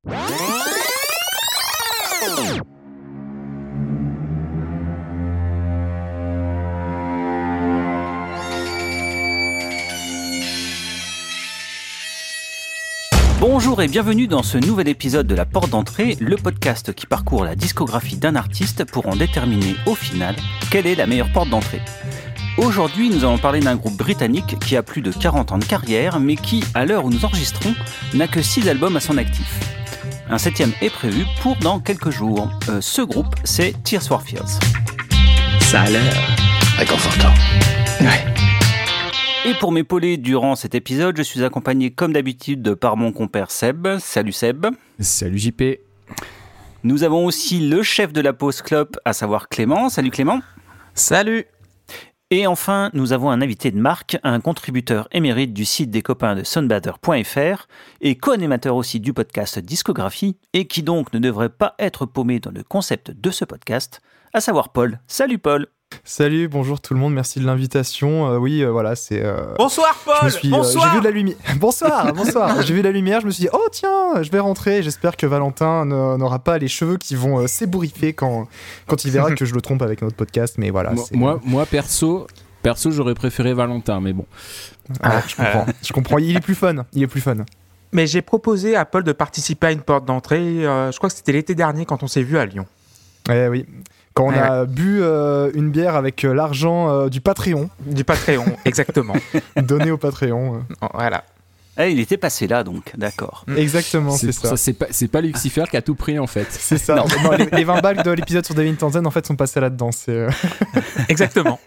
Bonjour et bienvenue dans ce nouvel épisode de La Porte d'entrée, le podcast qui parcourt la discographie d'un artiste pour en déterminer au final quelle est la meilleure porte d'entrée. Aujourd'hui, nous allons parler d'un groupe britannique qui a plus de 40 ans de carrière, mais qui, à l'heure où nous enregistrons, n'a que 6 albums à son actif. Un 7e est prévu pour dans quelques jours. Ce groupe, c'est Tears for Fears. Ça a l'air réconfortant. Ouais. Et pour m'épauler durant cet épisode, je suis accompagné comme d'habitude par mon compère Seb. Salut Seb. Salut JP. Nous avons aussi le chef de la pause clope, à savoir Clément. Salut Clément. Salut. Et enfin, nous avons un invité de marque, un contributeur émérite du site des copains de soundbather.fr et co-animateur aussi du podcast Discographie et qui donc ne devrait pas être paumé dans le concept de ce podcast, à savoir Paul. Salut Paul. Salut, bonjour tout le monde, merci de l'invitation. Voilà, c'est... Bonsoir Paul. Bonsoir. J'ai vu de la lumière. Bonsoir. J'ai vu la lumière, je me suis dit, oh tiens, je vais rentrer. J'espère que Valentin n'aura pas les cheveux qui vont s'ébouriffer quand il verra que je le trompe avec notre podcast. Mais voilà. Moi perso, j'aurais préféré Valentin, mais bon. Je comprends. Il est plus fun. Mais j'ai proposé à Paul de participer à une porte d'entrée. Je crois que c'était l'été dernier quand on s'est vu à Lyon. Oui. Quand on a bu une bière avec l'argent du Patreon. Du Patreon, exactement. Donné au Patreon. Voilà. Il était passé là donc, d'accord. Exactement, c'est ça. C'est pas Lucifer qui a tout pris en fait. C'est ça. Non, les 20 balles de l'épisode sur David Townsend en fait sont passées là-dedans. Exactement.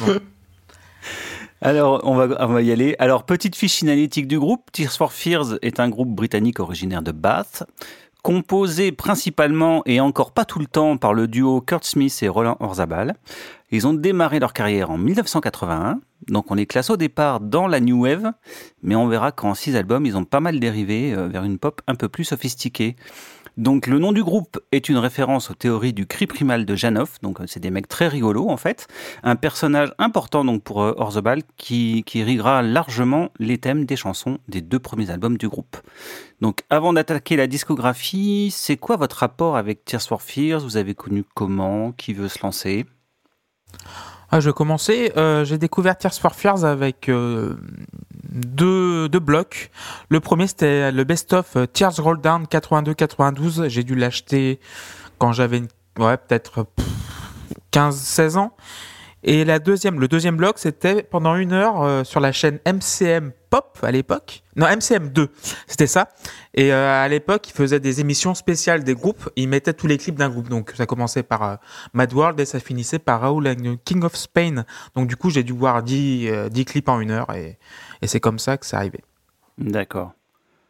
Alors, on va y aller. Alors, petite fiche analytique du groupe. Tears for Fears est un groupe britannique originaire de Bath, composé principalement et encore pas tout le temps par le duo Kurt Smith et Roland Orzabal. Ils ont démarré leur carrière en 1981, donc on les classe au départ dans la New Wave, mais on verra qu'en 6 albums, ils ont pas mal dérivé vers une pop un peu plus sophistiquée. Donc le nom du groupe est une référence aux théories du cri primal de Janov, donc c'est des mecs très rigolos en fait, un personnage important donc pour Orzabal qui irriguera largement les thèmes des chansons des 2 premiers albums du groupe. Donc avant d'attaquer la discographie, c'est quoi votre rapport avec Tears for Fears ? Vous avez connu comment ? Qui veut se lancer ? Je vais commencer. J'ai découvert Tears for Fears avec deux blocs. Le premier, c'était le best-of Tears Roll Down 82-92. J'ai dû l'acheter quand j'avais peut-être 15-16 ans. Et le deuxième bloc, c'était pendant 1 heure sur la chaîne MCM Pop à l'époque. Non, MCM2, c'était ça. Et à l'époque, ils faisaient des émissions spéciales des groupes. Ils mettaient tous les clips d'un groupe. Donc ça commençait par Mad World et ça finissait par Raoul and the King of Spain. Donc du coup, j'ai dû voir 10 clips en 1 heure et c'est comme ça que c'est arrivé. D'accord. Paul ?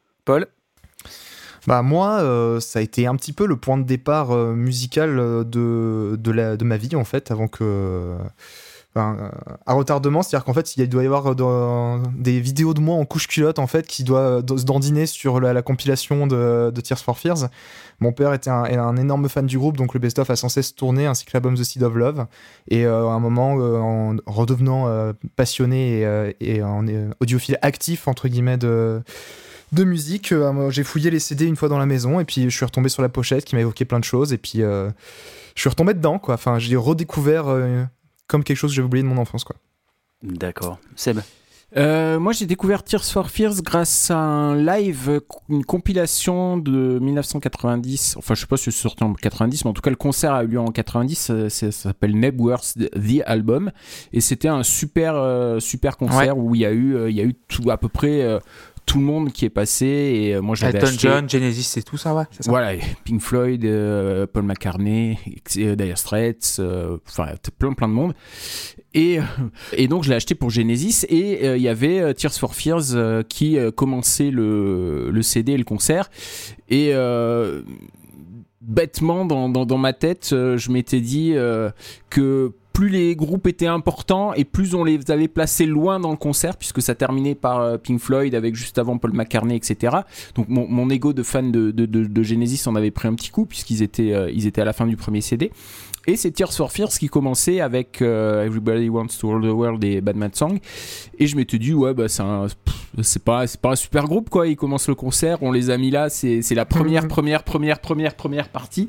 Moi, ça a été un petit peu le point de départ musical de ma vie en fait, avant que... à retardement, c'est-à-dire qu'en fait il doit y avoir des vidéos de moi en couche culotte en fait qui doit se dandiner sur la compilation de Tears for Fears. Mon père était un énorme fan du groupe, donc le best-of a sans cesse tourné, ainsi que l'album The Seed of Love. Et à un moment, en redevenant passionné et en audiophile actif entre guillemets de musique, j'ai fouillé les CD une fois dans la maison et puis je suis retombé sur la pochette qui m'a évoqué plein de choses et puis je suis retombé dedans quoi. Enfin, j'ai redécouvert comme quelque chose que j'avais oublié de mon enfance quoi. D'accord. Seb ? Moi j'ai découvert Tears for Fears grâce à un live, une compilation de 1990, enfin je sais pas si c'est sorti en 90, mais en tout cas le concert a eu lieu en 90, ça s'appelle Nebworth The Album, et c'était un super concert où il y a eu tout, à peu près tout le monde qui est passé, et moi j'avais acheté John, Genesis, c'est tout ça, ouais, c'est ça. Voilà, Pink Floyd, Paul McCartney, Dire Straits, enfin plein de monde. Et donc je l'ai acheté pour Genesis, et il y avait Tears for Fears qui commençait le CD et le concert, et bêtement dans ma tête je m'étais dit que plus les groupes étaient importants et plus on les avait placés loin dans le concert, puisque ça terminait par Pink Floyd avec juste avant Paul McCartney, etc. Donc mon ego de fan de Genesis en avait pris un petit coup, puisqu'ils étaient à la fin du premier CD. Et c'est Tears for Fears qui commençait avec Everybody Wants to Rule the World et Bad Mad Song. Et je m'étais dit, ouais, bah, c'est pas un super groupe, quoi. Ils commencent le concert, on les a mis là, c'est la première partie.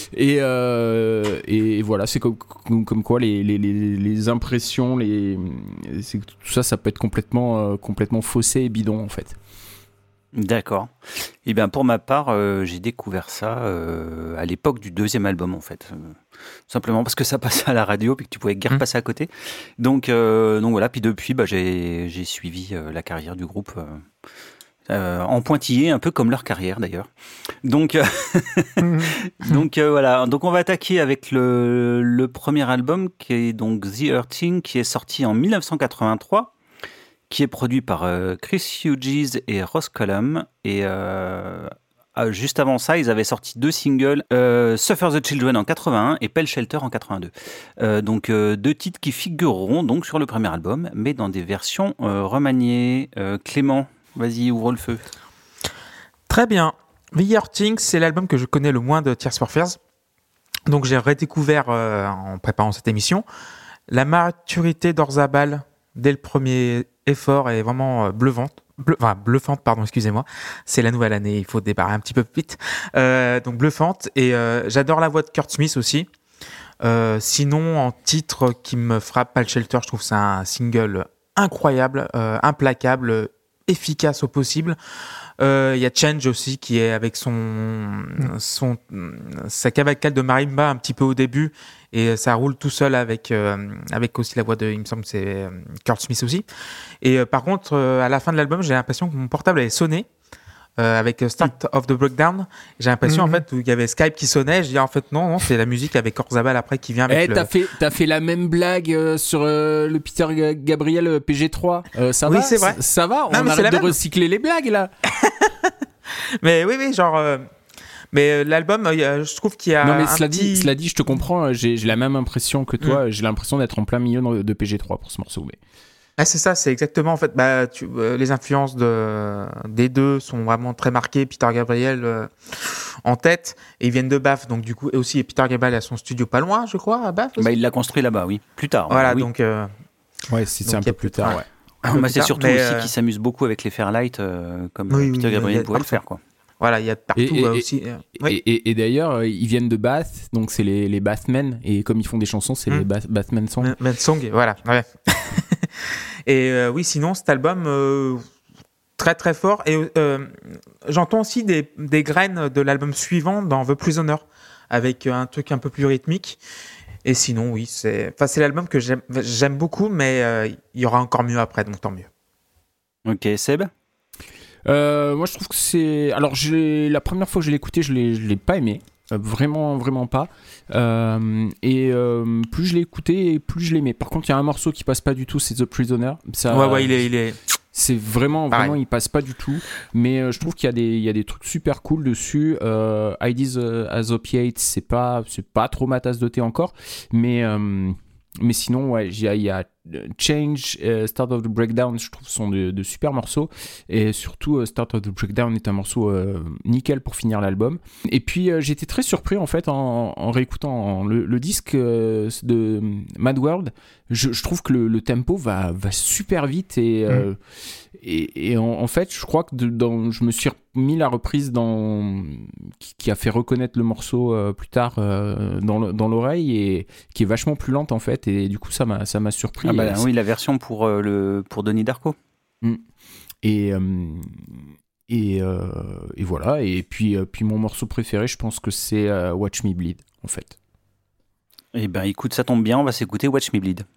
Et voilà, c'est comme quoi les impressions, tout ça peut être complètement faussé et bidon, en fait. D'accord. Et bien pour ma part, j'ai découvert ça à l'époque du deuxième album en fait, simplement parce que ça passait à la radio puis que tu pouvais guère passer à côté. Donc voilà. Puis depuis, j'ai suivi la carrière du groupe en pointillé, un peu comme leur carrière d'ailleurs. Donc voilà. Donc on va attaquer avec le premier album qui est donc The Hurting, qui est sorti en 1983. Qui est produit par Chris Hughes et Ross Cullum. Et juste avant ça, ils avaient sorti 2 singles, Suffer the Children en 81 et Pale Shelter en 82. Donc 2 titres qui figureront donc sur le premier album, mais dans des versions remaniées. Clément, vas-y, ouvre le feu. Très bien. The Hurting, c'est l'album que je connais le moins de Tears for Fears. Donc j'ai redécouvert en préparant cette émission la maturité d'Orzabal dès le premier effort est vraiment bluffante, excusez-moi. C'est la nouvelle année, il faut débarrer un petit peu vite. Donc bluffante, et j'adore la voix de Kurt Smith aussi. Sinon, en titre qui me frappe, Pale Shelter, je trouve que c'est un single incroyable, implacable, efficace au possible. Il y a Change aussi qui est avec sa cavalcade de marimba un petit peu au début, et ça roule tout seul avec aussi la voix de, il me semble que c'est Kurt Smith aussi. Et par contre, à la fin de l'album, j'ai l'impression que mon portable avait sonné avec Start of the Breakdown. J'ai l'impression en fait qu'il y avait Skype qui sonnait. Je dis en fait non, c'est la musique avec Orzabal après qui vient avec t'as fait la même blague sur le Peter Gabriel PG3. Ça va, c'est vrai. Ça va, on arrête de recycler les blagues là. Mais oui, genre. Mais l'album, je trouve qu'il y a. Non, mais cela dit, je te comprends. J'ai la même impression que toi. J'ai l'impression d'être en plein milieu de PG3 pour ce morceau. Mais... Ah, c'est ça, c'est exactement en fait. Les influences des deux sont vraiment très marquées. Peter Gabriel en tête, et ils viennent de Bath, donc du coup, et aussi Peter Gabriel a son studio pas loin, je crois, à Bath. Il l'a construit là-bas, oui, plus tard. Voilà, oui. donc. Ouais, c'est un peu plus tard, ouais. C'est surtout aussi qu'il s'amuse beaucoup avec les Fairlight, comme Peter Gabriel pouvait le faire, quoi. Voilà, il y a de partout aussi. Et d'ailleurs, ils viennent de Bath, donc c'est les Bathmen, et comme ils font des chansons, c'est les Batman Songs. Batman Songs, voilà. Ouais. Et oui, sinon, cet album, très très fort. Et j'entends aussi des graines de l'album suivant dans The Prisoner, avec un truc un peu plus rythmique. Et sinon, oui, c'est l'album que j'aime beaucoup, mais il y aura encore mieux après, donc tant mieux. Ok, Seb ? Moi je trouve que c'est... Alors la première fois que je l'ai écouté, je l'ai pas aimé, vraiment pas, et plus je l'ai écouté, plus je l'aimais. Par contre il y a un morceau qui passe pas du tout, c'est The Prisoner. Ouais, il est... C'est vraiment, il passe pas du tout, mais je trouve qu'il y a des trucs super cool dessus. IDs as Opiates, c'est pas trop ma tasse de thé encore, mais sinon, ouais, il y a Change, Start of the Breakdown, je trouve, sont de super morceaux. Et surtout, Start of the Breakdown est un morceau nickel pour finir l'album. Et puis, j'étais très surpris, en fait, en réécoutant le disque de Mad World. Je trouve que le tempo va super vite. Et en fait, je crois que je me suis mis la reprise qui a fait reconnaître le morceau plus tard dans l'oreille, et qui est vachement plus lente, en fait. Et du coup, ça m'a surpris. Oui, la version pour Donnie Darko. Et voilà. Et puis mon morceau préféré, je pense que c'est Watch Me Bleed, en fait. Eh ben, écoute, ça tombe bien, on va s'écouter Watch Me Bleed.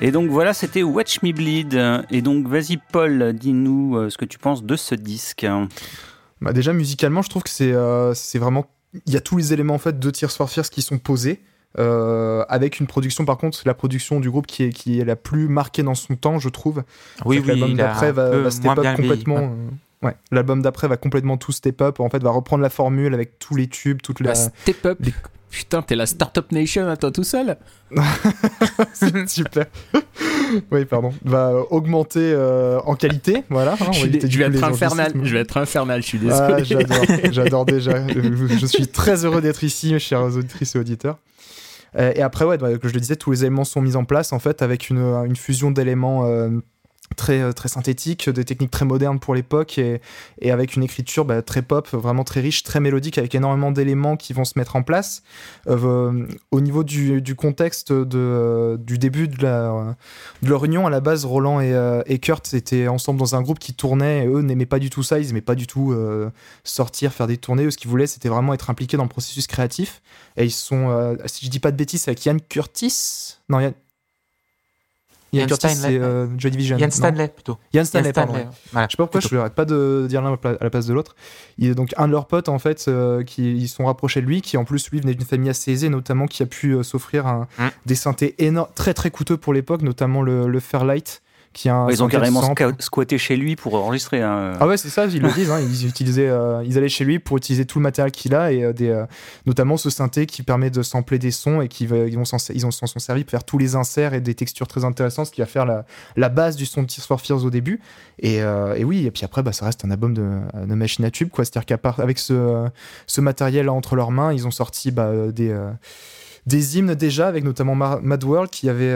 Et donc voilà, c'était Watch Me Bleed. Et donc vas-y Paul, dis-nous ce que tu penses de ce disque. Bah déjà musicalement, je trouve que c'est vraiment, il y a tous les éléments en fait de Tears for Fears qui sont posés. Avec une production, par contre, la production du groupe qui est la plus marquée dans son temps, je trouve. Oui, l'album d'après va step up complètement. Vieilli. Ouais, l'album d'après va complètement tout step up. En fait, va reprendre la formule avec tous les tubes, toute la. Step up. Putain, t'es la Startup Nation à toi tout seul. Super. Oui, pardon. Va augmenter en qualité, voilà. Hein, je vais être infernal. Je vais être infernal. Je suis désolé. J'adore déjà. Je suis très heureux d'être ici, mes chers auditrices et auditeurs. Et après, ouais, comme je le disais, tous les éléments sont mis en place en fait avec une fusion d'éléments très, très synthétiques, des techniques très modernes pour l'époque et avec une écriture très pop, vraiment très riche, très mélodique, avec énormément d'éléments qui vont se mettre en place. Au niveau du contexte du début de leur union, à la base, Roland et Kurt étaient ensemble dans un groupe qui tournait et eux n'aimaient pas du tout ça, ils n'aimaient pas du tout sortir, faire des tournées. Eux, ce qu'ils voulaient, c'était vraiment être impliqués dans le processus créatif. Et ils sont, si je dis pas de bêtises, c'est avec Ian Curtis. Non, Ian Curtis, c'est Joy Division. Ian Stanley, plutôt. Ian Stanley, pardon. Voilà, je sais pas pourquoi je n'arrête pas de dire l'un à la place de l'autre. Il est donc un de leurs potes, en fait, qui ils sont rapprochés de lui, qui en plus, lui, venait d'une famille assez aisée, notamment qui a pu s'offrir des synthés très très coûteux pour l'époque, notamment le Fairlight. Ils ont carrément squatté chez lui pour enregistrer. Ah ouais, c'est ça, ils le disent. Hein, ils allaient chez lui pour utiliser tout le matériel qu'il a et notamment ce synthé qui permet de sampler des sons et ils s'en sont servis pour faire tous les inserts et des textures très intéressantes, ce qui va faire la base du son de Tears for Fears au début. Et oui, et puis après, ça reste un album de machine à tube, quoi. C'est-à-dire qu'avec ce matériel entre leurs mains, ils ont sorti des hymnes déjà, avec notamment Mad World qui avait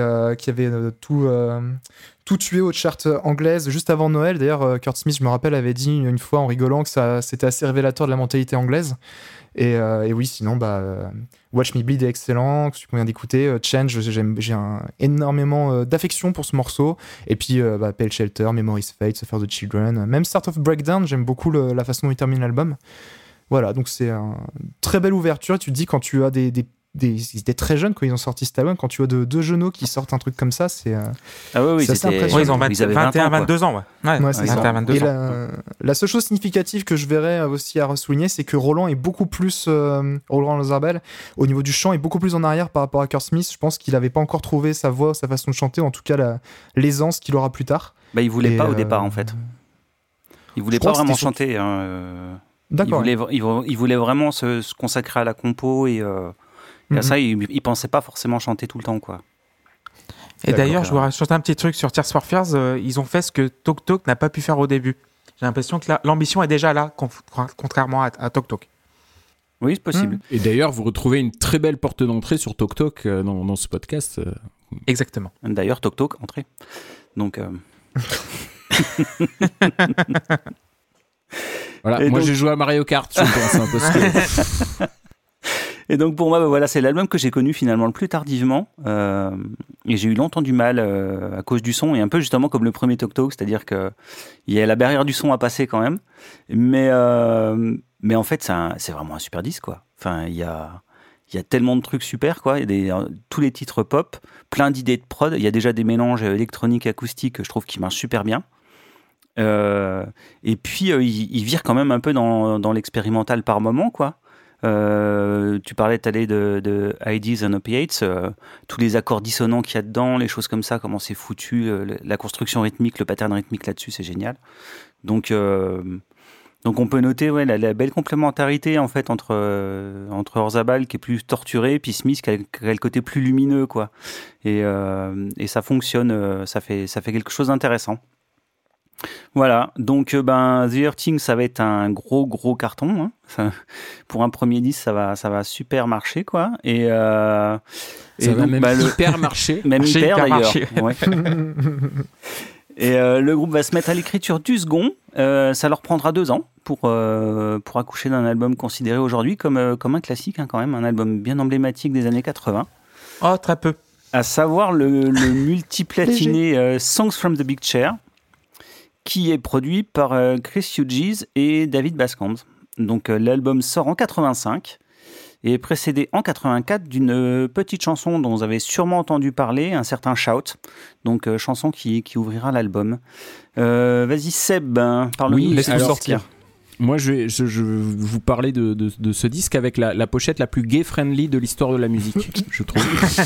tout tué aux charts anglaises juste avant Noël. D'ailleurs, Kurt Smith, je me rappelle, avait dit une fois en rigolant que c'était assez révélateur de la mentalité anglaise. Et oui, sinon, Watch Me Bleed est excellent, que tu conviens d'écouter. Change, j'ai énormément d'affection pour ce morceau. Et puis, Pale Shelter, Memories Fade, Suffer the Children. Même Start of Breakdown, j'aime beaucoup la façon dont il termine l'album. Voilà, donc c'est une très belle ouverture. Tu te dis, quand tu as ils étaient très jeunes quand ils ont sorti cet album. Quand tu vois deux genoux qui sortent un truc comme ça, c'est assez impressionnant. Ils ont 21, 22 ans. Ouais, c'est ça. 22 ans. La seule chose significative que je verrais aussi à souligner, c'est que Roland est beaucoup plus, Roland Lazarbel, au niveau du chant, est beaucoup plus en arrière par rapport à Kurt Smith. Je pense qu'il n'avait pas encore trouvé sa voix, sa façon de chanter, en tout cas l'aisance qu'il aura plus tard. Il voulait pas au départ, en fait. Il voulait pas vraiment chanter. D'accord. Il voulait vraiment se consacrer à la compo et à ça, il pensait pas forcément chanter tout le temps, quoi. Et d'ailleurs, je vous rajoute un petit truc sur Tears for Fears. Ils ont fait ce que Tok Tok n'a pas pu faire au début. J'ai l'impression que l'ambition est déjà là, contrairement à Tok Tok. Oui, c'est possible. Et d'ailleurs, vous retrouvez une très belle porte d'entrée sur Tok Tok dans ce podcast. Exactement. D'ailleurs, Tok Tok, entrée. Donc... Voilà, et moi j'ai joué à Mario Kart, je pense, hein, parce que... Et donc pour moi, voilà, c'est l'album que j'ai connu finalement le plus tardivement, et j'ai eu longtemps du mal à cause du son, et un peu justement comme le premier Tok Tok, c'est-à-dire que il y a la barrière du son à passer quand même, mais en fait c'est vraiment un super disque, quoi. Enfin, il y a tellement de trucs super, quoi. Il y a tous les titres pop, plein d'idées de prod. Il y a déjà des mélanges électroniques, acoustiques, je trouve qui marchent super bien. Et puis il vire quand même un peu dans l'expérimental par moment, quoi. Tu parlais tout à l'heure de IDs and Opiates, tous les accords dissonants qu'il y a dedans, les choses comme ça, comment c'est foutu, la construction rythmique, le pattern rythmique là-dessus, c'est génial. Donc on peut noter la belle complémentarité en fait entre Orzabal qui est plus torturé, puis Smith qui a le côté plus lumineux, quoi. Et ça fonctionne, ça fait quelque chose d'intéressant. Voilà, donc The Hurting, ça va être un gros carton, hein. Pour un premier disque, ça va super marcher, quoi. Et ça va même hyper marcher. Même hyper d'ailleurs. Ouais. Et le groupe va se mettre à l'écriture du second. Ça leur prendra 2 ans pour accoucher d'un album considéré aujourd'hui comme un classique, hein, quand même, un album bien emblématique des années 80. Oh, très peu. À savoir le multiplatiné Songs from the Big Chair, qui est produit par Chris Hughes et David Bascomb. Donc l'album sort en 85 et précédé en 84 d'une petite chanson dont vous avez sûrement entendu parler, un certain Shout, donc chanson qui ouvrira l'album. Vas-y Seb, parle-nous. Oui, laisse-nous alors, sortir. Moi, je vais vous parler de ce disque avec la pochette la plus gay-friendly de l'histoire de la musique, je trouve.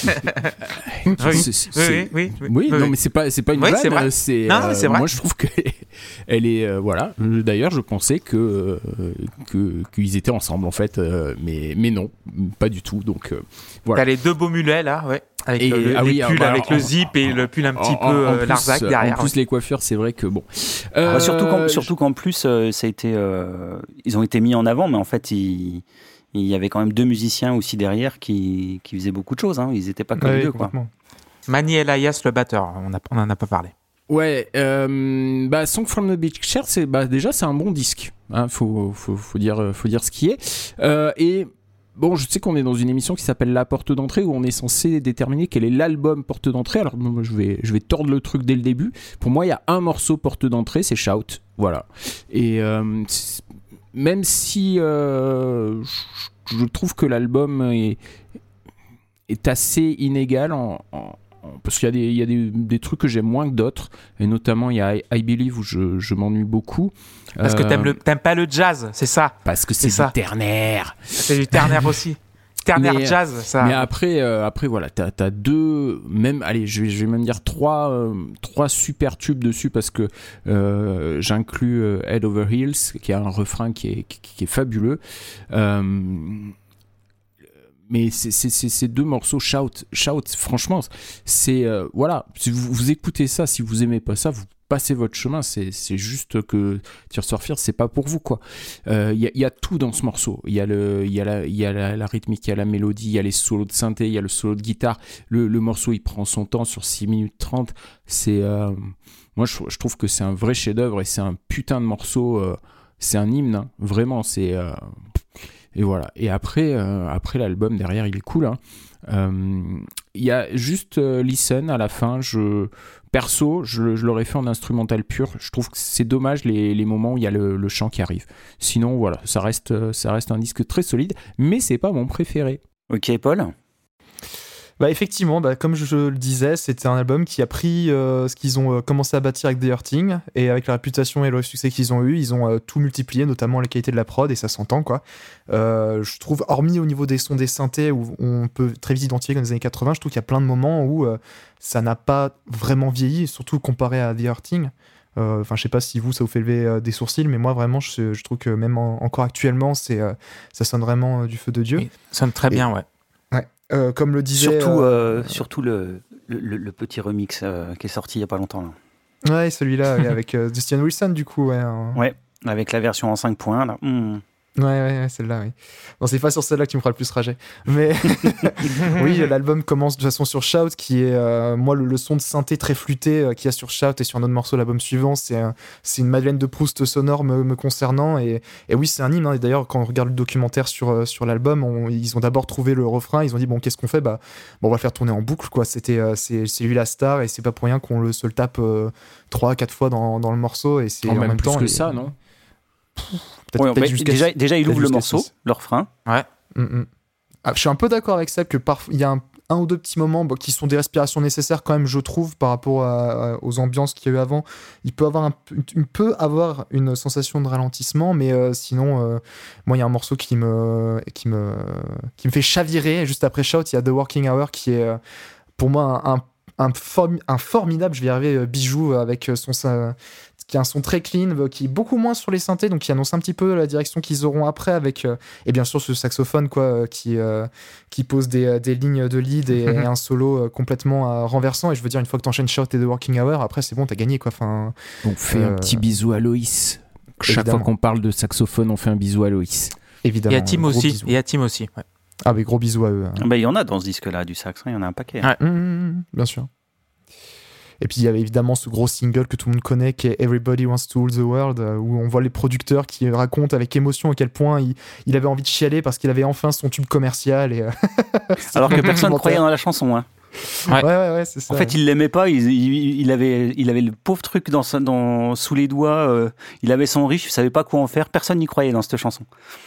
Oui, non, mais c'est pas une Oui, vanne. c'est vrai. C'est vrai. Moi, je trouve que elle est voilà. D'ailleurs, je pensais qu'ils étaient ensemble en fait, mais non, pas du tout. Donc voilà. T'as les deux beaux mulets là, ouais. Avec Et- les ah oui, pulls alors, avec le zip et le pull un petit peu Larzac derrière. En plus, les coiffures, c'est vrai que bon. Surtout qu'en plus, ça a été, ils ont été mis en avant, mais en fait, il y avait quand même 2 musiciens aussi derrière qui faisaient beaucoup de choses. Hein. Ils n'étaient pas comme Ouais, deux, quoi. complètement. Mani Elias, le batteur, on en a pas parlé. Ouais, Song from the Beach Chair, déjà c'est un bon disque. Hein, faut dire ce qui est. Et bon, je sais qu'on est dans une émission qui s'appelle La Porte d'entrée où on est censé déterminer quel est l'album porte d'entrée. Alors moi, je vais tordre le truc dès le début. Pour moi, il y a un morceau porte d'entrée, c'est Shout. Voilà. Et même si je trouve que l'album est assez inégal parce qu'il y a des trucs que j'aime moins que d'autres, et notamment il y a I Believe où je m'ennuie beaucoup. Parce que t'aimes pas le jazz, c'est ça. Parce que c'est du ternaire. C'est du ternaire aussi. Ternaire jazz, ça. Mais après voilà, t'as deux, même, allez, je vais même dire trois super tubes dessus parce que j'inclus Head Over Heels, qui a un refrain qui est fabuleux. Mais ces deux morceaux, Shout, franchement, c'est voilà. Si vous écoutez ça, si vous aimez pas ça, vous passez votre chemin. C'est juste que Tears for Fears, c'est pas pour vous, quoi. Il y a tout dans ce morceau. Il y a la rythmique, il y a la mélodie, il y a les solos de synthé, il y a le solo de guitare. Le morceau, il prend son temps sur 6 minutes 30. C'est moi, je trouve que c'est un vrai chef-d'œuvre et c'est un putain de morceau. C'est un hymne, hein. Vraiment. C'est et voilà. Et après l'album derrière, il est cool. Hein. Il y a juste Listen à la fin. Perso, je l'aurais fait en instrumental pur. Je trouve que c'est dommage les moments où il y a le chant qui arrive. Sinon, voilà, ça reste un disque très solide, mais c'est pas mon préféré. Ok, Paul. Bah effectivement, comme je le disais, c'était un album qui a pris ce qu'ils ont commencé à bâtir avec The Hurting, et avec la réputation et le succès qu'ils ont eu, ils ont tout multiplié, notamment la qualité de la prod, et ça s'entend, quoi. Je trouve, hormis au niveau des sons des synthés, où on peut très vite identifier comme les années 80, je trouve qu'il y a plein de moments où ça n'a pas vraiment vieilli, surtout comparé à The Hurting. Enfin, je sais pas si ça vous fait lever des sourcils, mais moi vraiment, je trouve que même encore actuellement, ça sonne vraiment du feu de Dieu. Oui, ça sonne très bien, ouais. Comme le disait... Surtout le petit remix qui est sorti il y a pas longtemps. Là. Ouais, celui-là, avec Justin Wilson, du coup. Ouais, avec la version en 5 points. Là. Ouais, celle-là, oui. Non, c'est pas sur celle-là que tu me feras le plus rager. Mais oui, l'album commence de toute façon sur Shout, qui est, moi, le son de synthé très flûté qu'il y a sur Shout et sur un autre morceau, l'album suivant, c'est une Madeleine de Proust sonore me concernant. Et oui, c'est un hymne. Hein. Et d'ailleurs, quand on regarde le documentaire sur l'album, ils ont d'abord trouvé le refrain. Ils ont dit, bon, qu'est-ce qu'on fait ? On va le faire tourner en boucle, quoi. C'est lui la star, et c'est pas pour rien qu'on se le tape 3-4 fois dans le morceau. Et c'est en même temps. Plus que ça, non ? Déjà, il ouvre le morceau, le refrain. Ouais. Ah, je suis un peu d'accord avec ça que parfois il y a un ou deux petits moments qui sont des respirations nécessaires quand même, je trouve, par rapport aux ambiances qu'il y a eu avant. Il peut avoir une sensation de ralentissement, mais sinon, moi, il y a un morceau qui me fait chavirer. Juste après Shout, il y a The Working Hour qui est pour moi un formidable, je vais y arriver, bijou avec qui a un son très clean, qui est beaucoup moins sur les synthés, donc qui annonce un petit peu la direction qu'ils auront après, avec et bien sûr ce saxophone, quoi, qui pose des lignes de lead et un solo complètement renversant. Et je veux dire, une fois que t'enchaînes Shout et The Working Hour, après c'est bon, t'as gagné, quoi. Enfin, on fait un petit bisou à Loïs. Chaque fois qu'on parle de saxophone, on fait un bisou à Loïs. Évidemment. Et à Tim aussi. Ouais. Ah, mais gros bisous à eux. Il y en a dans ce disque-là, du sax, il y en a un paquet. Ouais. Bien sûr. Et puis il y avait évidemment ce gros single que tout le monde connaît, qui est Everybody Wants to Rule the World, où on voit les producteurs qui racontent avec émotion à quel point il avait envie de chialer parce qu'il avait enfin son tube commercial. Et alors que personne ne croyait dans la chanson. Hein. Ouais, c'est ça. En fait, il l'aimait pas. Il avait le pauvre truc sous les doigts. Il avait son riff. Il savait pas quoi en faire. Personne n'y croyait dans cette chanson.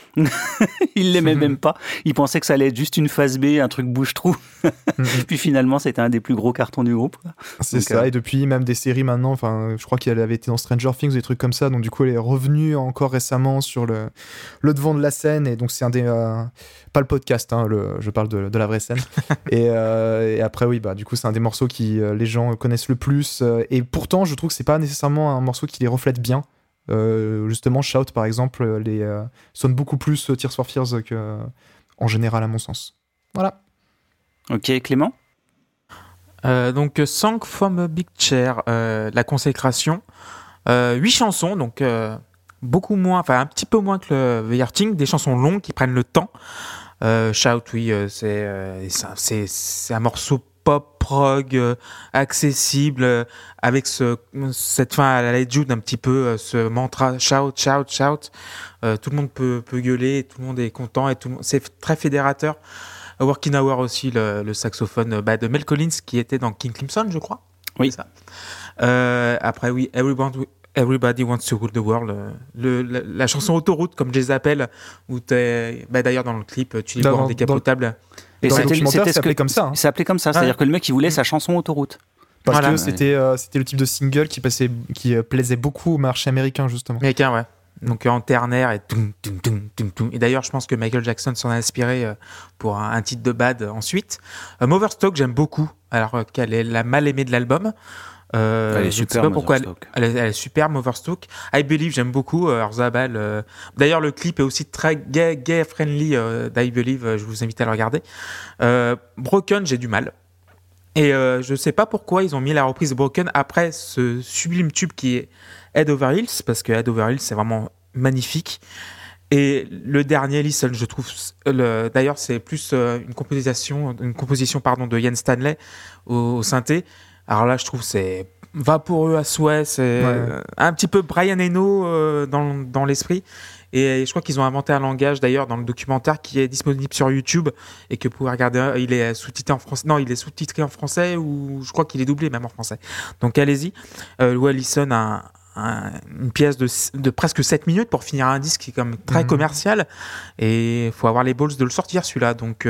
Il l'aimait même pas. Il pensait que ça allait être juste une phase B, un truc bouche-trou. Puis finalement, c'était un des plus gros cartons du groupe. C'est ça. Et depuis, même des séries maintenant. Enfin, je crois qu'elle avait été dans Stranger Things, des trucs comme ça. Donc du coup, elle est revenue encore récemment sur le devant de la scène. Et donc c'est un des pas le podcast. Hein, je parle de la vraie scène. et après, oui, bah du coup, c'est un des morceaux qui les gens connaissent le plus. Et pourtant, je trouve que c'est pas nécessairement un morceau qui les reflète bien. Justement, Shout par exemple sonne beaucoup plus Tears for Fears en général à mon sens. Voilà. Ok, Clément. Donc Song from a Big Chair, la consécration, 8 chansons, donc beaucoup moins, enfin un petit peu moins que le The Hurting, des chansons longues qui prennent le temps. Shout, oui, c'est un morceau pop prog accessible avec cette fin à la Let Jude un petit peu ce mantra shout shout shout, tout le monde peut gueuler, tout le monde est content et c'est très fédérateur. Working Hour aussi, le saxophone de Mel Collins qui était dans King Crimson, je crois. Oui. C'est ça. Après oui, Everybody Wants to Rule the World, la chanson autoroute comme je les appelle, où d'ailleurs dans le clip tu les vois en décapotable. Et dans le documentaire, c'est appelé comme ça. C'est appelé comme ça, c'est-à-dire que le mec il voulait sa chanson autoroute. Parce que c'était le type de single qui plaisait beaucoup au marché américain justement. Américain, ouais. Donc en ternaire et et d'ailleurs je pense que Michael Jackson s'en a inspiré pour un titre de Bad ensuite. Moverstock j'aime beaucoup, alors qu'elle est la mal aimée de l'album. Elle est super, je sais pas pourquoi elle est super, Moverstock. I Believe j'aime beaucoup, Orzabal. D'ailleurs le clip est aussi très gay friendly d'I Believe, je vous invite à le regarder. Broken j'ai du mal. Et je sais pas pourquoi ils ont mis la reprise Broken après ce sublime tube qui est Head Over Heels, parce que Head Over Heels c'est vraiment magnifique. Et le dernier Listen, je trouve, d'ailleurs c'est plus une composition de Ian Stanley au synthé. Alors là je trouve c'est vaporeux à souhait, c'est un petit peu Brian Eno dans l'esprit. Et je crois qu'ils ont inventé un langage d'ailleurs dans le documentaire qui est disponible sur YouTube et que vous pouvez regarder. Il est sous-titré en français. Non, il est sous-titré en français ou je crois qu'il est doublé même en français. Donc allez-y. Lou Allison a une pièce de presque 7 minutes pour finir un disque qui est comme très commercial et il faut avoir les balls de le sortir celui-là. Donc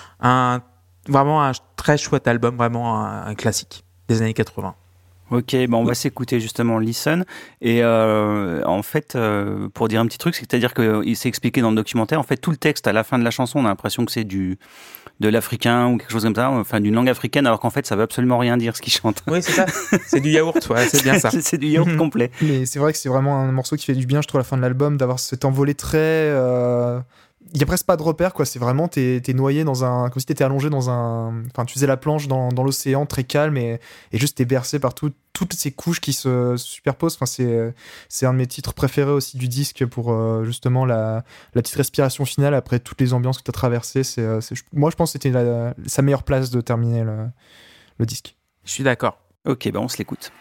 vraiment un très chouette album, vraiment un classique des années 80. Ok, on va s'écouter justement Listen. Et en fait, pour dire un petit truc, c'est-à-dire qu'il s'est expliqué dans le documentaire, en fait, tout le texte à la fin de la chanson, on a l'impression que c'est de l'africain ou quelque chose comme ça, enfin d'une langue africaine, alors qu'en fait, ça veut absolument rien dire ce qu'il chante. Oui, c'est ça. C'est du yaourt, ouais, c'est bien ça. C'est du yaourt complet. Mais c'est vrai que c'est vraiment un morceau qui fait du bien, je trouve, à la fin de l'album, d'avoir cet envolé très... Il n'y a presque pas de repère, quoi. C'est vraiment, t'es noyé dans comme si t'étais allongé dans enfin, tu faisais la planche dans l'océan très calme et juste t'es bercé par toutes ces couches qui se superposent. Enfin, c'est un de mes titres préférés aussi du disque pour justement la petite respiration finale après toutes les ambiances que t'as traversées. Moi, je pense que c'était sa meilleure place de terminer le disque. Je suis d'accord. Ok, on se l'écoute.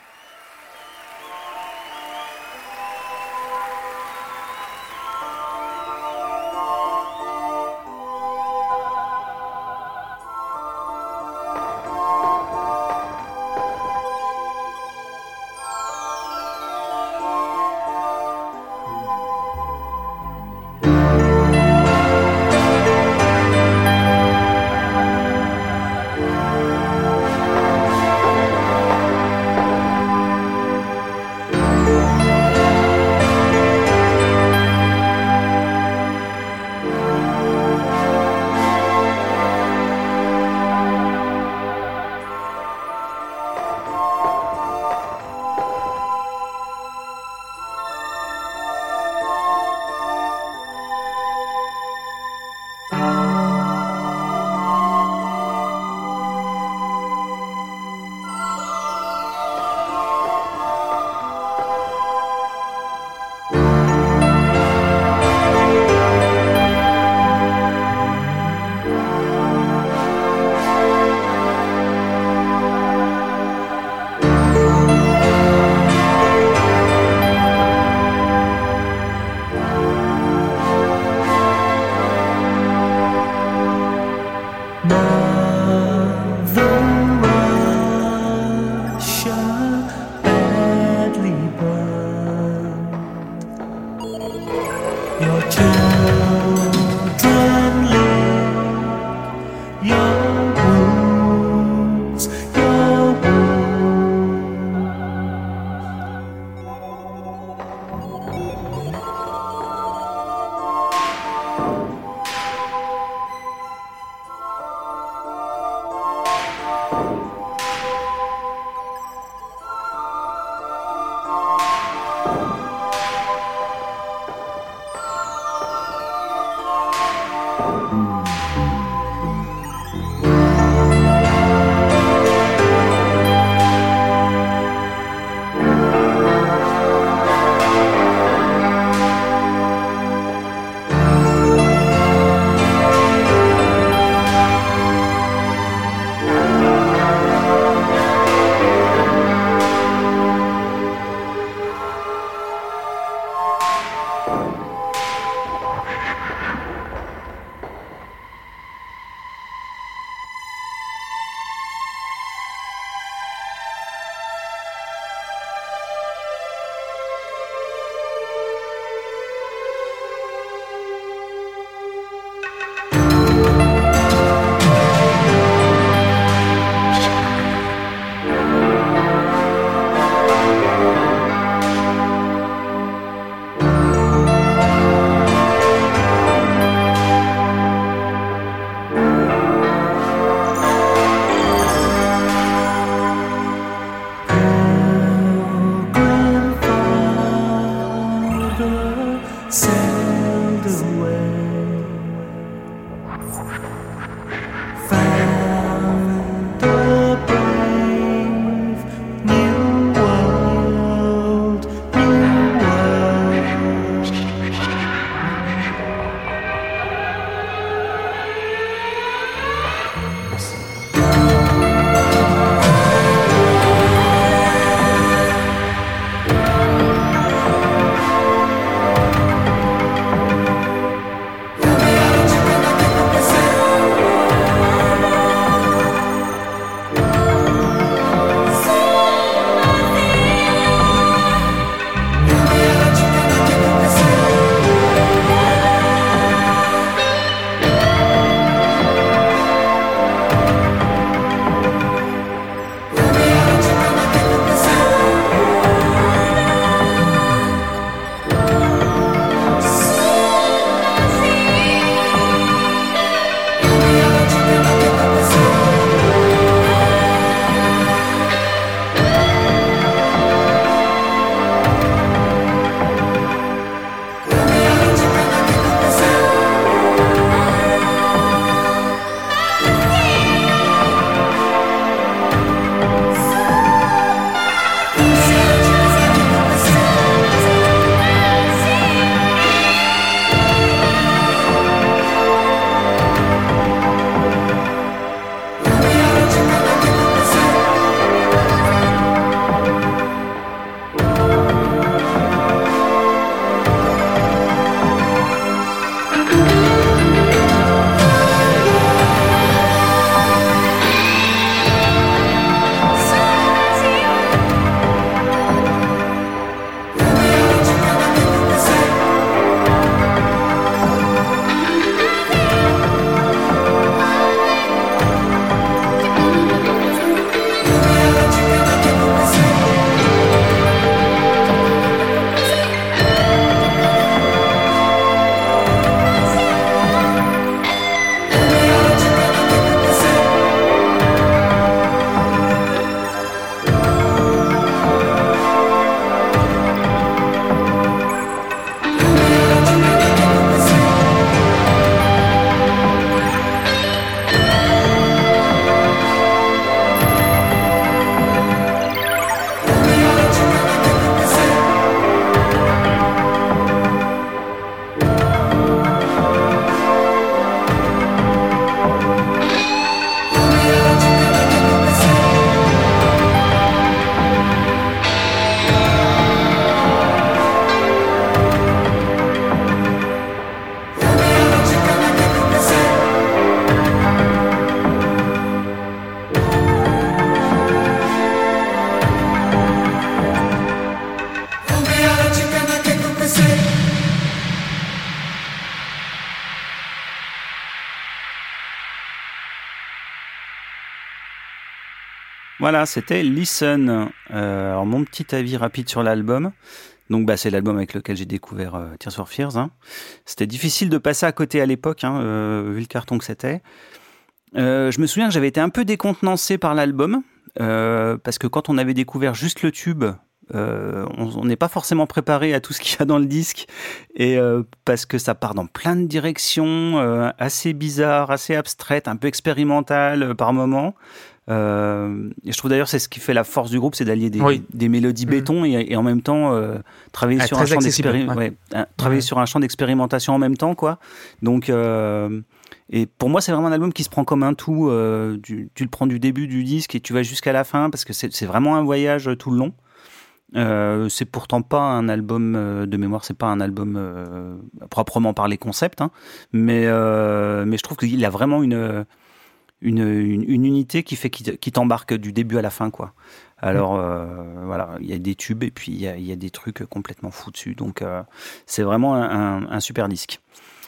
Voilà, c'était Listen. Alors mon petit avis rapide sur l'album. Donc c'est l'album avec lequel j'ai découvert Tears for Fears. Hein. C'était difficile de passer à côté à l'époque, hein, vu le carton que c'était. Je me souviens que j'avais été un peu décontenancé par l'album, parce que quand on avait découvert juste le tube, on n'est pas forcément préparé à tout ce qu'il y a dans le disque, et parce que ça part dans plein de directions assez bizarres, assez abstraites, un peu expérimentales par moments. Et je trouve d'ailleurs c'est ce qui fait la force du groupe, c'est d'allier des mélodies béton et en même temps travailler sur un champ sur un champ d'expérimentation en même temps, quoi. Donc et pour moi c'est vraiment un album qui se prend comme un tout. Tu le prends du début du disque et tu vas jusqu'à la fin parce que c'est vraiment un voyage tout le long. C'est pourtant pas un album de mémoire, c'est pas un album proprement parlé concept, hein, mais je trouve qu'il a vraiment une unité qui fait qui t'embarque du début à la fin, quoi. Alors voilà, il y a des tubes et puis il y a des trucs complètement fous dessus, donc c'est vraiment un super disque.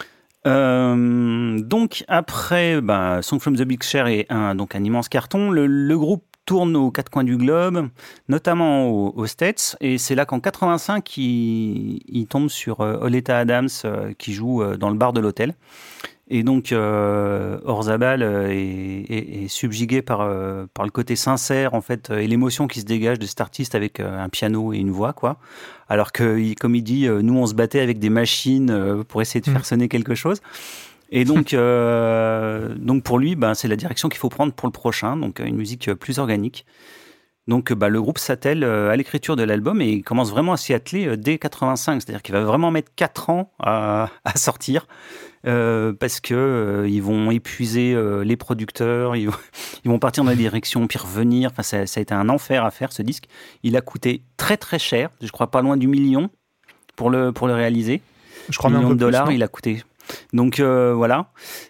Donc après, Song from the Big Chair est un immense carton. Le groupe tourne aux quatre coins du globe, notamment aux States, et c'est là qu'en 85 il tombe sur Oleta Adams qui joue dans le bar de l'hôtel. Et donc Orzabal est subjugué par le côté sincère, en fait, et l'émotion qui se dégage de cet artiste avec un piano et une voix, quoi. Alors que, comme il dit, nous on se battait avec des machines pour essayer de faire sonner quelque chose. Et donc pour lui, c'est la direction qu'il faut prendre pour le prochain, donc une musique plus organique. Donc le groupe s'attelle à l'écriture de l'album et commence vraiment à s'y atteler dès 85, c'est-à-dire qu'il va vraiment mettre 4 ans à sortir, parce que ils vont épuiser les producteurs, ils vont partir dans la direction puis revenir. Enfin, ça a été un enfer à faire, ce disque. Il a coûté très très cher, je crois pas loin du million pour le réaliser. Je crois $1 million $, il a coûté. Donc voilà.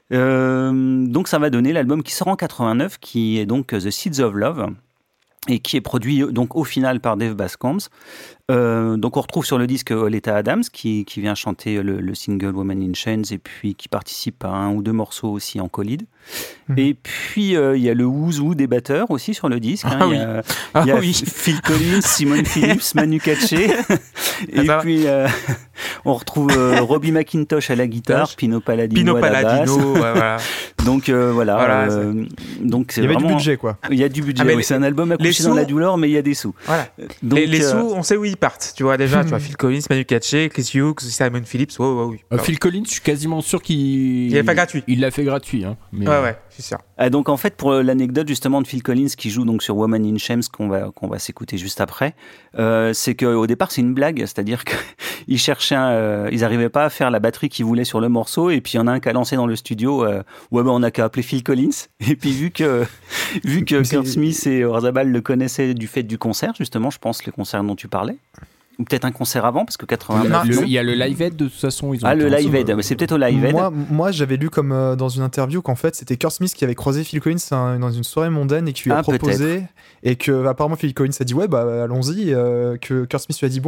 Donc ça va donner l'album qui sort en 89, qui est donc The Seeds of Love, et qui est produit donc au final par Dave Bascombe. Donc on retrouve sur le disque Oleta Adams qui vient chanter le single Woman in Chains et puis qui participe à 1 ou 2 morceaux aussi en co-lead. Et puis il y a le Who's Who des batteurs aussi sur le disque. Il y a Phil Collins, Simon Phillips, Manu Katché. Et puis on retrouve Robbie McIntosh à la guitare, Pino Palladino à la basse. Voilà. Donc voilà. Donc il y avait du budget, quoi. Il y a du budget. C'est un album à coucher dans la douleur, mais il y a des sous. Voilà. Donc, les sous, on sait où ils partent. Tu vois déjà, tu vois Phil Collins, Manu Katché, Chris Hughes, Simon Phillips. Oui. Phil Collins, je suis quasiment sûr qu'il l'a fait gratuit. Il l'a fait gratuit, hein. Mais ouais, c'est sûr. Donc en fait, pour l'anecdote justement de Phil Collins qui joue donc sur Woman in Chains qu'on va s'écouter juste après, c'est qu'au départ c'est une blague, c'est-à-dire qu'ils cherchaient, ils n'arrivaient pas à faire la batterie qu'ils voulaient sur le morceau, et puis il y en a un qui a lancé dans le studio, on n'a qu'à appeler Phil Collins, et puis vu que Kurt Smith et Orzabal le connaissaient du fait du concert, justement, je pense le concert dont tu parlais. Ou peut-être un concert avant, parce que 89... Il y a le Live Aid, de toute façon. Ils ont le Live Aid, c'est peut-être au Live Aid. Moi j'avais lu comme dans une interview qu'en fait, c'était Kurt Smith qui avait croisé Phil Collins dans une soirée mondaine et qui lui a proposé. Peut-être. Et que apparemment Phil Collins a dit allons-y. Que Kurt Smith lui a dit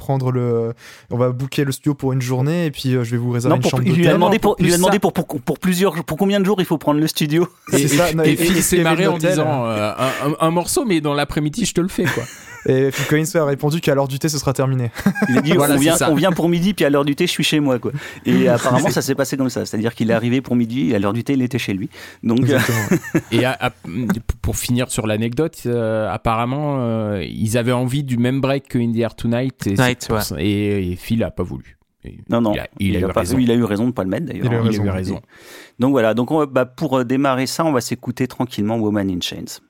on va booker le studio pour une journée et puis je vais vous réserver une chambre d'hôtel. Il lui a demandé pour combien de jours il faut prendre le studio. Et Phil s'est marré en disant un morceau, mais dans l'après-midi je te le fais, quoi. Et Phil Collins a répondu qu'à l'heure du thé ce sera terminé. Il a dit on vient pour midi, puis à l'heure du thé je suis chez moi, quoi. Et apparemment ça s'est passé comme ça, c'est-à-dire qu'il est arrivé pour midi et à l'heure du thé il était chez lui. Donc et pour finir sur l'anecdote, apparemment ils avaient envie du même break que In the Air Tonight, et Phil a pas voulu. Non, il a eu raison de pas le mettre d'ailleurs. Il a eu raison. Donc voilà, donc pour démarrer ça, on va s'écouter tranquillement Woman in Chains.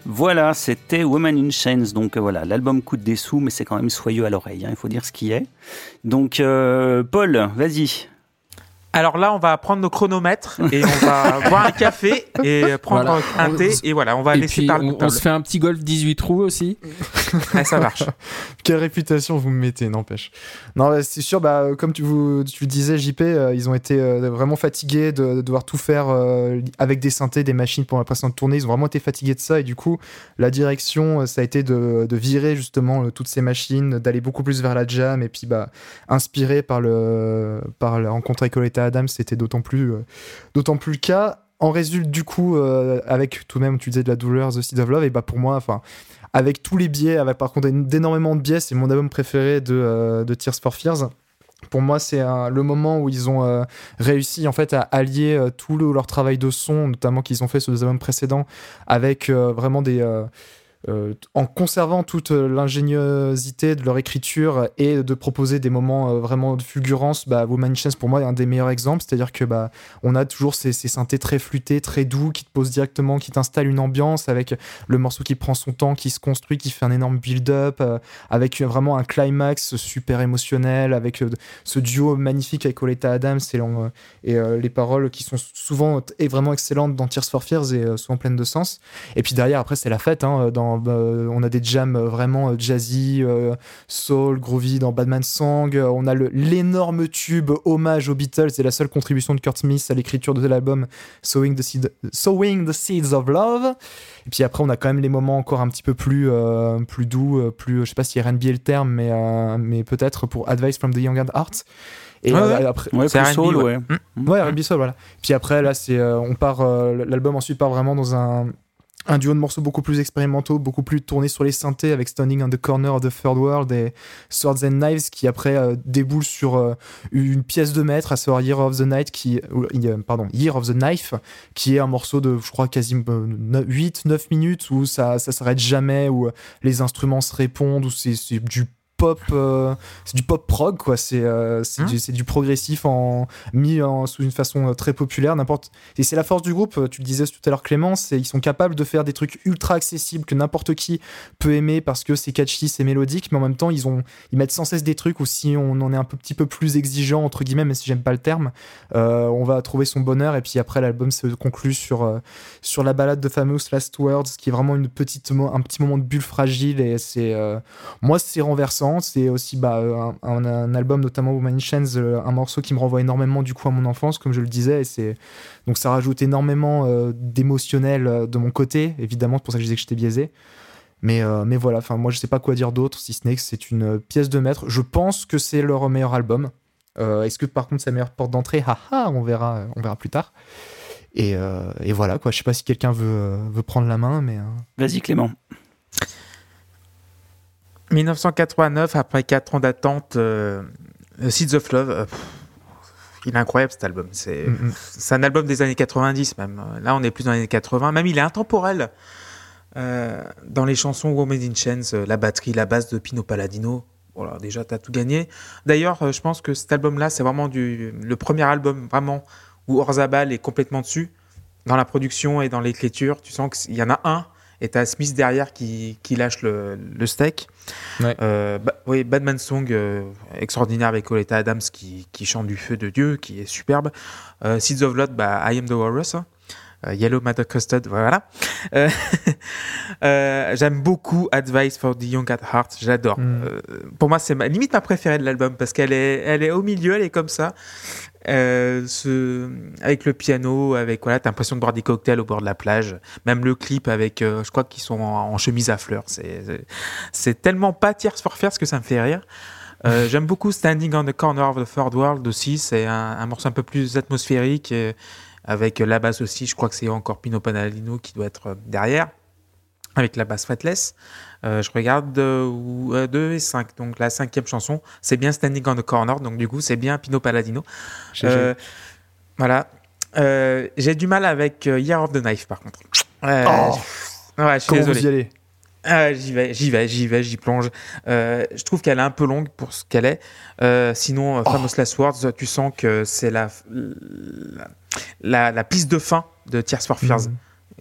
Voilà, c'était Woman in Chains. Donc voilà, l'album coûte des sous, mais c'est quand même soyeux à l'oreille, hein, il faut dire ce qui est. Donc Paul, vas-y. Alors là, on va prendre nos chronomètres et on va boire un café et prendre un thé et voilà, on va laisser parler. On se fait un petit golf 18 trous aussi. Ouais, ça marche. Quelle réputation vous me mettez, n'empêche. Non, c'est sûr, comme tu le disais, JP, ils ont été vraiment fatigués de devoir tout faire avec des synthés, des machines pour la précédente tournée. Ils ont vraiment été fatigués de ça et du coup, la direction, ça a été de virer justement toutes ces machines, d'aller beaucoup plus vers la jam et puis inspiré par la rencontre avec Oleta Adams, c'était d'autant plus le cas. En résulte du coup, avec tout de même, tu disais de la douleur, The Seed of Love, et pour moi, avec tous les biais, avec par contre d'énormément de biais, c'est mon album préféré de Tears for Fears. Pour moi, c'est le moment où ils ont réussi en fait à allier tout leur travail de son, notamment qu'ils ont fait sur les albums précédents, avec vraiment en conservant toute l'ingéniosité de leur écriture et de proposer des moments vraiment de fulgurance. Woman in Chains pour moi est un des meilleurs exemples, c'est-à-dire que on a toujours ces synthés très flûtés, très doux, qui te posent directement, qui t'installent une ambiance avec le morceau qui prend son temps, qui se construit, qui fait un énorme build-up, avec vraiment un climax super émotionnel, avec ce duo magnifique avec Oleta Adams et les paroles qui sont souvent vraiment excellentes dans Tears for Fears et souvent pleines de sens. Et puis derrière, après, c'est la fête, hein, on a des jams vraiment jazzy, soul, groovy dans Badman Song. On a l'énorme tube hommage aux Beatles et la seule contribution de Kurt Smith à l'écriture de l'album Sowing the Seeds of Love. Et puis après, on a quand même les moments encore un petit peu plus doux, je sais pas si R&B est le terme, mais peut-être pour Advice from the Young at Heart. Et après, c'est R&B soul, ouais. R&B soul, voilà. Puis après, là, l'album ensuite part vraiment dans un duo de morceaux beaucoup plus expérimentaux, beaucoup plus tournés sur les synthés, avec Standing on the Corner of the Third World et Swords and Knives, qui après déboule sur une pièce de maître, à savoir Year of the Knife, qui est un morceau de, je crois, quasi 8-9 minutes, où ça s'arrête jamais, où les instruments se répondent, où c'est du pop, c'est du pop prog, quoi. C'est du progressif mis sous une façon très populaire, et c'est la force du groupe. Tu le disais tout à l'heure, Clément, ils sont capables de faire des trucs ultra accessibles que n'importe qui peut aimer parce que c'est catchy, c'est mélodique, mais en même temps ils mettent sans cesse des trucs où si on en est un petit peu plus exigeant, entre guillemets, même si j'aime pas le terme, on va trouver son bonheur. Et puis après, l'album se conclut sur la balade de Famous Last Words, qui est vraiment un petit moment de bulle fragile, et moi c'est renversant. C'est aussi un album, notamment Woman in Chains, un morceau qui me renvoie énormément du coup à mon enfance, comme je le disais, donc ça rajoute énormément d'émotionnel de mon côté, évidemment, c'est pour ça que je disais que j'étais biaisé, mais voilà, moi je sais pas quoi dire d'autre, si ce n'est que c'est une pièce de maître. Je pense que c'est leur meilleur album. Est-ce que par contre c'est la meilleure porte d'entrée? On verra plus tard. Et voilà, quoi. Je sais pas si quelqu'un veut prendre la main, mais vas-y, Clément. 1989, après 4 ans d'attente, Seeds of Love, il est incroyable cet album. C'est un album des années 90 même. Là, on est plus dans les années 80. Même, il est intemporel. Dans les chansons Woman in Chains, la batterie, la basse de Pino Palladino. Voilà, déjà, t'as tout gagné. D'ailleurs, je pense que cet album-là, c'est vraiment le premier album vraiment où Orzabal est complètement dessus. Dans la production et dans l'écriture, tu sens qu'il y en a un. Et t'as Smith derrière qui lâche le steak. Ouais. Badman Song, extraordinaire, avec Oleta Adams qui chante du feu de Dieu, qui est superbe. Seeds of Love, I Am the Walrus. Yellow Matter Custard, voilà. J'aime beaucoup Advice for the Young at Heart, j'adore. Pour moi, c'est limite ma préférée de l'album, parce qu'elle est au milieu, elle est comme ça. Avec le piano, t'as l'impression de boire des cocktails au bord de la plage. Même le clip avec, je crois qu'ils sont en chemise à fleurs. C'est tellement pas Tears for Fears que ça me fait rire. J'aime beaucoup Standing on the Corner of the Third World aussi. C'est un morceau un peu plus atmosphérique, avec la basse aussi. Je crois que c'est encore Pino Palladino qui doit être derrière, avec la basse fretless. Je regarde 2 et 5, donc la 5e chanson, c'est bien Standing on the Corner, donc du coup c'est bien Pino Palladino. Voilà. J'ai du mal avec Year of the Knife par contre. Ouais, je suis désolé. Vous y allez? J'y plonge. Je trouve qu'elle est un peu longue pour ce qu'elle est. Sinon, Famous Last Words, tu sens que c'est la piste de fin de Tears for Fears.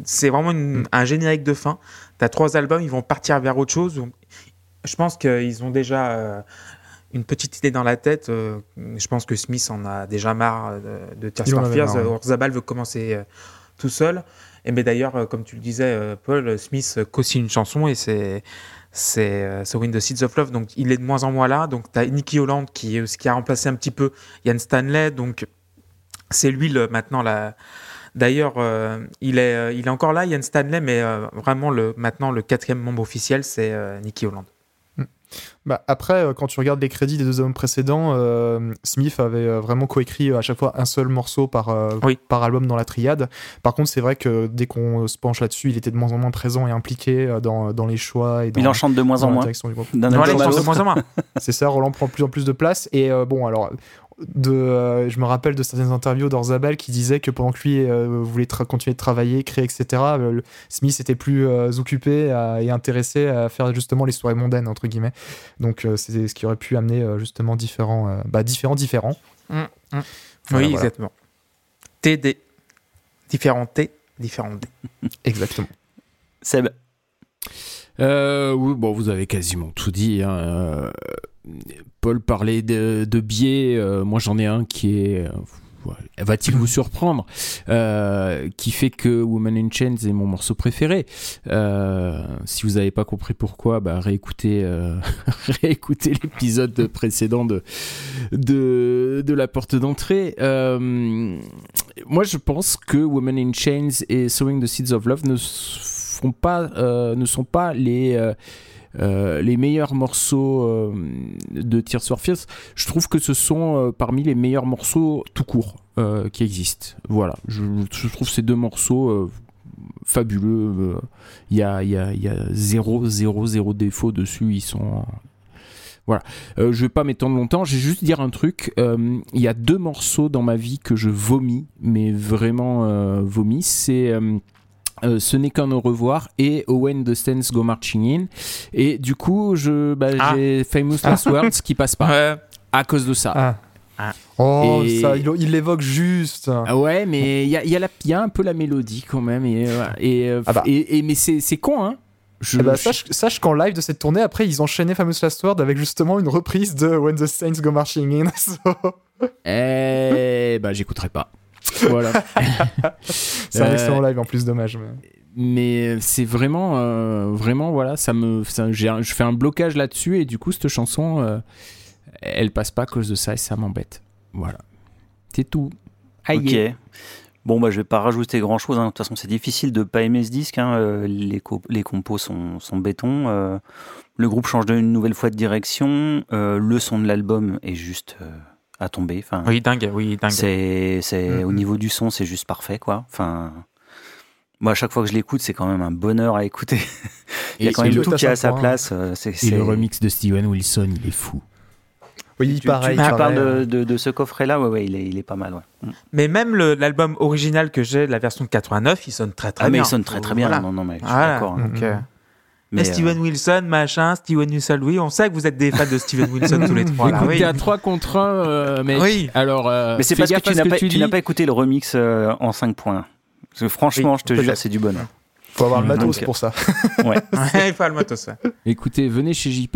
c'est vraiment un générique de fin. T'as 3 albums, ils vont partir vers autre chose. Donc, je pense qu'ils ont déjà une petite idée dans la tête. Je pense que Smith en a déjà marre de Tears for Fears. Orzabal veut commencer tout seul. Mais d'ailleurs, comme tu le disais, Paul, Smith co-signe une chanson et c'est Sowing the Seeds of Love. Donc il est de moins en moins là. Donc tu as Nicky Holland qui a remplacé un petit peu Ian Stanley. Donc c'est lui maintenant D'ailleurs, il est encore là, Ian Stanley, mais vraiment maintenant le 4e membre officiel, c'est Nicky Holland. Bah, après, quand tu regardes les crédits des 2 albums précédents, Smith avait vraiment coécrit à chaque fois un seul morceau par album dans la triade. Par contre, c'est vrai que dès qu'on se penche là-dessus, il était de moins en moins présent et impliqué dans les choix. Et il en chante de moins en moins. C'est ça, Roland prend de plus en plus de place. Et bon, alors... je me rappelle de certaines interviews d'Orzabal qui disait que pendant que lui voulait continuer de travailler, créer, etc., Smith était plus occupé et intéressé à faire justement les soirées mondaines, entre guillemets. Donc c'est ce qui aurait pu amener justement différents. Oui, voilà. Exactement. TD. Différents T, différents D. Exactement. Seb. Oui, bon, vous avez quasiment tout dit. Paul parlait de biais. Moi, j'en ai un qui est... va-t-il vous surprendre, qui fait que Woman in Chains est mon morceau préféré. Si vous n'avez pas compris pourquoi, réécoutez l'épisode précédent de la porte d'entrée. Moi, je pense que Woman in Chains et Sowing the Seeds of Love ne sont pas les meilleurs morceaux de Tears for Fears. Je trouve que ce sont parmi les meilleurs morceaux tout court qui existent. Voilà, je trouve ces 2 morceaux fabuleux. Il y a zéro défaut dessus. Ils sont... Voilà. Je vais pas m'étendre longtemps. Je vais juste dire un truc. Il y a 2 morceaux dans ma vie que je vomis, mais vraiment vomis. C'est... Ce n'est qu'un au revoir et When the Saints Go Marching In, et du coup j'ai Famous Last Words qui passe pas à cause de ça. Oh, et... ça, il l'évoque juste. Ouais, mais il y a un peu la mélodie quand même, mais c'est con, hein. Sache qu'en live de cette tournée, après ils enchaînaient Famous Last Word avec justement une reprise de When the Saints Go Marching In. J'écouterai pas. Voilà. C'est un excellent live en plus, dommage. Mais c'est vraiment, voilà, je fais un blocage là-dessus et du coup cette chanson, elle passe pas à cause de ça et ça m'embête. Voilà, c'est tout. Aïe. Ok. Bon, je vais pas rajouter grand-chose. De toute façon, c'est difficile de pas aimer ce disque. Les compos sont béton. Le groupe change une nouvelle fois de direction. Le son de l'album est juste... à tomber. Oui, dingue. Au niveau du son, c'est juste parfait, quoi. Moi, à chaque fois que je l'écoute, c'est quand même un bonheur à écouter. Il y a quand même tout qui est à sa place. Et le remix de Steven Wilson, il est fou. Oui, pareil. Tu parles de ce coffret-là, ouais, il est pas mal, ouais. Mais même l'album original que j'ai, la version de 89, il sonne très bien. Mais il sonne très bien. Voilà. Non, mais je suis d'accord. Mais Steven Wilson, Steven Wilson, oui, on sait que vous êtes des fans de Steven Wilson tous les trois. Écoute, t'es à 3 contre 1, mec. Oui. Alors, mais c'est parce que tu n'as pas écouté le remix en 5 points. Parce que franchement, je te jure, c'est du bonheur. Faut avoir le matos pour ça. Ouais. Il faut le matos. Écoutez, venez chez JP.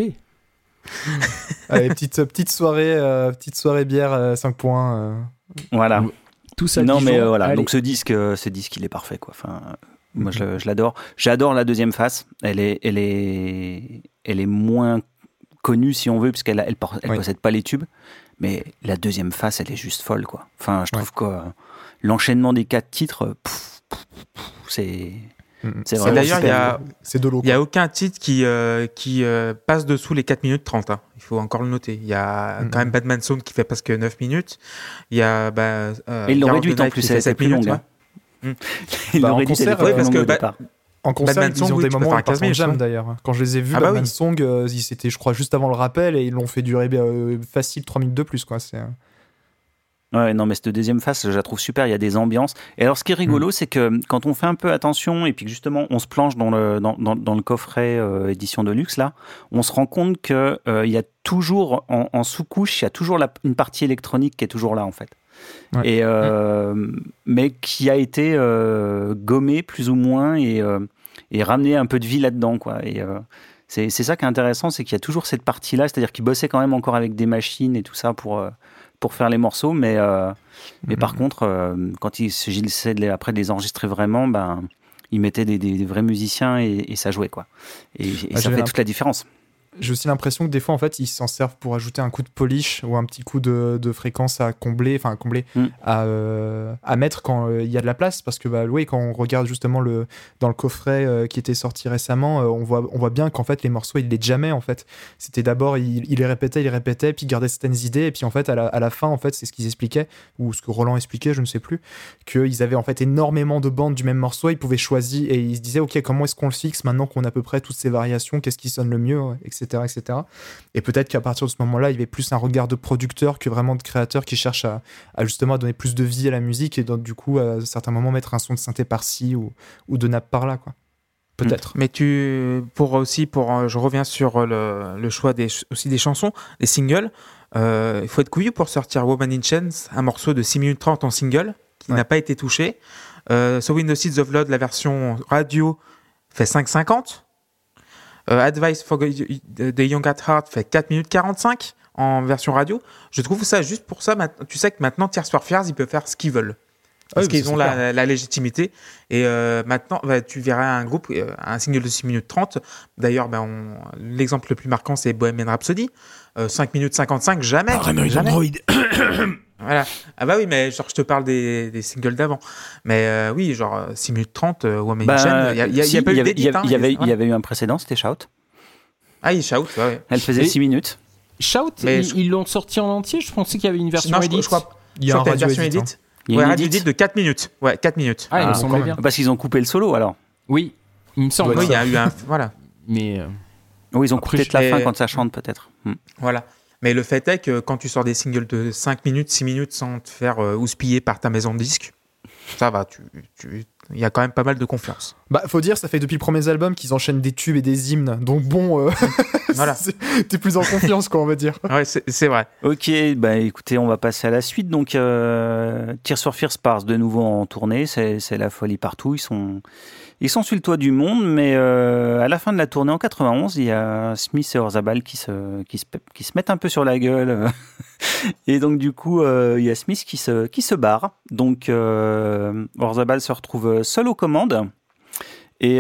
Allez, petite soirée bière, 5 points. Voilà. Tout ça. Non, mais voilà. Allez. Donc ce disque, il est parfait, quoi. Moi, je l'adore. J'adore la deuxième face. Elle est moins connue, si on veut, puisqu'elle possède pas les tubes. Mais la deuxième face, elle est juste folle, quoi. Je trouve que l'enchaînement des 4 titres, c'est vraiment... D'ailleurs, c'est de l'eau. Il n'y a aucun titre qui passe dessous les 4 minutes 30. Hein. Il faut encore le noter. Il y a quand même Batman Sound qui fait presque 9 minutes. Il y a... ils l'ont réduit en plus, elle est plus longue. Ils l'ont réduit parce que en concert, ils ont des moments où ils jam d'ailleurs. Quand je les ai vus, Batman Song, c'était je crois juste avant le rappel et ils l'ont fait durer facile 3 minutes de plus, quoi. Ouais, non, mais cette deuxième phase, je la trouve super, il y a des ambiances. Et alors, ce qui est rigolo, c'est que quand on fait un peu attention et puis que justement, on se planche dans le coffret édition de luxe, là, on se rend compte qu'il y a toujours, en sous-couche, il y a toujours une partie électronique qui est toujours là, en fait. Ouais. Et, mais qui a été gommé plus ou moins et ramené un peu de vie là-dedans, quoi. Et c'est ça qui est intéressant, c'est qu'il y a toujours cette partie-là, c'est-à-dire qu'il bossait quand même encore avec des machines et tout ça pour faire les morceaux, mais par contre, quand il s'agissait après de les enregistrer vraiment, ben, il mettait des vrais musiciens et ça jouait, quoi. Et ça fait toute la différence. J'ai aussi l'impression que des fois, en fait, ils s'en servent pour ajouter un coup de polish ou un petit coup de fréquence à combler, à mettre quand il y a de la place. Parce que, quand on regarde justement dans le coffret qui était sorti récemment, on voit bien qu'en fait, les morceaux, ils les jammaient, en fait. C'était d'abord, il les répétait, puis il gardait certaines idées, et puis en fait, à la fin, en fait, c'est ce qu'ils expliquaient, ou ce que Roland expliquait, je ne sais plus, qu'ils avaient en fait énormément de bandes du même morceau, ils pouvaient choisir, et ils se disaient, ok, comment est-ce qu'on le fixe maintenant qu'on a à peu près toutes ces variations, qu'est-ce qui sonne le mieux, etc. Et peut-être qu'à partir de ce moment-là, il y avait plus un regard de producteur que vraiment de créateur qui cherche à justement à donner plus de vie à la musique et donc du coup à certains moments mettre un son de synthé par-ci ou de nappe par-là, quoi. Peut-être. Mais je reviens sur le choix des chansons, des singles. Il faut être couillu pour sortir Woman in Chains, un morceau de 6 minutes 30 en single qui n'a pas été touché. Sowing the Seeds of Blood, la version radio, fait 5,50. Advice for the Young at Heart fait 4 minutes 45 en version radio. Je trouve ça juste pour ça. Tu sais que maintenant, Tears for Fears, ils peuvent faire ce qu'ils veulent. Parce qu'ils ont la légitimité. Et maintenant, tu verras un groupe, un single de 6 minutes 30. D'ailleurs, l'exemple le plus marquant, c'est Bohemian Rhapsody. 5 minutes 55, jamais. Android. Voilà. Ah bah oui, mais genre, je te parle des singles d'avant. Mais oui, genre 6 minutes 30, Woman in Chains, il y a pas eu d'édit. Il y avait eu un précédent, c'était Shout. Ah, il Shout, ouais. Elle faisait 6 minutes. Shout, ils l'ont sorti en entier. Je pensais qu'il y avait une version edit. Je crois il y a une version edit. Il y a une radio edit de 4 minutes. Ouais, 4 minutes. Ah, il me semblait bien. Parce qu'ils ont coupé le solo, alors. Oui, il me semble. Oui, il y a eu un... Voilà. Mais... Oui, ils ont coupé la fin quand ça chante, peut-être. Voilà. Mais le fait est que quand tu sors des singles de 5 minutes, 6 minutes sans te faire houspiller par ta maison de disques, ça va, il y a quand même pas mal de confiance. Faut dire, ça fait depuis le premier album qu'ils enchaînent des tubes et des hymnes. Donc bon, voilà. T'es plus en confiance, quoi, on va dire. Ouais, c'est vrai. Ok, écoutez, on va passer à la suite. Donc, Tears for Fears part de nouveau en tournée. C'est la folie partout. Ils sont sur le toit du monde, mais à la fin de la tournée en 91, il y a Smith et Orzabal qui se mettent un peu sur la gueule. Et donc, du coup, il y a Smith qui se barre. Donc, Orzabal se retrouve seul aux commandes. Et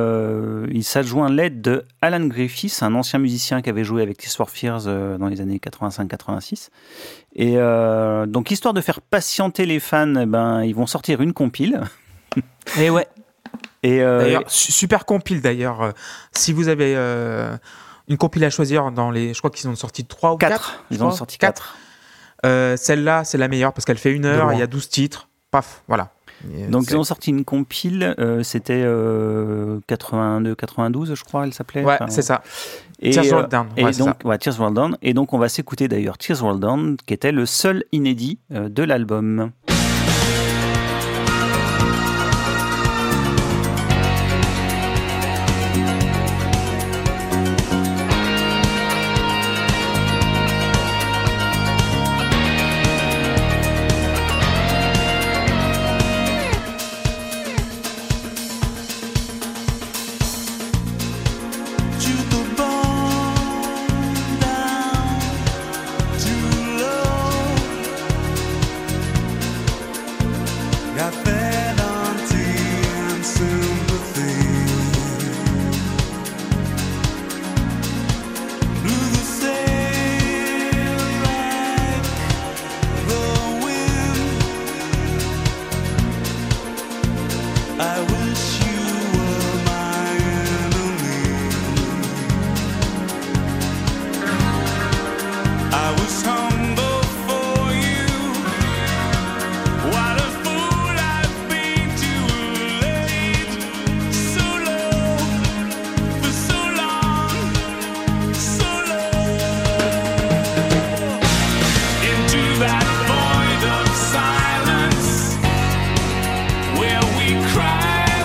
il s'adjoint l'aide de Alan Griffiths, un ancien musicien qui avait joué avec Tears for Fears dans les années 85-86. Et donc, histoire de faire patienter les fans, ils vont sortir une compile. Et ouais. Et d'ailleurs, super compile d'ailleurs. Si vous avez une compile à choisir je crois qu'ils en ont sorti 3 ou 4. Ils en ont sorti 4. Celle-là, c'est la meilleure parce qu'elle fait 1 heure, il y a 12 titres. Paf, voilà. Donc ils ont sorti une compile, c'était 82-92, je crois, elle s'appelait. Ouais, c'est ça. Tears Roll Down. Tears Roll Down. Et donc on va s'écouter d'ailleurs Tears Roll Down, qui était le seul inédit de l'album. Where we cry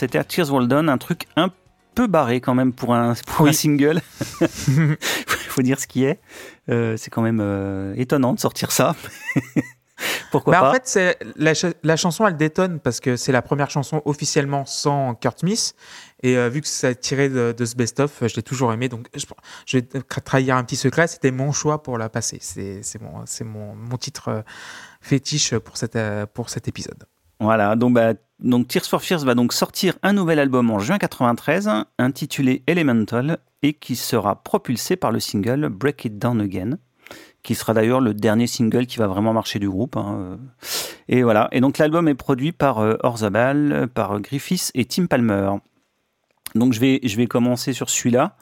c'était Tears Roll Down, un truc un peu barré quand même pour un single. Faut dire ce qui est. C'est quand même étonnant de sortir ça. Pourquoi pas. En fait, la chanson, elle détonne parce que c'est la première chanson officiellement sans Kurt Smith. Et vu que ça tiré de ce best-of, je l'ai toujours aimé. Donc, je vais trahir un petit secret. C'était mon choix pour la passer. C'est mon titre fétiche pour cet épisode. Voilà, donc Tears for Fears va donc sortir un nouvel album en juin 93, intitulé Elemental, et qui sera propulsé par le single Break It Down Again, qui sera d'ailleurs le dernier single qui va vraiment marcher du groupe. Et voilà, et donc l'album est produit par Orzabal, par Griffiths et Tim Palmer. Donc je vais commencer sur celui-là.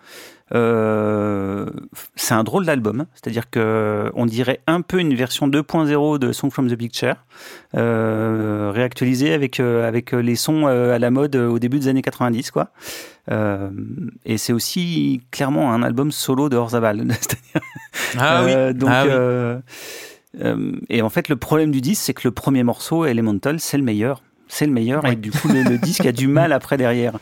C'est un drôle d'album, c'est-à-dire que on dirait un peu une version 2.0 de Song from the Picture, réactualisée avec les sons à la mode au début des années 90, quoi. Et c'est aussi clairement un album solo de Orzabal. Et en fait, le problème du disque, c'est que le premier morceau, Elemental, c'est le meilleur. Et du coup, le disque a du mal après derrière.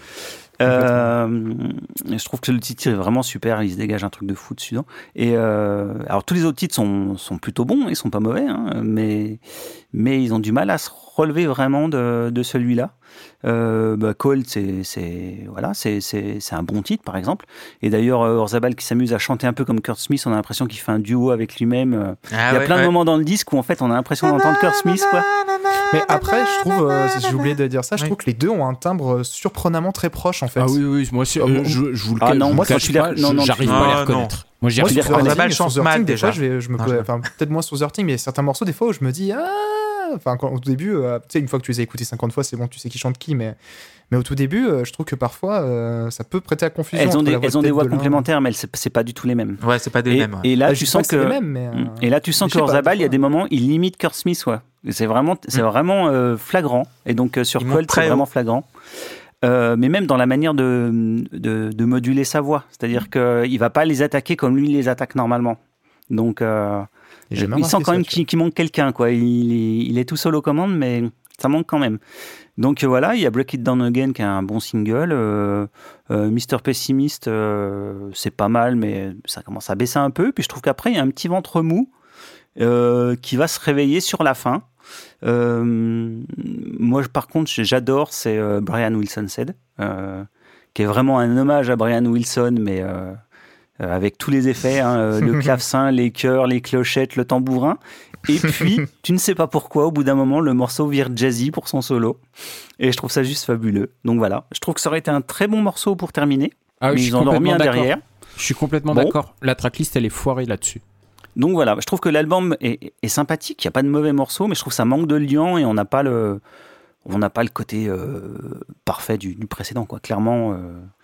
Je trouve que le titre est vraiment super, il se dégage un truc de fou dessus. Et alors tous les autres titres sont plutôt bons, ils sont pas mauvais, hein, mais ils ont du mal à se relever vraiment de celui-là. Cold, c'est un bon titre par exemple. Et d'ailleurs Orzabal qui s'amuse à chanter un peu comme Kurt Smith, on a l'impression qu'il fait un duo avec lui-même. Il y a plein de moments dans le disque où en fait on a l'impression d'entendre Kurt Smith, quoi. Mais après, je trouve, j'ai oublié de dire ça, je trouve que les deux ont un timbre surprenamment très proche en fait. Ah oui, moi je vous le cache. Non, moi j'arrive pas à les reconnaître. Moi j'y arrive pas. Orzabal chante mal déjà. Peut-être moins sur The Hurting, mais il y a certains morceaux des fois où je me dis au tout début, tu sais, une fois que tu les as écoutés 50 fois, c'est bon, tu sais qui chante qui, mais au tout début, je trouve que parfois ça peut prêter à confusion. Elles ont des voix complémentaires, mais c'est pas du tout les mêmes. Ouais, c'est pas des mêmes. Et là, tu sens que Orzabal, il y a des moments, il limite Kurt Smith, ouais. C'est vraiment flagrant. Et donc sur Colt, c'est vraiment flagrant. Mais même dans la manière de moduler sa voix, c'est-à-dire qu'il va pas les attaquer comme lui les attaque normalement. Donc il sent quand même qu'il manque quelqu'un, quoi. Il est tout seul aux commandes, mais ça manque quand même. Donc voilà, il y a Break It Down Again qui est un bon single. Mr. Pessimist, c'est pas mal, mais ça commence à baisser un peu. Puis je trouve qu'après, il y a un petit ventre mou qui va se réveiller sur la fin. Moi, par contre, j'adore, c'est Brian Wilson Said, qui est vraiment un hommage à Brian Wilson, mais avec tous les effets, le clavecin, les chœurs, les clochettes, le tambourin. Et puis, tu ne sais pas pourquoi, au bout d'un moment, le morceau vire jazzy pour son solo. Et je trouve ça juste fabuleux. Donc voilà, je trouve que ça aurait été un très bon morceau pour terminer. Ah oui, mais ils en ont remis un derrière. Je suis complètement d'accord. La tracklist, elle est foirée là-dessus. Donc voilà, je trouve que l'album est sympathique, il n'y a pas de mauvais morceaux, mais je trouve que ça manque de liant et on n'a pas le côté parfait du précédent, quoi. Clairement,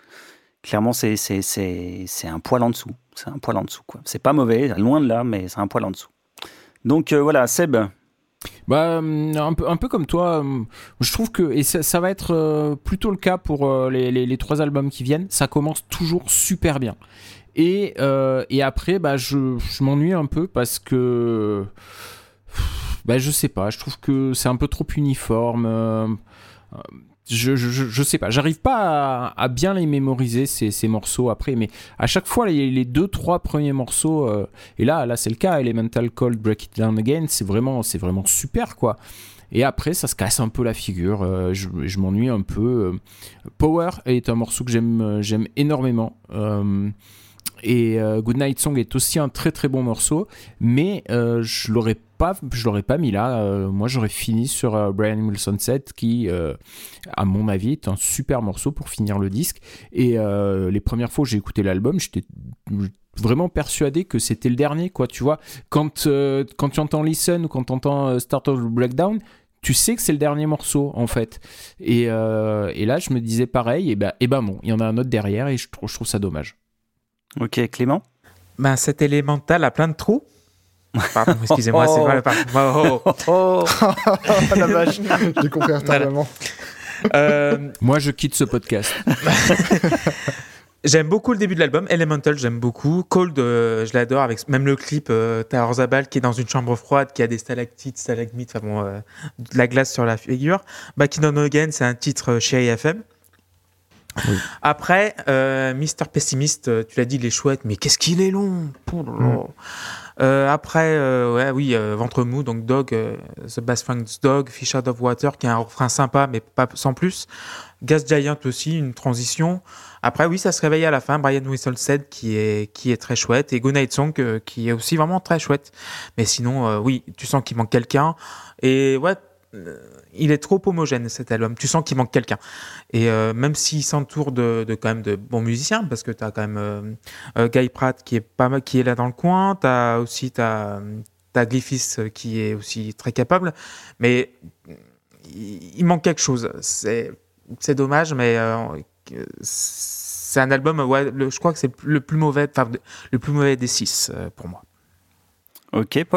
c'est un poil en dessous. C'est un poil en dessous, quoi. C'est pas mauvais, loin de là, mais c'est un poil en dessous. Donc voilà, Seb. Un peu comme toi, je trouve que, et ça va être plutôt le cas pour les 3 albums qui viennent, ça commence toujours super bien. Et après, je m'ennuie un peu parce que, je sais pas, je trouve que c'est un peu trop uniforme. Je sais pas, j'arrive pas à bien les mémoriser ces morceaux après, mais à chaque fois les 2-3 premiers morceaux, et là c'est le cas, Elemental, Cold, Break It Down Again, c'est vraiment super, quoi. Et après, ça se casse un peu la figure. Je m'ennuie un peu. Power est un morceau que j'aime énormément. Et Goodnight Song est aussi un très très bon morceau, mais je l'aurais pas mis là. Moi, j'aurais fini sur Brian Wilson Set, qui, à mon avis, est un super morceau pour finir le disque. Et les premières fois où j'ai écouté l'album, j'étais vraiment persuadé que c'était le dernier, quoi. Tu vois, quand tu entends Listen ou quand tu entends Start of the Breakdown, tu sais que c'est le dernier morceau, en fait. Et là, je me disais pareil, et bon, il y en a un autre derrière, et je trouve ça dommage. Ok, Clément. Cet Elemental a plein de trous. Pardon, excusez-moi, c'est vrai. La vache, j'ai compris retardement. Moi, je quitte ce podcast. J'aime beaucoup le début de l'album. Elemental, j'aime beaucoup. Cold, je l'adore. Avec même le clip, t'as Orzabal qui est dans une chambre froide, qui a des stalactites, stalagmites, de la glace sur la figure. Back It Down Again, c'est un titre chez AFM. Oui. Après, Mr. Pessimist, tu l'as dit, il est chouette, mais qu'est-ce qu'il est long. Après, Ventre Mou, donc Dog, The Bass Funk's Dog, Fish Out of Water, qui a un refrain sympa, mais pas sans plus. Gas Giant aussi, une transition. Après, oui, ça se réveille à la fin. Brian Whistleset, qui est très chouette. Et Go Night Song, qui est aussi vraiment très chouette. Mais sinon, oui, tu sens qu'il manque quelqu'un. Et ouais, il est trop homogène, cet album. Tu sens qu'il manque quelqu'un. Et même s'il s'entoure de quand même de bons musiciens, parce que tu as quand même Guy Pratt qui est là dans le coin. Tu as aussi t'as Glyphis qui est aussi très capable. Mais il manque quelque chose. C'est dommage, mais c'est un album, je crois que c'est le plus mauvais des 6 pour moi. Ok, Paul ?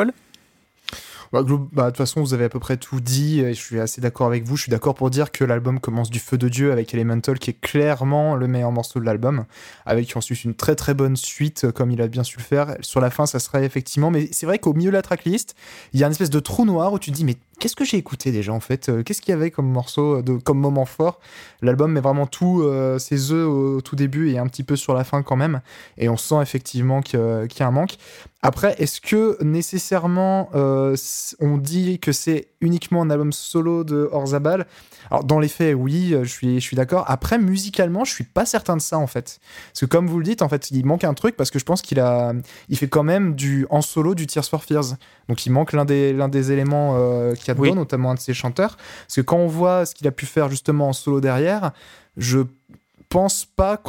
De toute façon, vous avez à peu près tout dit, et je suis assez d'accord avec vous. Je suis d'accord pour dire que l'album commence du feu de Dieu avec Elemental, qui est clairement le meilleur morceau de l'album, avec ensuite une très très bonne suite, comme il a bien su le faire. Sur la fin, ça serait effectivement... Mais c'est vrai qu'au milieu de la tracklist, il y a une espèce de trou noir où tu te dis, mais qu'est-ce que j'ai écouté déjà en fait ? Qu'est-ce qu'il y avait comme morceau, comme moment fort ? L'album met vraiment tous ses œufs au tout début et un petit peu sur la fin quand même, et on sent effectivement qu'il y a un manque. Après, est-ce que nécessairement on dit que c'est uniquement un album solo de Orzabal ? Alors dans les faits, oui, je suis d'accord. Après, musicalement, je suis pas certain de ça en fait, parce que comme vous le dites, en fait, il manque un truc, parce que je pense qu'il fait quand même en solo du Tears for Fears, donc il manque l'un des éléments qu'il y a dedans, notamment un de ses chanteurs, parce que quand on voit ce qu'il a pu faire justement en solo derrière, je pense pas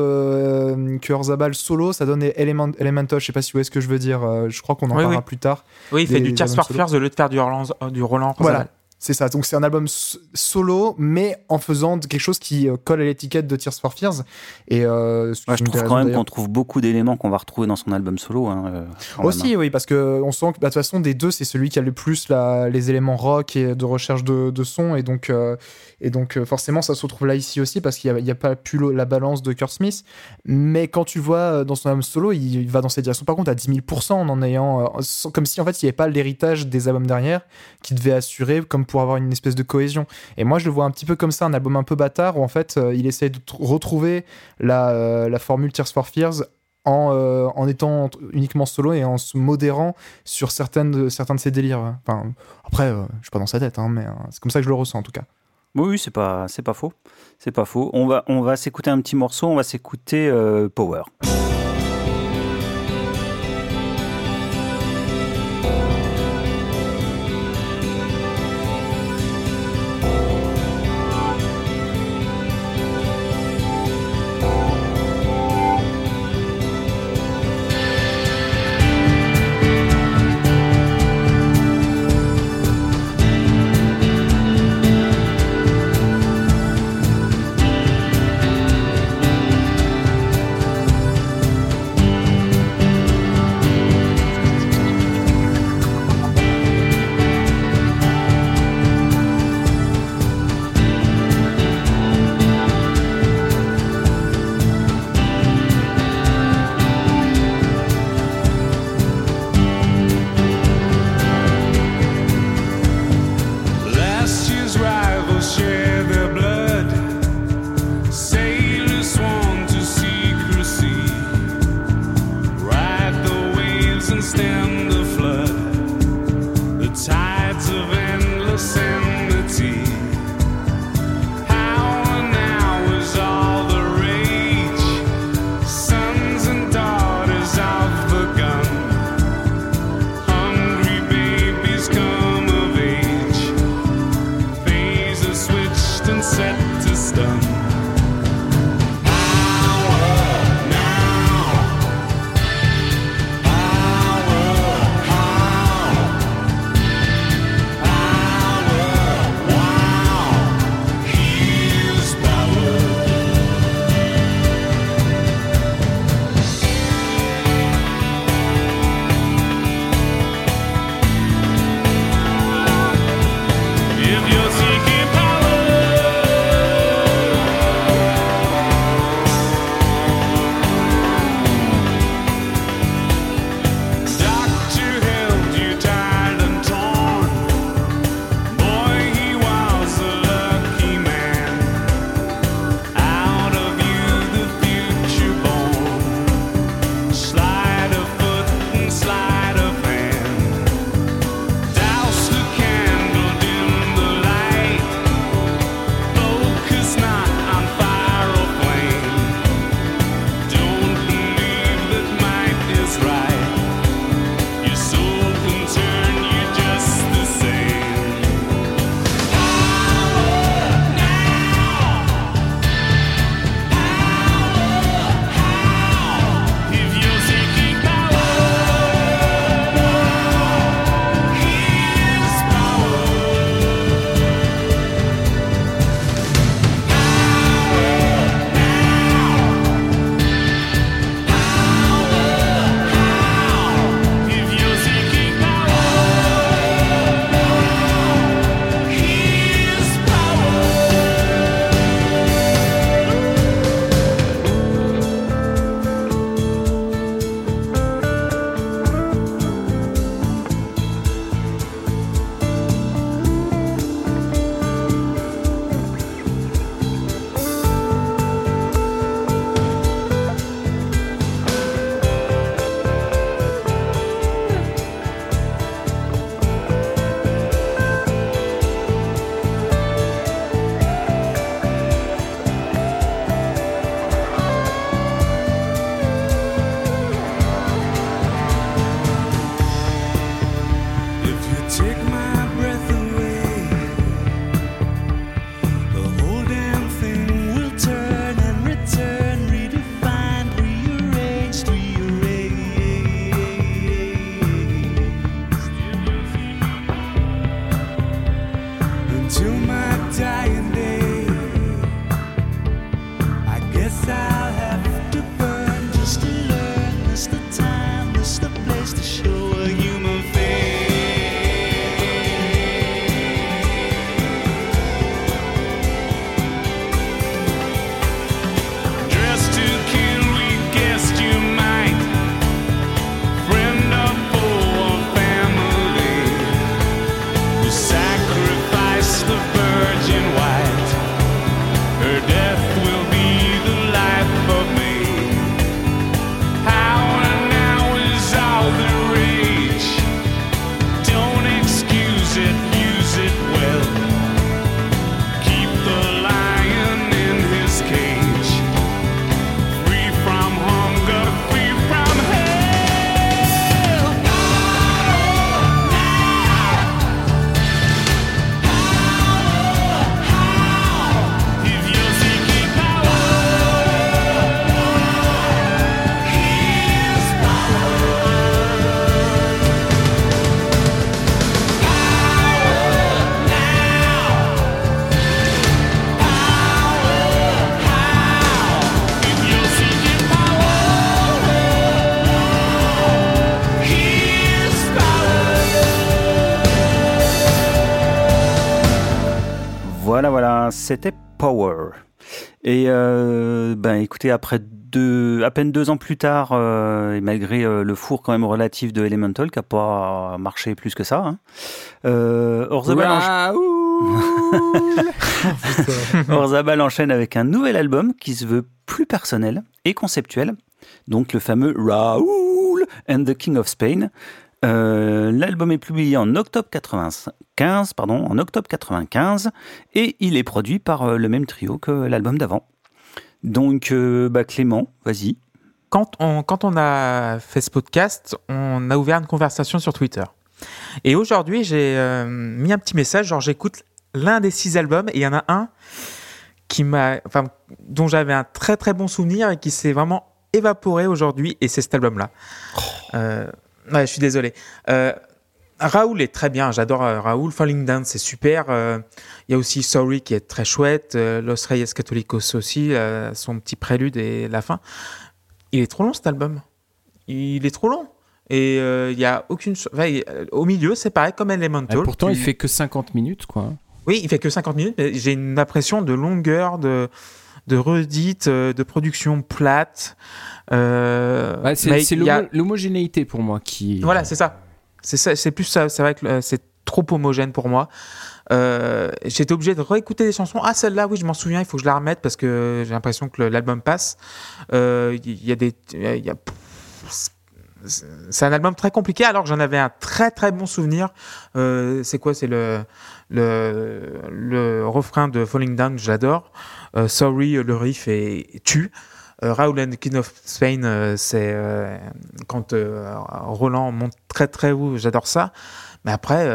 que Orzabal solo ça donne Elemental. Je sais pas si vous voyez ce que je veux dire. Je crois qu'on en parlera plus tard. Oui, il fait du Tears for Fears au lieu de faire du Roland Orzabal. Voilà. C'est ça, donc c'est un album solo, mais en faisant quelque chose qui colle à l'étiquette de Tears for Fears. Et je trouve quand même qu'on trouve beaucoup d'éléments qu'on va retrouver dans son album solo. Aussi, oui, parce qu'on sent que de toute façon, des deux, c'est celui qui a le plus les éléments rock et de recherche de son. Et donc forcément, ça se retrouve là ici aussi, parce qu'il n'y a pas plus la balance de Kurt Smith. Mais quand tu vois dans son album solo, il va dans cette direction, par contre, à 10 000%, en ayant... comme si, en fait, il n'y avait pas l'héritage des albums derrière qui devait assurer, comme pour avoir une espèce de cohésion. Et moi, je le vois un petit peu comme ça, un album un peu bâtard, où en fait, il essaie de retrouver la formule Tears for Fears en étant uniquement solo et en se modérant sur certains de ses délires. Enfin, après, je suis pas dans sa tête, mais c'est comme ça que je le ressens en tout cas. Oui, c'est pas faux. C'est pas faux. On va s'écouter un petit morceau, on va s'écouter Power. Guess I'll have to burn just to learn. This the time, this the place to show a human face. Dressed to kill, we guessed you might. Friend or foe or family, who sacrificed the Virgin White. Her death will be the life of me. How and now is all the rage. Don't excuse it, use it well. Keep the lion in his cage. Free from hunger, free from hell. If you're seeking power, here's if you're seeking power, here's Voilà, c'était Power. Et écoutez, à peine 2 ans plus tard, et malgré le four quand même relatif de Elemental, qui n'a pas marché plus que ça, hein, Orzabal enchaîne avec un nouvel album qui se veut plus personnel et conceptuel, donc le fameux Raoul and the King of Spain. L'album est publié en octobre 95, et il est produit par le même trio que l'album d'avant. Donc, Clément, vas-y. Quand on a fait ce podcast, on a ouvert une conversation sur Twitter. Et aujourd'hui, j'ai mis un petit message, genre j'écoute l'un des 6 albums, et il y en a un dont j'avais un très très bon souvenir et qui s'est vraiment évaporé aujourd'hui, et c'est cet album-là. Ouais, je suis désolé. Raoul est très bien, j'adore Raoul. Falling Down, c'est super. Il y a aussi Sorry qui est très chouette. Los Reyes Católicos aussi, son petit prélude et la fin. Il est trop long cet album. Il est trop long. Et il y a aucune. Au milieu, c'est pareil comme Elemental. Pourtant, il fait que 50 minutes, quoi. Oui, il fait que 50 minutes, mais j'ai une impression de longueur, de redites, de production plate. C'est l'homogénéité pour moi qui. Voilà, c'est ça. C'est plus ça. C'est vrai que c'est trop homogène pour moi. J'étais obligé de réécouter des chansons. Ah, celle-là, oui, je m'en souviens. Il faut que je la remette parce que j'ai l'impression que l'album passe. C'est un album très compliqué. Alors que j'en avais un très très bon souvenir. C'est quoi ? C'est le refrain de Falling Down. J'adore. Sorry, le riff tue. Raoul and the King of Spain, c'est quand Roland monte très très haut, j'adore ça. Mais après,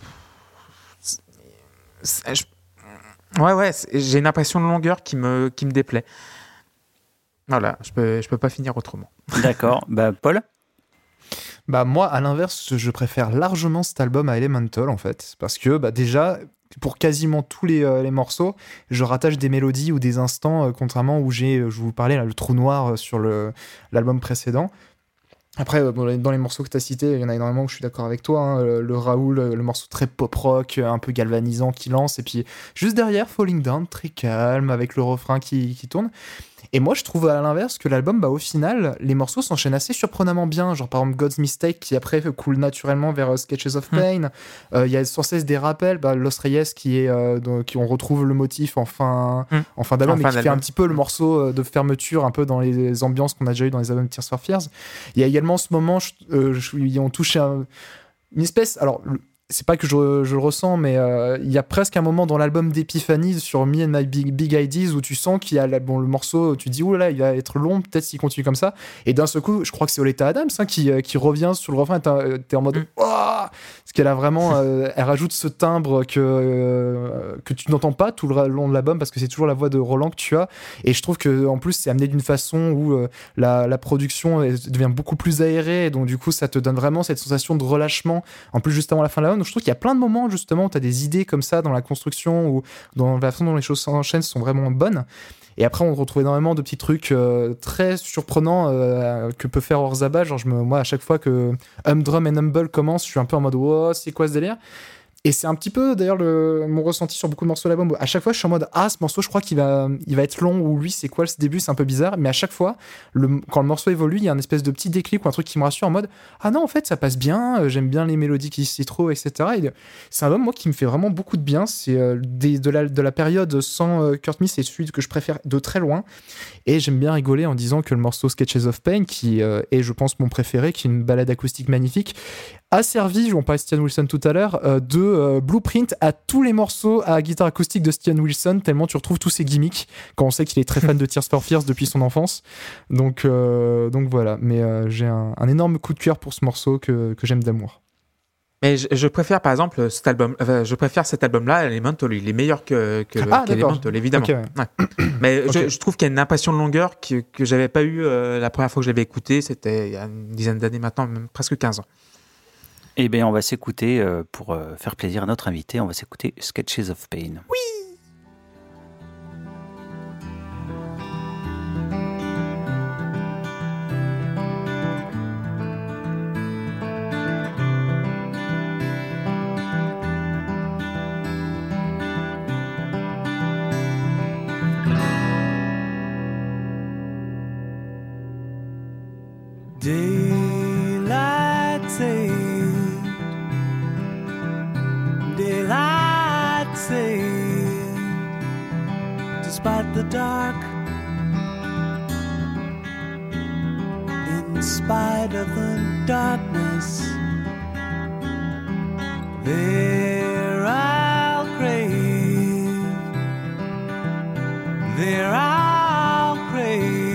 j'ai une impression de longueur qui me déplaît. Voilà, je peux pas finir autrement. D'accord, Paul ? Moi, à l'inverse, je préfère largement cet album à Elemental, en fait, parce que déjà, pour quasiment tous les morceaux, je rattache des mélodies ou des instants, contrairement où je vous parlais, là, le trou noir sur l'album précédent. Après, dans les morceaux que tu as cités, il y en a énormément où je suis d'accord avec toi, hein, le Raoul, le morceau très pop-rock, un peu galvanisant qui lance, et puis juste derrière, Falling Down, très calme, avec le refrain qui tourne. Et moi, je trouve à l'inverse que l'album, au final, les morceaux s'enchaînent assez surprenamment bien. Genre, par exemple, God's Mistake, qui après coule naturellement vers Sketches of Pain. Il y a sans cesse des rappels. Los Reyes, qui on retrouve le motif en fin d'album, mais qui fait un petit peu le morceau de fermeture, un peu dans les ambiances qu'on a déjà eu dans les albums Tears for Fears. Il y a également ce moment, on touche une espèce... Alors, c'est pas que je le ressens, mais il y a presque un moment dans l'album d'Epiphany sur Me and My Big Ideas où tu sens qu'il y a le morceau, tu dis oh là, il va être long, peut-être s'il continue comme ça. Et d'un seul coup, je crois que c'est Oleta Adams qui revient sur le refrain. T'es en mode oh, parce qu'elle a vraiment, elle rajoute ce timbre que tu n'entends pas tout le long de l'album parce que c'est toujours la voix de Roland que tu as. Et je trouve que en plus c'est amené d'une façon où la production devient beaucoup plus aérée. Et donc du coup, ça te donne vraiment cette sensation de relâchement. En plus, juste avant la fin de l'album, Donc je trouve qu'il y a plein de moments justement où tu as des idées comme ça dans la construction ou dans la façon dont les choses s'enchaînent sont vraiment bonnes. Et après, on retrouve énormément de petits trucs très surprenants que peut faire Orzabal. Genre, moi, à chaque fois que Drum and Humble commence, je suis un peu en mode « Wow, c'est quoi ce délire ?» Et c'est un petit peu, d'ailleurs, mon ressenti sur beaucoup de morceaux de l'album. À chaque fois, je suis en mode « Ah, ce morceau, je crois qu'il va être long. » Ou « Lui, c'est quoi ce début ?» C'est un peu bizarre. Mais à chaque fois, quand le morceau évolue, il y a une espèce de petit déclic ou un truc qui me rassure en mode « Ah non, en fait, ça passe bien. J'aime bien les mélodies qui s'y trouvent, etc. » Et c'est un album, moi, qui me fait vraiment beaucoup de bien. C'est de la période sans Kurt Smith, c'est celui que je préfère de très loin. Et j'aime bien rigoler en disant que le morceau Sketches of Pain, qui est, je pense, mon préféré, qui est une balade acoustique magnifique, a servi, on parlait de Stian Wilson tout à l'heure, de blueprint à tous les morceaux à guitare acoustique de Stian Wilson, tellement tu retrouves tous ses gimmicks, quand on sait qu'il est très fan de Tears for Fears depuis son enfance. Donc voilà, mais j'ai un énorme coup de cœur pour ce morceau que j'aime d'amour. Mais je préfère par exemple cet album. Je préfère cet album-là. Elemental, il est meilleur qu'Elemental, évidemment. Okay, ouais. Ouais. Mais je trouve qu'il y a une impression de longueur que j'avais pas eu la première fois que je l'avais écouté. C'était il y a une dizaine d'années maintenant, même presque 15 ans. Eh bien, on va s'écouter, pour faire plaisir à notre invité, on va s'écouter Sketches of Pain. Oui. Daylight saved, daylight saved, despite the dark, in spite of the darkness, there I'll crave, there I'll crave.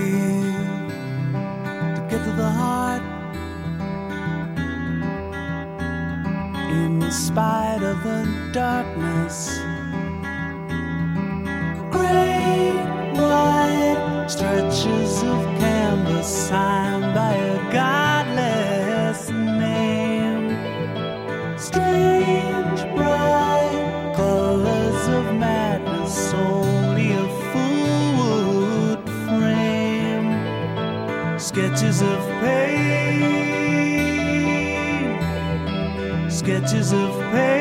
Get to the heart, in spite of the darkness. Great wide stretches of canvas signed by a godless name. Strange bright colors of madness, only a fool would frame. Sketches of pain, sketches of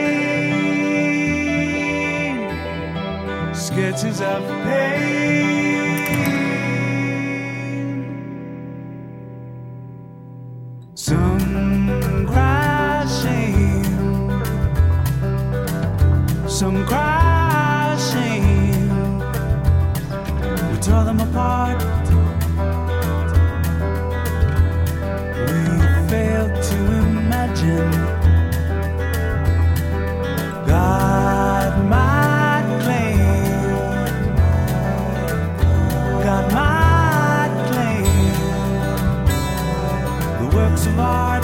pain, sketches of pain. Some cry shame, some cry shame. We tore them apart. To imagine God might claim, God might claim the works of art.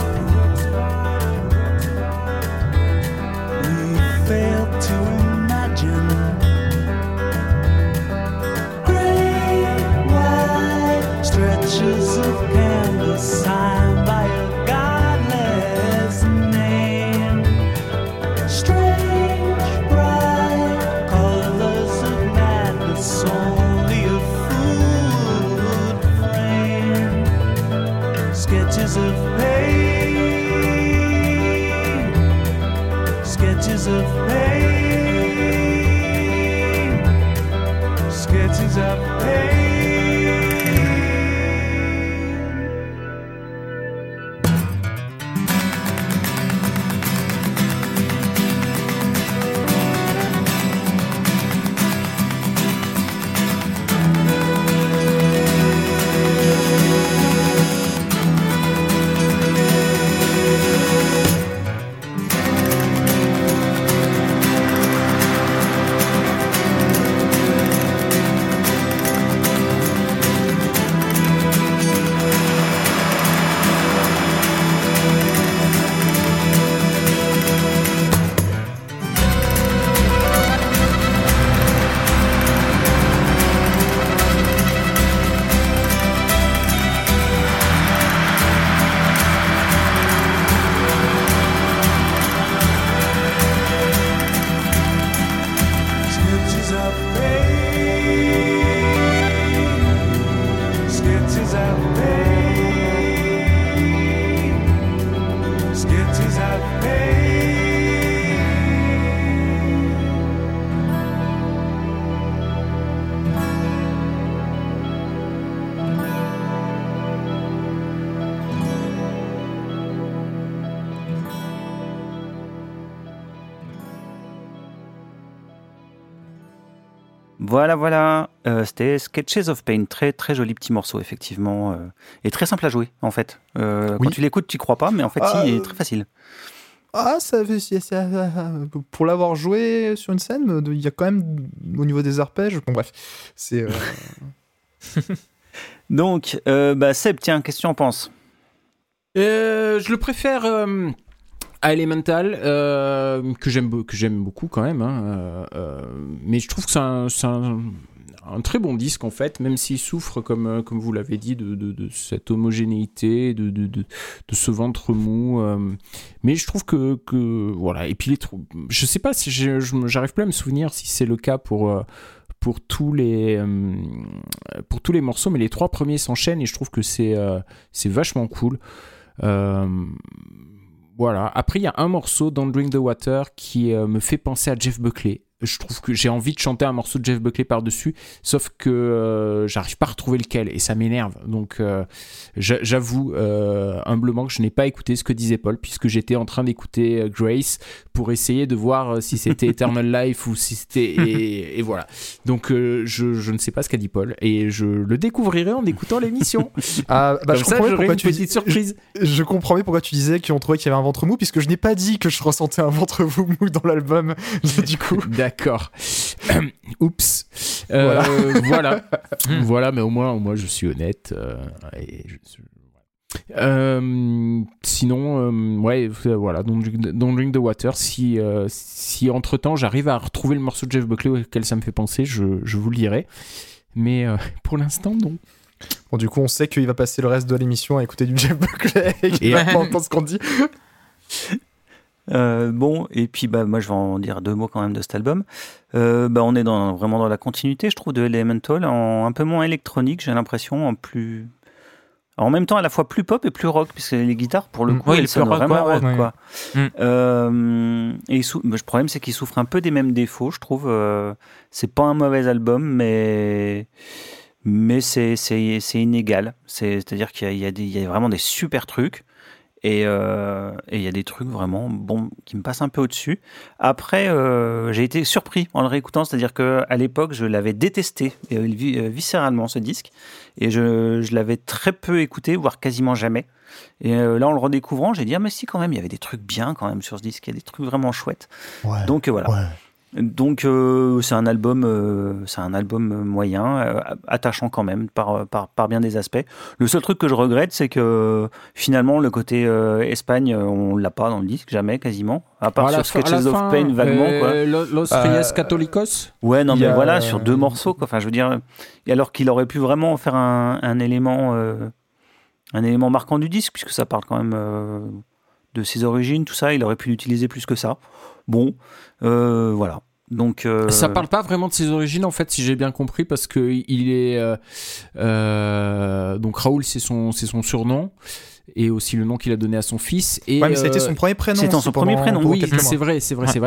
We failed to imagine great wide stretches of canvas signed by a sketches of pain, sketches of pain, sketches of pain. Voilà. C'était Sketches of Pain. Très, très joli petit morceau, effectivement. Et très simple à jouer, en fait. Oui. Quand tu l'écoutes, tu crois pas, mais en fait, si, il est très facile. Ah, pour l'avoir joué sur une scène, il y a quand même, au niveau des arpèges, bon bref, c'est... Donc, Seb, tiens, qu'est-ce que tu en penses ? Je le préfère à Elemental, que j'aime beaucoup quand même. Mais je trouve que c'est un très bon disque en fait, même s'il souffre, comme vous l'avez dit, de cette homogénéité, de ce ventre mou. Mais je trouve que voilà. Et puis je sais pas si j'arrive plus à me souvenir si c'est le cas pour tous les morceaux, mais les 3 premiers s'enchaînent et je trouve que c'est vachement cool. Voilà. Après, il y a un morceau, Don't Drink the Water, qui me fait penser à Jeff Buckley. Je trouve que j'ai envie de chanter un morceau de Jeff Buckley par-dessus, sauf que j'arrive pas à retrouver lequel et ça m'énerve. Donc j'avoue humblement que je n'ai pas écouté ce que disait Paul, puisque j'étais en train d'écouter Grace pour essayer de voir si c'était Eternal Life ou si c'était... Et voilà. Donc je ne sais pas ce qu'a dit Paul et je le découvrirai en écoutant l'émission. Ah, Comme je ça, comprends j'aurai pourquoi une petite surprise. Je comprends mieux pourquoi tu disais qu'on trouvait qu'il y avait un ventre mou, puisque je n'ai pas dit que je ressentais un ventre mou dans l'album, du coup. D'accord. Oups. Voilà. Voilà, mais au moins je suis honnête. Sinon, voilà, Don't Drink the Water. Si entre temps j'arrive à retrouver le morceau de Jeff Buckley auquel ça me fait penser, je vous le dirai. Mais pour l'instant, non. Bon, du coup, on sait qu'il va passer le reste de l'émission à écouter du Jeff Buckley et qu'il va pas entendre ce qu'on dit. Et puis moi je vais en dire 2 mots quand même de cet album. On est vraiment dans la continuité, je trouve, de Elemental, un peu moins électronique, j'ai l'impression, en même temps à la fois plus pop et plus rock, puisque les guitares pour le coup elles sonnent vraiment rock, quoi. Et le problème c'est qu'il souffre un peu des mêmes défauts, je trouve. C'est pas un mauvais album, mais c'est inégal. C'est-à-dire qu'il y a vraiment des super trucs. Et il y a des trucs vraiment qui me passent un peu au-dessus. Après, j'ai été surpris en le réécoutant, c'est-à-dire qu'à l'époque, je l'avais détesté viscéralement, ce disque, et je l'avais très peu écouté, voire quasiment jamais. Et là, en le redécouvrant, j'ai dit, mais si, quand même, il y avait des trucs bien quand même sur ce disque, il y a des trucs vraiment chouettes. Ouais, donc voilà. Ouais. Donc c'est un album moyen, attachant quand même par bien des aspects. Le seul truc que je regrette, c'est que finalement le côté Espagne, on l'a pas dans le disque, jamais quasiment, à part sur Sketches of Pain vaguement, quoi. Los Reyes Católicos. Ouais, non mais voilà, sur 2 morceaux, quoi. Enfin, je veux dire, alors qu'il aurait pu vraiment faire un élément marquant du disque, puisque ça parle quand même de ses origines, tout ça. Il aurait pu l'utiliser plus que ça. Bon, voilà. Donc, ça parle pas vraiment de ses origines en fait, si j'ai bien compris, parce que il est donc Raoul, c'est son surnom et aussi le nom qu'il a donné à son fils. Et ouais, mais c'était son premier prénom. C'était son premier prénom. Oui, c'est vrai.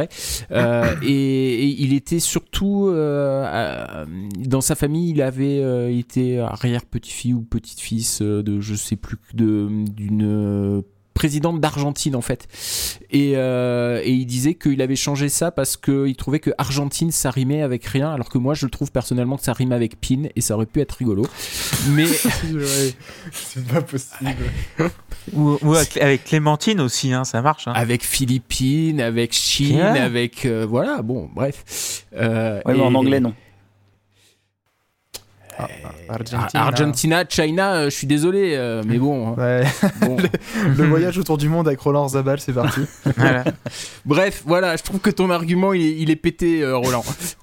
Et il était surtout dans sa famille, il avait été arrière-petit-fille ou petite-fils de je sais plus d'une présidente d'Argentine en fait, et il disait qu'il avait changé ça parce qu'il trouvait que Argentine ça rimait avec rien, alors que moi je trouve personnellement que ça rime avec pin et ça aurait pu être rigolo, mais c'est pas possible. ou avec Clémentine aussi, hein, ça marche, hein. Avec Philippines, avec Chine, avec voilà, bon bref, mais en anglais non. Argentina, China, je suis désolé, mais bon. Ouais. Le voyage autour du monde avec Roland Zabal, c'est parti. Voilà. Bref, voilà, je trouve que ton argument il est pété, Roland.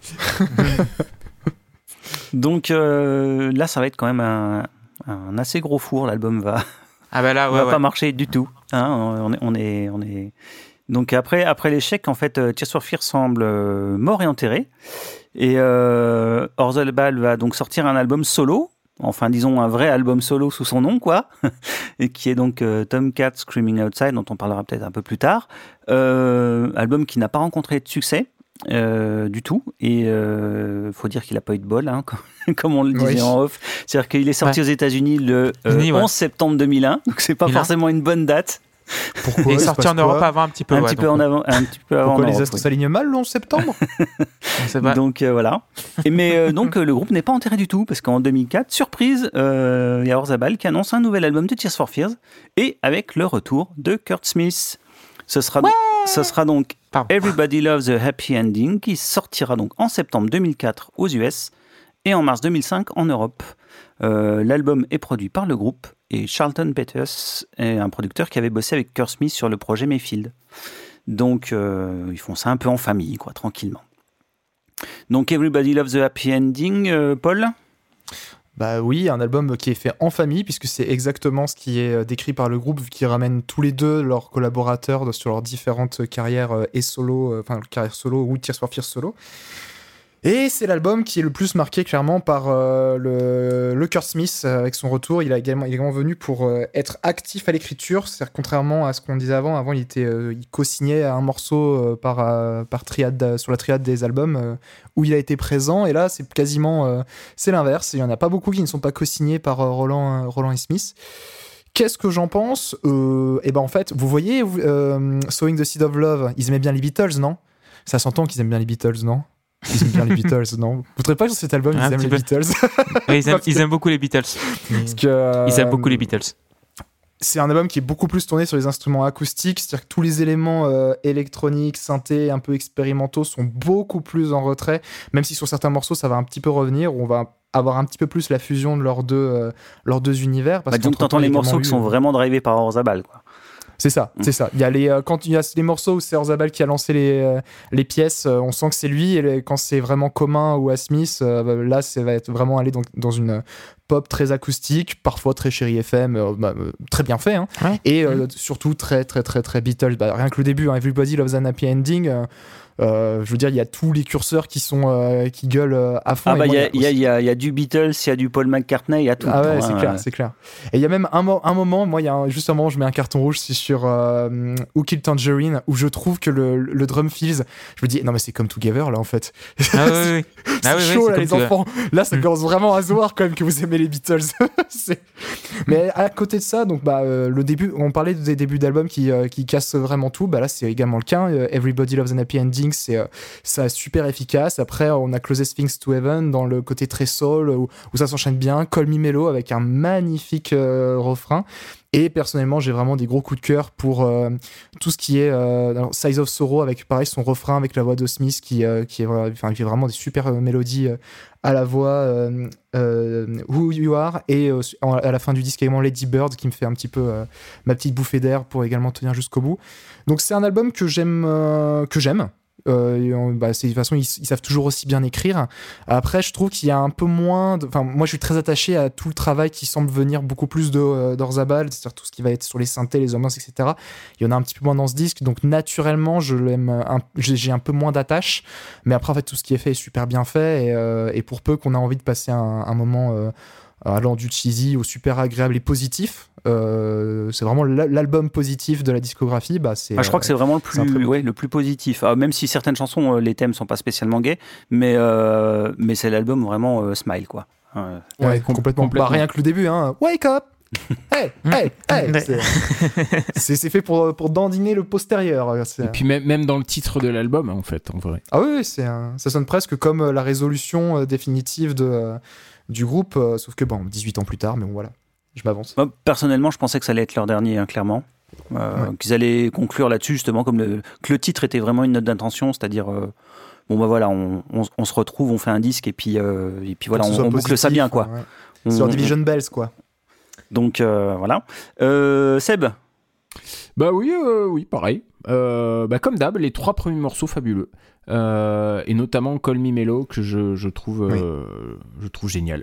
Donc là, ça va être quand même un assez gros four. L'album va pas marcher du tout. Hein, on est. Donc après l'échec, en fait, Tears for Fears semble mort et enterré. Et Orzabal va donc sortir un album solo, enfin disons un vrai album solo sous son nom, quoi, et qui est donc Tomcat Screaming Outside, dont on parlera peut-être un peu plus tard. Album qui n'a pas rencontré de succès du tout, et faut dire qu'il n'a pas eu de bol, hein, comme on le disait en off. C'est-à-dire qu'il est sorti aux États-Unis le 11 septembre 2001, donc c'est pas forcément une bonne date. Pourquoi Il est il se sorti passe en Europe quoi avant un petit peu. un ouais, petit peu donc, en avant, un petit peu avant. Pourquoi en les Europe, astres oui. s'alignent mal le 11 septembre? c'est vrai. Donc voilà. Donc le groupe n'est pas enterré du tout parce qu'en 2004, surprise, il y a Orzabal qui annonce un nouvel album de Tears for Fears et avec le retour de Kurt Smith. Ce sera donc Pardon. Everybody Loves a Happy Ending qui sortira donc en septembre 2004 aux US et en mars 2005 en Europe. L'album est produit par le groupe et Charlton Peters est un producteur qui avait bossé avec Kurt Smith sur le projet Mayfield. Donc ils font ça un peu en famille, quoi, tranquillement. Donc Everybody Loves a Happy Ending, Paul ? Bah oui, un album qui est fait en famille, puisque c'est exactement ce qui est décrit par le groupe, vu qu'ils ramènent tous les deux leurs collaborateurs sur leurs différentes carrières et solo, enfin carrière solo ou Tears for Fears solo. Et c'est l'album qui est le plus marqué clairement par le Kurt Smith avec son retour. Il est également venu pour être actif à l'écriture, c'est-à-dire contrairement à ce qu'on disait avant il co-signait un morceau par triade sur la triade des albums où il a été présent. Et là, c'est quasiment c'est l'inverse. Il y en a pas beaucoup qui ne sont pas co-signés par Roland et Smith. Qu'est-ce que j'en pense ? Et ben en fait, vous voyez, Sowing the Seed of Love, ils aimaient bien les Beatles, non ? Ça s'entend qu'ils aiment bien les Beatles, non ? Ils aiment bien les Beatles, non ? Vous trouvez pas que sur cet album, Un ils aiment petit les peu. Beatles ? Ouais, ils aiment beaucoup les Beatles. Parce que, Ils aiment beaucoup les Beatles. c'est un album qui est beaucoup plus tourné sur les instruments acoustiques, c'est-à-dire que tous les éléments électroniques, synthés, un peu expérimentaux sont beaucoup plus en retrait, même si sur certains morceaux, ça va un petit peu revenir, où on va avoir un petit peu plus la fusion de leurs deux univers. Parce Disons que t'entends les morceaux qui sont vraiment drivés par Orzabal, quoi. C'est ça. Il y a quand il y a les morceaux où c'est Orzabal qui a lancé les pièces, on sent que c'est lui, et quand c'est vraiment commun ou à Smith, là, ça va être vraiment aller dans une pop très acoustique, parfois très Chérie FM, très bien fait, hein. Ouais. Et surtout très, très, très, très Beatles. Rien que le début, hein, Everybody Loves a Happy Ending. Je veux dire, il y a tous les curseurs qui gueulent à fond. Ah bah Et moi, il y a du Beatles, il y a du Paul McCartney, il y a tout. ah ouais, hein. c'est clair. Et il y a même un moment, moi, juste un moment, je mets un carton rouge, c'est sur Who Killed Tangerine, où je trouve que le drum fills, je me dis, non mais c'est comme Together là en fait. Ah oui. C'est chaud là, les enfants. Là, ça commence vraiment à se voir quand même que vous aimez les Beatles. Mais à côté de ça, donc le début, on parlait des débuts d'albums qui cassent vraiment tout. Bah là, c'est également le cas. Everybody Loves a Happy Ending, c'est super efficace. Après, on a Closest Things to Heaven dans le côté très soul où ça s'enchaîne bien. Call Me Mellow avec un magnifique refrain. Et personnellement, j'ai vraiment des gros coups de cœur pour tout ce qui est Size of Sorrow, avec pareil son refrain avec la voix de Smith qui fait vraiment des super mélodies à la voix, Who You Are, et à la fin du disque également Lady Bird qui me fait un petit peu ma petite bouffée d'air pour également tenir jusqu'au bout. Donc c'est un album que j'aime. De toute façon, ils savent toujours aussi bien écrire. Après, je trouve qu'il y a un peu moins. Moi, je suis très attaché à tout le travail qui semble venir beaucoup plus d'Orzabal, c'est-à-dire tout ce qui va être sur les synthés, les ambiances, etc. Il y en a un petit peu moins dans ce disque, donc naturellement, j'ai un peu moins d'attache. Mais après, en fait, tout ce qui est fait est super bien fait, et pour peu qu'on a envie de passer un moment allant du cheesy au super agréable et positif, c'est vraiment l'album positif de la discographie. Je Je crois que c'est vraiment le plus positif. Même si certaines chansons, les thèmes sont pas spécialement gays, mais c'est l'album vraiment smile, quoi. Ouais, complètement. Rien que le début, hein. Wake up! Hey! C'est fait pour dandiner le postérieur. Et puis même dans le titre de l'album, en fait, en vrai. Ah oui, ça sonne presque comme la résolution définitive du groupe, sauf que 18 ans plus tard, mais bon, voilà. Je m'avance. Moi, personnellement, je pensais que ça allait être leur dernier, hein, clairement. Qu'ils allaient conclure là-dessus, justement, que le titre était vraiment une note d'intention, c'est-à-dire, on se retrouve, on fait un disque, et puis voilà, on boucle ça bien, quoi. Ouais. Sur Division Bells, quoi. Donc, voilà. Seb ? Bah oui, pareil. Comme d'hab, les 3 premiers morceaux fabuleux. Et notamment Call Me Mellow, que je trouve génial.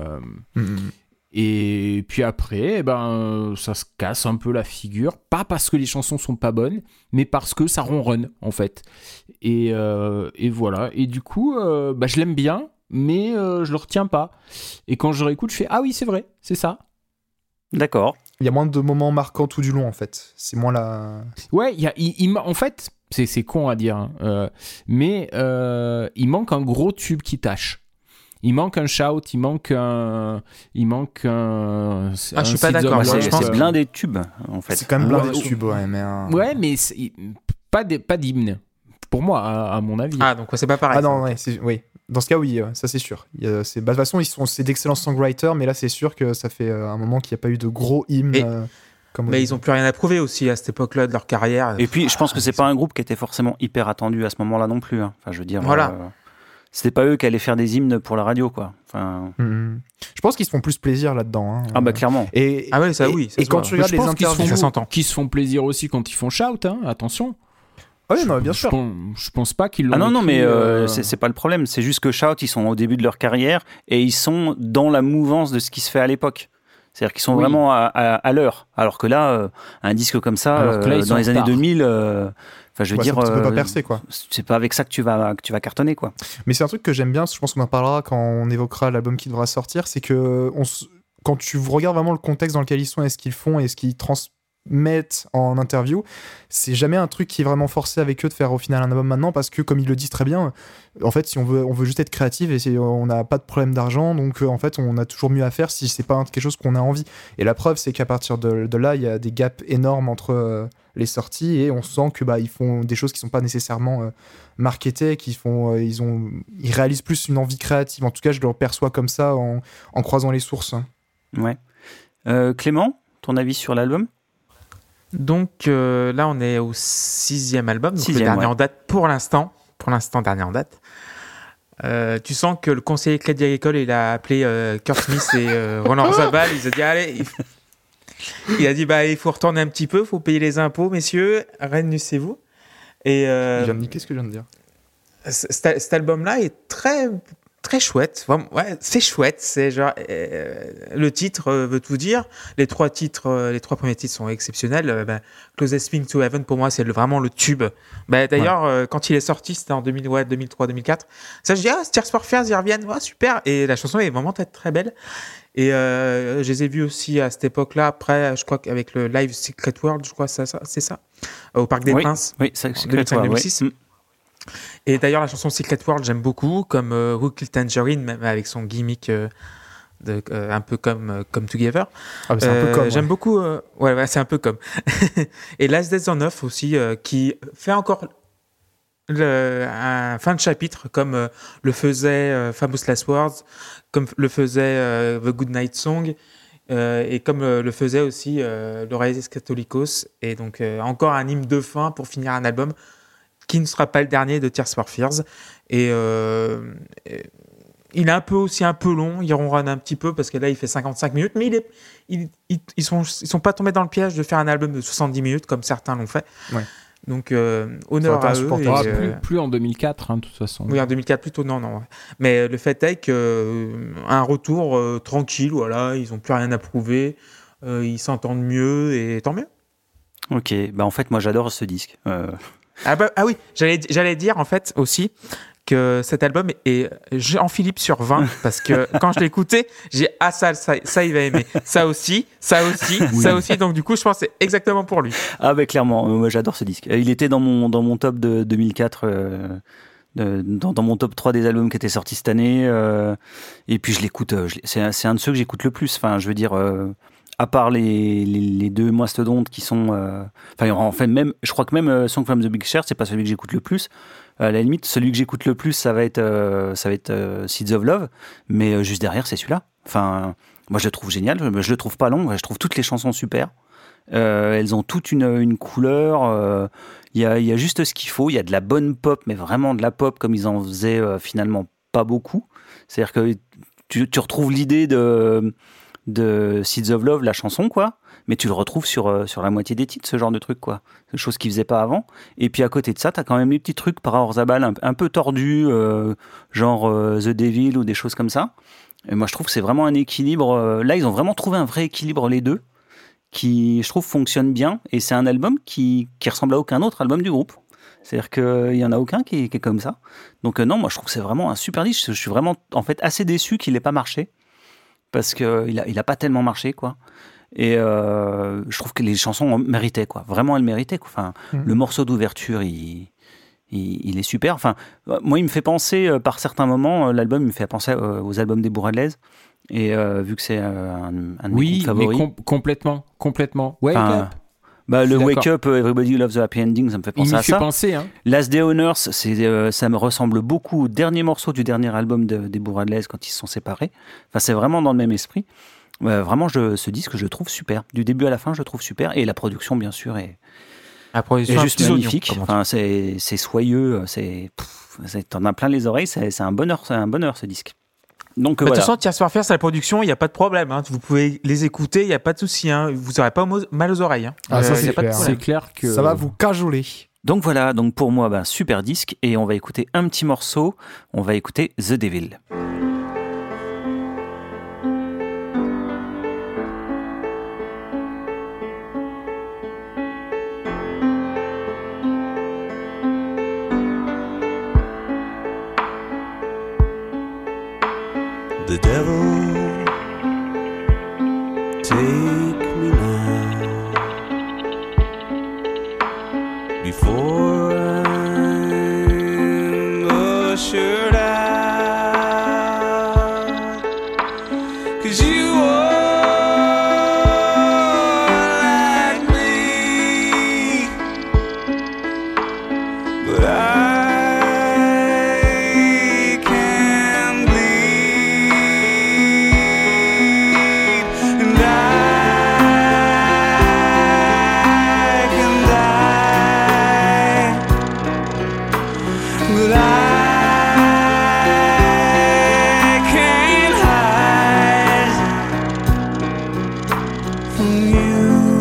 Et puis après, ça se casse un peu la figure, pas parce que les chansons sont pas bonnes, mais parce que ça ronronne en fait. Et voilà. Et du coup, je l'aime bien, mais je le retiens pas. Et quand je réécoute, je fais ah oui, c'est vrai, c'est ça. D'accord. Il y a moins de moments marquants tout du long en fait. C'est moins la. Ouais, en fait, c'est con à dire, hein, mais il manque un gros tube qui tâche. Il manque un Shout, il manque un. je suis pas Seeds d'accord, of moi, Love. je pense c'est blindé de tubes, en fait. C'est quand même blindé Ouais, de tubes, ouais, mais... Ouais, mais pas d'hymne. Pour moi, à mon avis. Ah, donc ouais, c'est pas pareil. Ah non, ça. ouais, oui. Dans ce cas, oui, ça c'est sûr. De toute façon, c'est d'excellents songwriters, mais là, c'est sûr que ça fait un moment qu'il n'y a pas eu de gros hymnes. Et- Comme Mais ils ont plus rien à prouver aussi à cette époque-là de leur carrière. Et puis, je pense que c'est pas un groupe qui était forcément hyper attendu à ce moment-là non plus. Hein. Enfin, je veux dire, Voilà. c'était pas eux qui allaient faire des hymnes pour la radio, quoi. Enfin, Mhm. Je pense qu'ils se font plus plaisir là-dedans. Hein. ah bah clairement. Et, Ah ouais, ça, oui, ça Et se quand voit. tu regardes Je les pense qu'ils interviews... Ça s'entend. qui se font plaisir aussi quand ils font Shout, hein, attention. Ah oui, non, bien sûr. Je pense pas qu'ils l'ont. Ah non, non, écrit, mais c'est pas le problème. C'est juste que Shout, ils sont au début de leur carrière et ils sont dans la mouvance de ce qui se fait à l'époque. C'est-à-dire qu'ils sont Oui. vraiment à l'heure. Alors que là, un disque comme ça, Alors que là, ils sont dans les en années retard. 2000, enfin, je veux Ouais, dire, ça peut pas percer, quoi. c'est pas avec ça que tu vas cartonner, quoi. Mais c'est un truc que j'aime bien, je pense qu'on en parlera quand on évoquera l'album qui devra sortir, c'est que quand tu regardes vraiment le contexte dans lequel ils sont et ce qu'ils font et ce qu'ils transmettent en interview, c'est jamais un truc qui est vraiment forcé avec eux de faire au final un album maintenant, parce que comme ils le disent très bien, en fait, si on veut juste être créatif et on n'a pas de problème d'argent, donc en fait, on a toujours mieux à faire si c'est pas quelque chose qu'on a envie. Et la preuve, c'est qu'à partir de là, il y a des gaps énormes entre les sorties et on sent que ils font des choses qui sont pas nécessairement marketées, ils réalisent plus une envie créative. En tout cas, je le perçois comme ça en croisant les sources. Ouais. Clément, ton avis sur l'album? Donc là, on est au 6e album, donc le 6e, dernier ouais. en date pour l'instant. Pour l'instant, dernier en date. Tu sens que le conseiller Crédit Agricole, il a appelé Kurt Smith et Roland Zabal. Il a dit allez, il a dit il faut retourner un petit peu, il faut payer les impôts, messieurs, réunissez-vous. Et Qu'est-ce que je viens de dire? cet album-là est très très chouette. Vraiment, ouais, c'est chouette. C'est genre le titre veut tout dire. Les trois premiers titres sont exceptionnels. Closest Thing to Heaven pour moi c'est vraiment le tube. D'ailleurs quand il est sorti c'était en 2003 2004. Ça je dis Tears for Fears ils reviennent, super. Et la chanson est vraiment très très belle. Et je les ai vus aussi à cette époque-là. Après je crois qu'avec le live Secret World, je crois c'est ça au Parc des Oui, Princes. oui, c'est En 2005-2006. ouais. Et d'ailleurs, la chanson Secret World, j'aime beaucoup, comme Who Killed Tangerine, même avec son gimmick un peu comme Together. Ah, c'est un peu comme. J'aime beaucoup. Ouais, c'est un peu comme. Et Last Days on Earth aussi, qui fait encore un fin de chapitre, comme le faisait Famous Last Words, comme le faisait The Good Night Song. Et comme le faisait aussi L'Oreilles Catholicos. Et donc, encore un hymne de fin pour finir un album qui ne sera pas le dernier de Tears for Fears. Et il est aussi un peu long, il ronronne un petit peu parce que là il fait 55 minutes, mais ils sont pas tombés dans le piège de faire un album de 70 minutes comme certains l'ont fait. Ouais. Donc honneur à eux. Plus en 2004, de toute façon. Oui, en 2004 plutôt, non. Ouais. Mais le fait est qu'un retour tranquille, voilà, ils n'ont plus rien à prouver, ils s'entendent mieux et tant mieux. Ok, en fait moi j'adore ce disque. Ah oui, j'allais dire en fait aussi que cet album est Jean-Philippe sur 20 parce que quand je l'ai écouté, j'ai ça il va aimer. Ça aussi, donc du coup je pense que c'est exactement pour lui. Ah clairement, moi j'adore ce disque. Il était dans mon top de 2004 dans mon top 3 des albums qui étaient sortis cette année et puis je l'écoute c'est un de ceux que j'écoute le plus. Enfin, je veux dire à part les deux mastodontes qui sont en fait même je crois que même Song from the Big Chair c'est pas celui que j'écoute le plus. À la limite celui que j'écoute le plus ça va être Seeds of Love, mais juste derrière c'est celui-là. Enfin moi je le trouve génial, je le trouve pas long, je trouve toutes les chansons super. Elles ont toute une couleur, il y a juste ce qu'il faut, il y a de la bonne pop, mais vraiment de la pop comme ils en faisaient finalement pas beaucoup. C'est-à-dire que tu retrouves l'idée de Seeds of Love, la chanson, quoi, mais tu le retrouves sur la moitié des titres, ce genre de truc, quoi. Chose qu'ils faisaient pas avant. Et puis à côté de ça, t'as quand même les petits trucs par Orzabal un peu tordus, genre The Devil ou des choses comme ça. Et moi, je trouve que c'est vraiment un équilibre. Là, ils ont vraiment trouvé un vrai équilibre, les deux, qui, je trouve, fonctionne bien. Et c'est un album qui ressemble à aucun autre album du groupe. C'est-à-dire qu'il y en a aucun qui est comme ça. Donc non, moi, je trouve que c'est vraiment un super disque. Je suis vraiment, en fait, assez déçu qu'il n'ait pas marché. Parce qu'il a pas tellement marché, quoi. Et je trouve que les chansons méritaient, quoi. Vraiment, elles méritaient, quoi. Enfin, le morceau d'ouverture, il il est super. Enfin, moi, il me fait penser, par certains moments, l'album, il me fait penser aux albums des Bourradlez. Et vu que c'est un de mes groupes favoris. Oui, mais complètement. Wake Enfin, Up. Bah, Je le suis Wake d'accord. Up, Everybody Loves the Happy Ending, ça me fait Il penser m'y à fait ça. penser, hein. Last Day on Earth, ça me ressemble beaucoup au dernier morceau du dernier album des Bourradlez quand ils se sont séparés. Enfin, c'est vraiment dans le même esprit. Vraiment, ce disque, je le trouve super. Du début à la fin, je le trouve super. Et la production, bien sûr, est La production juste petits oignons, magnifique. comme on dit. Enfin, c'est soyeux, t'en as plein les oreilles. C'est un bonheur, ce disque. Donc De toute voilà. façon, Tears for Fears, c'est la production, il n'y a pas de problème. Hein. Vous pouvez les écouter, il n'y a pas de souci. Hein. Vous n'aurez pas mal aux oreilles. Hein. Ah, ça, y c'est a pas de clair. problème. C'est clair que Ça va vous cajoler. Donc voilà, donc pour moi, super disque. Et on va écouter un petit morceau. On va écouter The Devil. The devil take me now before I'm ushered out, 'cause you are like me, but I can bleed, and I can die, but I can't hide from you.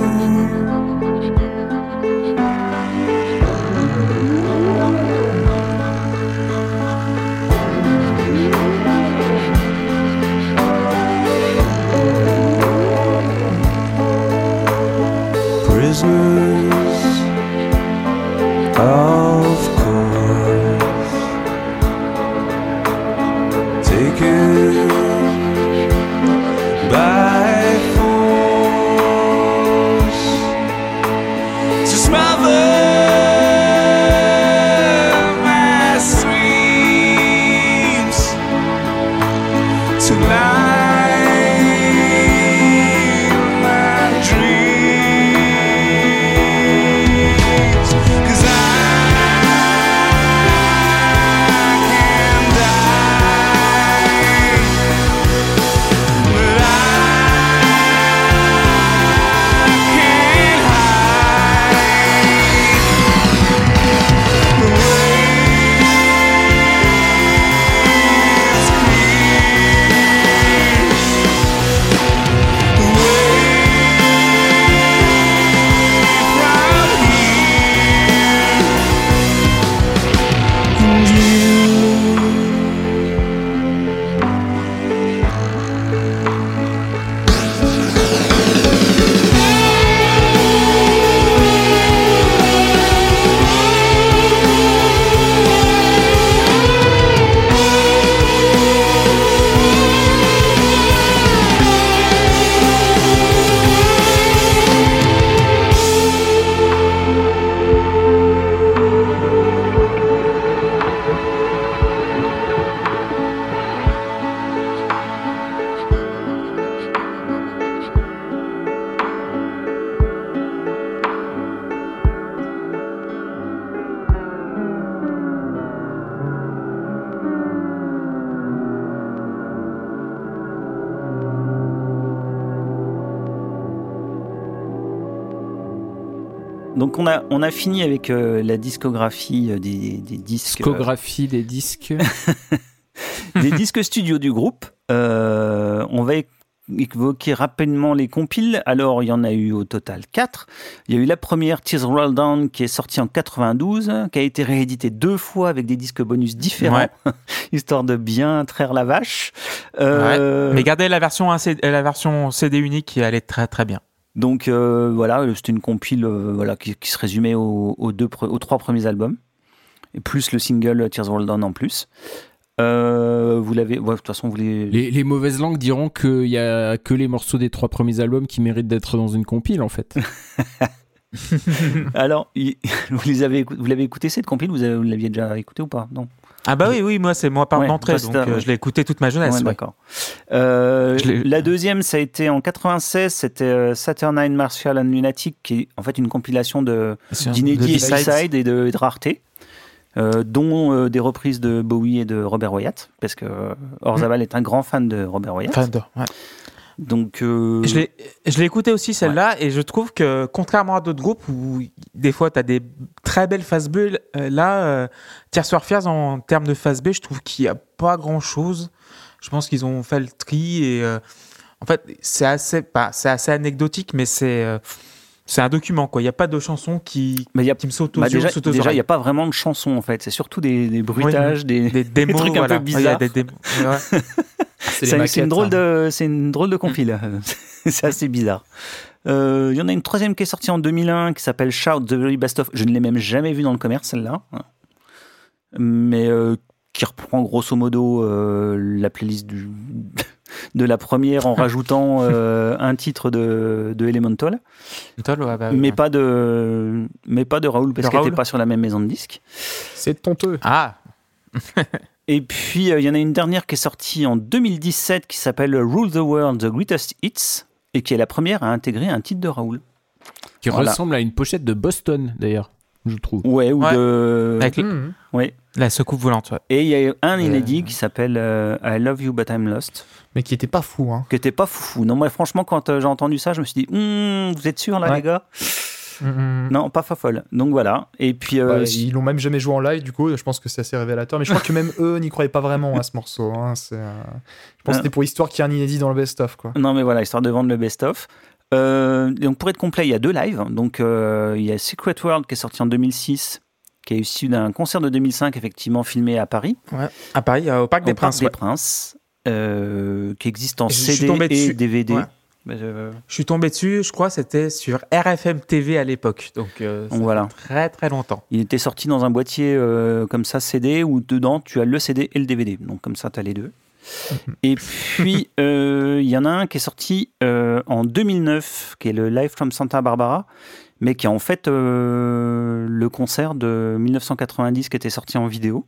Prisoners, of course, taken by force to smother my screams, to blind my dreams, 'cause I can die, but I can't hide the way it's clear, the way from here, and you. Donc on a fini avec la discographie des disques. discographie des disques. Des disques studio du groupe. On va évoquer rapidement les compiles. Alors, il y en a eu au total 4. Il y a eu la première, Tears Roll Down, qui est sortie en 92, qui a été rééditée 2 fois avec des disques bonus différents, histoire de bien traire la vache. Mais gardez la version CD unique qui allait très très bien. Donc voilà, c'était une compile qui se résumait aux 3 premiers albums, et plus le single Tears Roll Down en plus. Vous l'avez, de toute façon, vous Les mauvaises langues diront qu'il y a que les morceaux des 3 premiers albums qui méritent d'être dans une compile, en fait. Alors, vous l'avez écouté cette compile, vous l'aviez déjà écouté ou pas? Non. Ah bah oui, moi c'est moi par Ouais, d'entrée, toi, donc c'était- je l'ai écouté toute ma jeunesse. Ouais, ouais. d'accord. l'ai- La deuxième, ça a été en 96, c'était Saturnine Martial and Lunatic, qui est en fait une compilation d'inédits et B-sides. B-sides et de raretés, dont des reprises de Bowie et de Robert Wyatt, parce que Orzabal est un grand fan de Robert Wyatt. Enfin, ouais. Donc, Je l'ai écouté aussi celle-là et je trouve que contrairement à d'autres groupes où des fois tu as des très belles phases B, là Tears for Fears en termes de phase B, je trouve qu'il n'y a pas grand-chose. Je pense qu'ils ont fait le tri et en fait c'est assez anecdotique mais c'est un document quoi. Il n'y a pas de chanson qui mais il y a me saute aux bah yeux, déjà, saute aux il n'y oreilles. a pas vraiment de chansons en fait. C'est surtout des bruitages, des démos, trucs un voilà. peu Ouais, il y a bizarres. des démos. Ouais. C'est les C'est maquettes, une drôle hein. c'est une drôle de compile. C'est assez bizarre. Il y en a une troisième qui est sortie en 2001 qui s'appelle Shout the Very Best of. Je ne l'ai même jamais vue dans le commerce celle-là, mais qui reprend grosso modo la playlist de la première en rajoutant un titre de Elemental, Ouais, bah, mais ouais. pas de Raoul parce De qu'elle Raoul. n'était pas sur la même maison de disques. C'est tonteux. Ah, Et puis, il y en a une dernière qui est sortie en 2017 qui s'appelle Rule the World, The Greatest Hits, et qui est la première à intégrer un titre de Raoul. Qui Voilà. ressemble à une pochette de Boston, d'ailleurs, je trouve. Ouais, ou Ouais. de... avec Mhm. Ouais. la secoupe volante. Ouais. Et il y a un inédit qui s'appelle I Love You But I'm Lost, Mais qui était pas fou, hein. qui était pas foufou. Non, moi, franchement, quand j'ai entendu ça, je me suis dit, vous êtes sûr là, Ouais. les gars? Mhm. Non, pas fofolle. Donc voilà. Et puis, Ouais, ils l'ont même jamais joué en live, du coup, je pense que c'est assez révélateur. Mais je crois que même eux n'y croyaient pas vraiment à ce morceau. Hein. Je pense que c'était pour histoire qu'il y ait un inédit dans le best-of, quoi. non, mais voilà, histoire de vendre le best-of. Donc pour être complet, il y a deux lives. Donc il y a Secret World qui est sorti en 2006, qui est issu d'un concert de 2005, effectivement filmé à Paris, À Paris, au Parc des au Parc Princes. des ouais. Princes, qui existe en Je suis CD tombé et dessus. DVD. Ouais. Mais, Je suis tombé dessus, je crois, c'était sur RFM TV à l'époque. Donc, ça voilà. fait très très longtemps. Il était sorti dans un boîtier comme ça CD où dedans tu as le CD et le DVD. Donc comme ça tu as les deux. Et puis il y en a un qui est sorti en 2009 qui est le Live from Santa Barbara, mais qui est en fait le concert de 1990 qui était sorti en vidéo.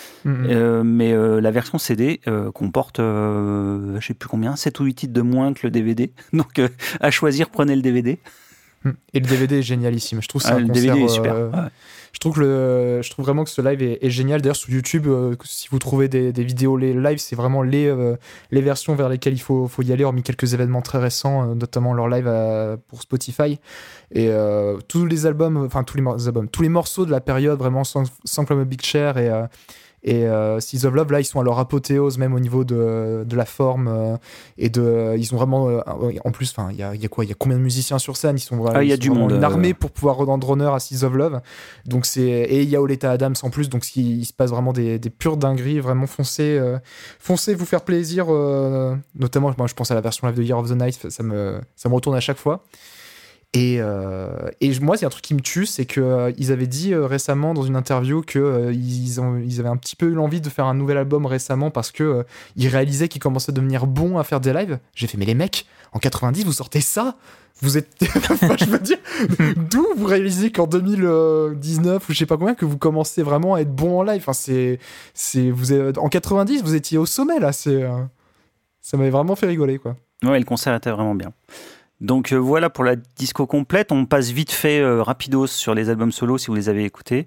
Mais la version CD comporte, je sais plus combien, 7 ou 8 titres de moins que le DVD. Donc à choisir, prenez le DVD. Et le DVD est génialissime. Je trouve que c'est un Le concert, DVD est super. Ouais. je trouve vraiment que ce live est génial. D'ailleurs, sur YouTube, si vous trouvez des vidéos les live, c'est vraiment les versions vers lesquelles il faut y aller, hormis quelques événements très récents, notamment leur live pour Spotify. Et tous les albums, enfin tous les morceaux de la période, vraiment sans comme a Big Chair et Seas of Love, là ils sont à leur apothéose même au niveau de la forme et ils ont vraiment en plus, enfin il y a combien de musiciens sur scène, ils sont il y a du monde, une armée pour pouvoir rendre honneur à Seas of Love. Donc et il y a Oleta Adams en plus, donc il se passe vraiment des pures dingueries. Vraiment foncez vous faire plaisir, notamment moi je pense à la version live de Year of the Night, ça me retourne à chaque fois. Et moi, c'est un truc qui me tue, c'est qu'ils avaient dit récemment dans une interview qu'ils avaient un petit peu eu l'envie de faire un nouvel album récemment parce que ils réalisaient qu'ils commençaient à devenir bons à faire des lives. J'ai fait, mais les mecs, en 90, vous sortez ça? Vous êtes... enfin, je veux dire, d'où vous réalisez qu'en 2019 ou je sais pas combien, que vous commencez vraiment à être bon en live? Enfin, en 90, vous étiez au sommet, là. Ça m'avait vraiment fait rigoler, quoi. Ouais, le concert était vraiment bien. Donc voilà pour la disco complète. On passe vite fait rapidos sur les albums solo si vous les avez écoutés.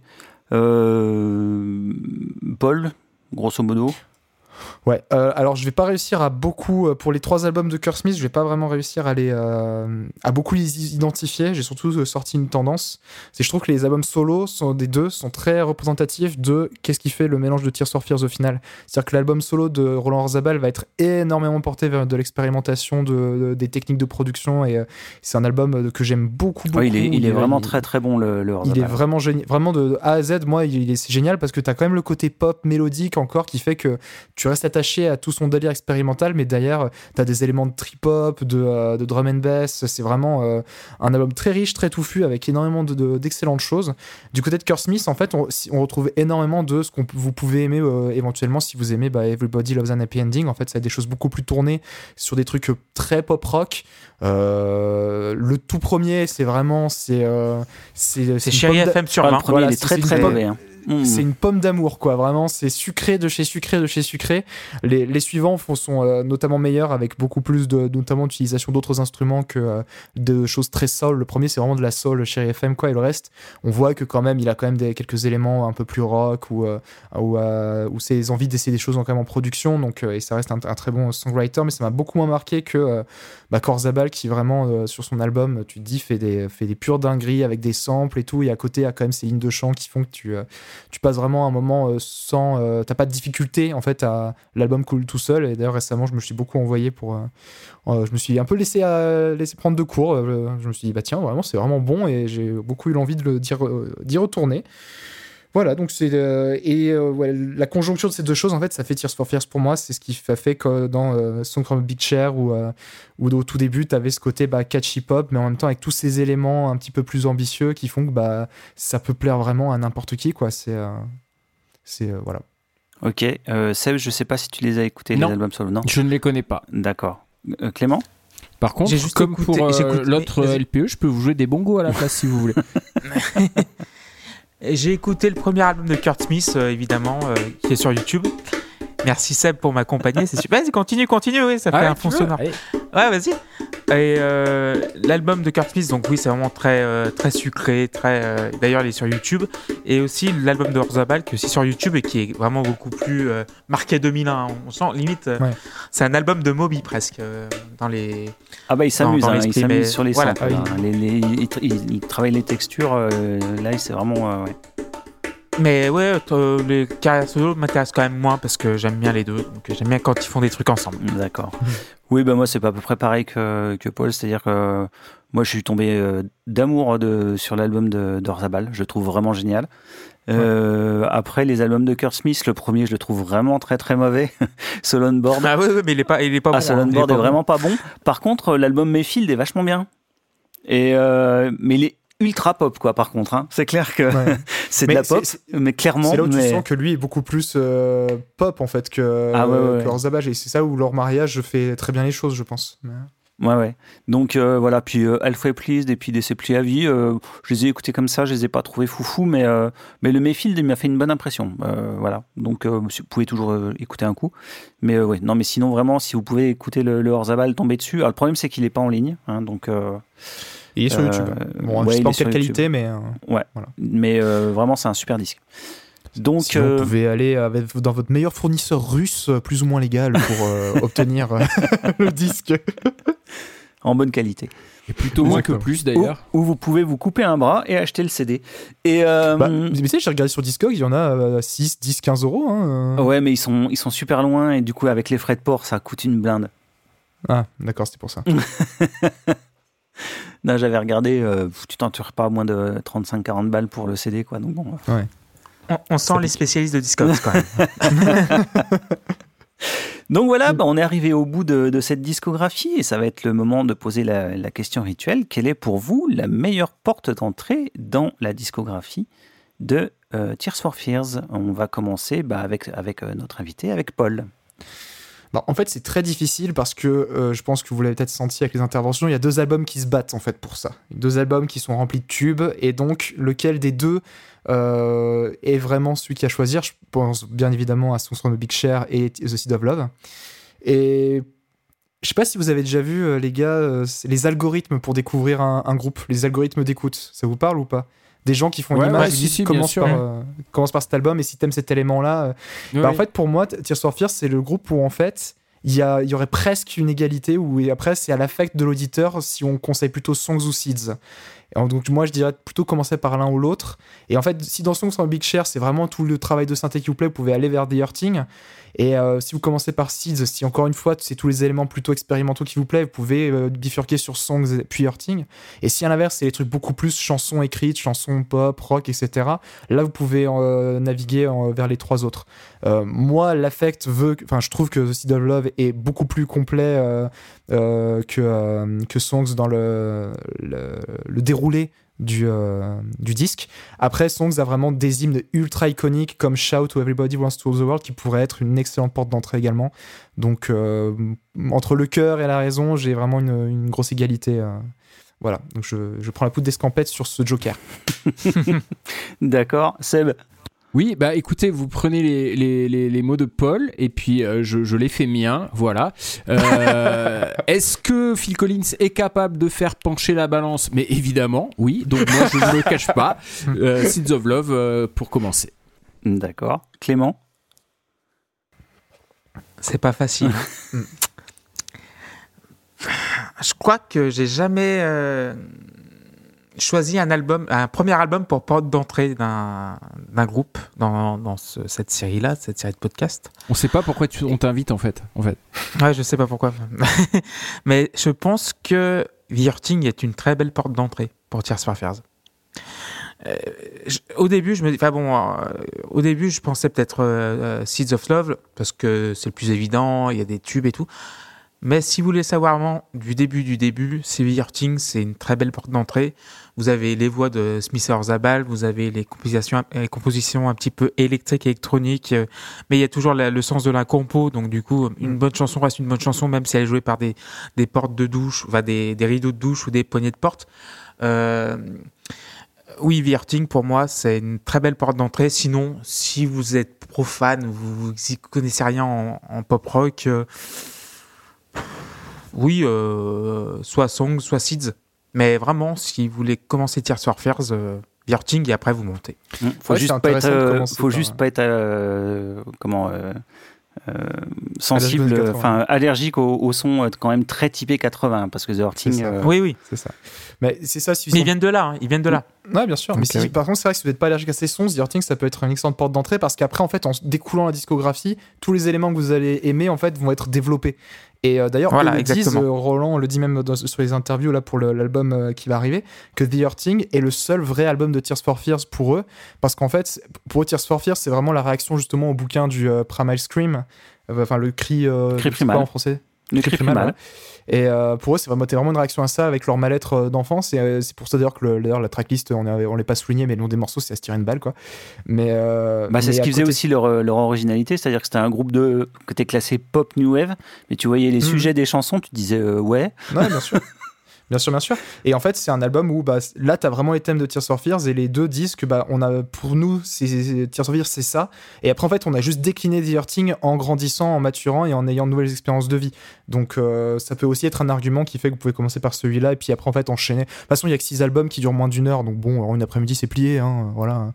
Paul, grosso modo. Ouais, alors je vais pas réussir à beaucoup pour les 3 albums de Kurt Smith, je vais pas vraiment réussir à beaucoup les identifier. J'ai surtout sorti une tendance, je trouve que les albums solo des deux sont très représentatifs de qu'est-ce qui fait le mélange de Tears for Fears au final. C'est-à-dire que l'album solo de Roland Orzabal va être énormément porté vers de l'expérimentation des techniques de production et c'est un album que j'aime beaucoup. Ouais, il est vraiment très très bon le Orzabal. Il est vraiment génial, vraiment de A à Z. Moi, c'est génial parce que t'as quand même le côté pop mélodique encore qui fait que tu reste attaché à tout son délire expérimental, mais derrière, t'as des éléments de trip-hop, de drum and bass. C'est vraiment un album très riche, très touffu, avec énormément d'excellentes choses. Du côté de Kursmith, en fait, on retrouve énormément de ce que vous pouvez aimer éventuellement si vous aimez Everybody Loves an Happy Ending. En fait, ça a des choses beaucoup plus tournées sur des trucs très pop-rock. Le tout premier, c'est vraiment... C'est Chéri FM sur 20. Le premier, il est très très mauvais. Hein. C'est une pomme d'amour, quoi. Vraiment, c'est sucré de chez sucré de chez sucré. Les suivants sont notamment meilleurs, avec beaucoup plus notamment d'utilisation d'autres instruments que de choses très soul. Le premier, c'est vraiment de la soul chez FM, quoi. Et le reste, on voit que quand même, il a quand même quelques éléments un peu plus rock ou ses envies d'essayer des choses quand même en production. Donc, et ça reste un très bon songwriter, mais ça m'a beaucoup moins marqué que Korzabal, qui vraiment sur son album, tu te dis, fait des pures dingueries avec des samples et tout. Et à côté, il y a quand même ces lignes de chant qui font que tu passes vraiment un moment sans... t'as pas de difficulté, en fait, à l'album coule tout seul. Et d'ailleurs, récemment, je me suis beaucoup envoyé pour... je me suis un peu laissé prendre de cours. Je me suis dit, bah tiens, vraiment, c'est vraiment bon. Et j'ai beaucoup eu l'envie d'y retourner. Voilà, donc ouais, la conjonction de ces deux choses, en fait, ça fait Tears for Fears pour moi. C'est ce qui a fait que dans Song from a Big Chair ou au tout début, t'avais ce côté catchy pop, mais en même temps avec tous ces éléments un petit peu plus ambitieux qui font que ça peut plaire vraiment à n'importe qui, quoi. C'est voilà. Ok, Seb, je sais pas si tu les as écoutés, Non. les albums solo, non? Je ne les connais pas. D'accord. Clément? Par contre, J'ai juste comme écouté- pour j'écoute- l'autre mais- LPE, je peux vous jouer des bongos à la place si vous voulez. Et j'ai écouté le premier album de Kurt Smith, évidemment, qui est sur YouTube. Merci Seb pour m'accompagner, c'est super. Vas-y, continue, oui, ça fait un fond sonore. Allez. Ouais, vas-y. Et l'album de Kurt Smith, donc oui, c'est vraiment très, très sucré, très. D'ailleurs, il est sur YouTube. Et aussi l'album de Orzabal, qui est aussi sur YouTube et qui est vraiment beaucoup plus marqué 2001. On sent limite, c'est un album de Moby presque dans les. Ah bah il s'amuse, dans il l'esprit, s'amuse mais sur les voilà. samples. Il travaille les textures, là c'est vraiment... ouais. Mais ouais, les carrières solo m'intéressent quand même moins parce que j'aime bien les deux. Donc j'aime bien quand ils font des trucs ensemble. D'accord. Oui, bah moi c'est pas à peu près pareil que Paul, c'est-à-dire que moi je suis tombé d'amour sur l'album d'Orzabal, je le trouve vraiment génial. Après les albums de Kurt Smith, le premier je le trouve vraiment très très mauvais. Soul Board. Ah ouais, mais il est pas bon. Soul Board est vraiment pas bon. Par contre l'album Mayfield est vachement bien. Et mais il est ultra pop, quoi, par contre, hein. C'est clair que c'est de la pop, mais clairement. C'est là où tu sens que lui est beaucoup plus pop, en fait, que Orzabal. Et c'est ça où leur mariage fait très bien les choses, je pense. Ouais. Donc voilà, puis Halfway Pleased et puis DC Pli à vie, je les ai écoutés comme ça, je les ai pas trouvés foufou, mais le Mayfield il m'a fait une bonne impression. Voilà, donc vous pouvez toujours écouter un coup. Mais ouais, non, mais sinon vraiment, si vous pouvez écouter le Orzabal, tomber dessus. Alors le problème c'est qu'il est pas en ligne, hein, donc. Il est sur YouTube. Bon, je sais pas en quelle qualité, mais. Ouais. Voilà. Mais vraiment, c'est un super disque. Donc, si vous pouvez aller dans votre meilleur fournisseur russe, plus ou moins légal, pour obtenir le disque. En bonne qualité. Et plutôt moins que plus, d'ailleurs. Ou vous pouvez vous couper un bras et acheter le CD. Et mais tu sais, j'ai regardé sur Discog, il y en a 6, 10, 15 euros. Hein. Ouais, mais ils sont super loin et du coup, avec les frais de port, ça coûte une blinde. Ah, d'accord, c'était pour ça. Non, j'avais regardé, tu t'en tires pas à moins de 35-40 balles pour le CD, quoi. Donc bon. Ouais. On sent les spécialistes de Discogs quand même. Donc voilà, on est arrivé au bout de cette discographie et ça va être le moment de poser la question rituelle. Quelle est pour vous la meilleure porte d'entrée dans la discographie de Tears for Fears? On va commencer avec notre invité, avec Paul. En fait, c'est très difficile parce que je pense que vous l'avez peut-être senti avec les interventions, il y a 2 albums qui se battent en fait pour ça. 2 albums qui sont remplis de tubes et donc lequel des deux est vraiment celui qui a choisir. Je pense bien évidemment à Songs from a Big Chair et The Seed of Love. Et je sais pas si vous avez déjà vu, les gars, les algorithmes pour découvrir un groupe, les algorithmes d'écoute. Ça vous parle ou pas? Des gens qui font une image qui commence par cet album, et si t'aimes cet élément-là... en fait, pour moi, Tears for Fears, c'est le groupe où, en fait, il y aurait presque une égalité, où et après, c'est à l'affect de l'auditeur si on conseille plutôt Songs ou Seeds. Donc moi je dirais plutôt commencer par l'un ou l'autre. Et en fait, si dans Songs from the Big Chair c'est vraiment tout le travail de synthé qui vous plaît, vous pouvez aller vers The Hurting. Et si vous commencez par Seeds, si encore une fois c'est tous les éléments plutôt expérimentaux qui vous plaisent, vous pouvez bifurquer sur Songs puis Hurting. Et si à l'inverse c'est les trucs beaucoup plus chansons écrites, chansons pop, rock, etc., là vous pouvez naviguer vers les trois autres. Moi l'affect je trouve que The Seed of Love est beaucoup plus complet que Songs dans le déroulé du disque. Après, Songs a vraiment des hymnes ultra iconiques comme Shout to Everybody Wants to Rule the World qui pourrait être une excellente porte d'entrée également. Donc entre le cœur et la raison, j'ai vraiment une grosse égalité. Voilà, donc je prends la poudre d'escampette sur ce Joker. D'accord. Seb? Oui, bah écoutez, vous prenez les mots de Paul et puis je les fais miens, voilà. Est-ce que Phil Collins est capable de faire pencher la balance? Mais évidemment, oui. Donc moi, je ne le cache pas. Seeds of Love pour commencer. D'accord. Clément? C'est pas facile. Je crois que j'ai jamais choisi un premier album pour porte d'entrée d'un groupe dans cette série-là, cette série de podcasts. On sait pas pourquoi on t'invite en fait. Ouais, je sais pas pourquoi. Mais je pense que The Hurting est une très belle porte d'entrée pour Tears for Fears. Au début, je pensais peut-être Seeds of Love parce que c'est le plus évident, il y a des tubes et tout. Mais si vous voulez savoir vraiment du début, c'est The Hurting, c'est une très belle porte d'entrée. Vous avez les voix de Smith et Orzabal, vous avez les compositions un petit peu électriques et électroniques, mais il y a toujours le sens de la compo, donc du coup, une bonne chanson reste une bonne chanson, même si elle est jouée par des portes de douche, enfin des rideaux de douche ou des poignées de porte. Oui, The Hurting, pour moi, c'est une très belle porte d'entrée. Sinon, si vous êtes profane, vous n'y connaissez rien en pop rock... oui, soit Songs, soit Seeds. Mais vraiment, si vous voulez commencer Tears for Fears, The Hurting et après vous montez. Faut juste pas être sensible, enfin allergique au son quand même très typé 80, parce que The Hurting. Oui, c'est ça. Mais c'est ça. Mais ils viennent de là. Ouais, bien sûr. Donc, mais par contre, c'est vrai que si vous n'êtes pas allergique à ces sons, The Hurting, ça peut être une excellente porte d'entrée parce qu'après, en fait, en découlant la discographie, tous les éléments que vous allez aimer, en fait, vont être développés. Et d'ailleurs, voilà, ils disent, Roland le dit même sur les interviews là pour l'album qui va arriver, que The Hurting est le seul vrai album de Tears for Fears pour eux, parce qu'en fait, pour eux, Tears for Fears, c'est vraiment la réaction justement au bouquin du Primal Scream, enfin le cri primal en français. Le cri primal. Ouais. Et pour eux, c'est vraiment une réaction à ça avec leur mal-être d'enfance. Et c'est pour ça d'ailleurs que la tracklist, on l'est pas souligné, mais le nom des morceaux, c'est à se tirer une balle, quoi. Mais c'est ce qui faisait aussi leur originalité, c'est-à-dire que c'était un groupe que t'es classé pop new wave, mais tu voyais les sujets des chansons, tu te disais ouais. Ouais, bien sûr. Bien sûr. Et en fait, c'est un album où là, t'as vraiment les thèmes de Tears for Fears et les deux disent que pour nous, Tears for Fears, c'est ça. Et après, en fait, on a juste décliné The Hurting en grandissant, en maturant et en ayant de nouvelles expériences de vie. Donc, ça peut aussi être un argument qui fait que vous pouvez commencer par celui-là et puis après, en fait, enchaîner. De toute façon, il y a que 6 albums qui durent moins d'1 heure. Donc, bon, alors une après-midi, c'est plié. Hein, voilà.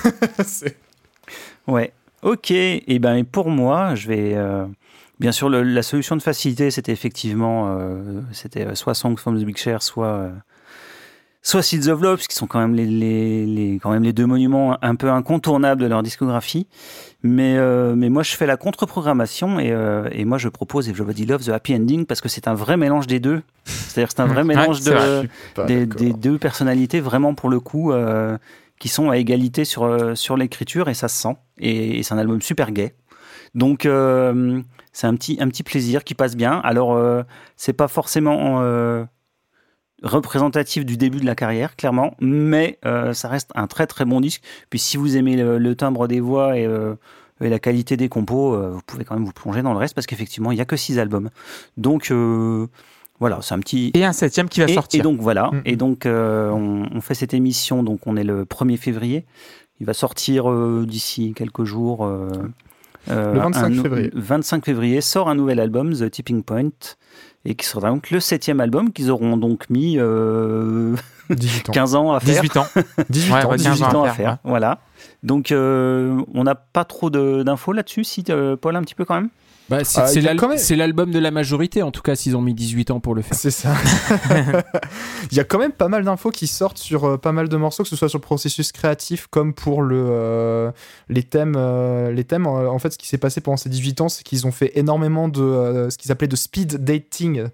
Ouais. Ok. Et pour moi, je vais. Bien sûr, la solution de facilité, c'était effectivement soit Songs from the Big Chair, soit Seeds of Love, qui sont quand même les deux monuments un peu incontournables de leur discographie. Mais moi, je fais la contre-programmation et moi, je propose Everybody Loves the Happy Ending parce que c'est un vrai mélange des deux. C'est-à-dire que c'est un vrai mélange des deux personnalités, vraiment pour le coup, qui sont à égalité sur l'écriture et ça se sent. Et c'est un album super gai. Donc c'est un petit plaisir qui passe bien. Alors c'est pas forcément représentatif du début de la carrière, clairement, mais ça reste un très très bon disque. Puis si vous aimez le timbre des voix et la qualité des compos, vous pouvez quand même vous plonger dans le reste parce qu'effectivement il y a que 6 albums. Donc voilà, c'est un petit... Et un 7e qui va sortir. Et donc voilà, et donc on fait cette émission, donc on est le 1er février. Il va sortir d'ici quelques jours... le 25 février sort un nouvel album, The Tipping Point, et qui sera donc le 7e album qu'ils auront donc mis 15 ans à faire. 18 ans à faire. Voilà. Donc on n'a pas trop d'infos là-dessus, si Paul, un petit peu quand même. Bah, il y a quand même- c'est l'album de la majorité, en tout cas, s'ils ont mis 18 ans pour le faire. C'est ça. Il y a quand même pas mal d'infos qui sortent sur pas mal de morceaux, que ce soit sur le processus créatif comme pour les thèmes. En fait, ce qui s'est passé pendant ces 18 ans, c'est qu'ils ont fait énormément de ce qu'ils appelaient de speed dating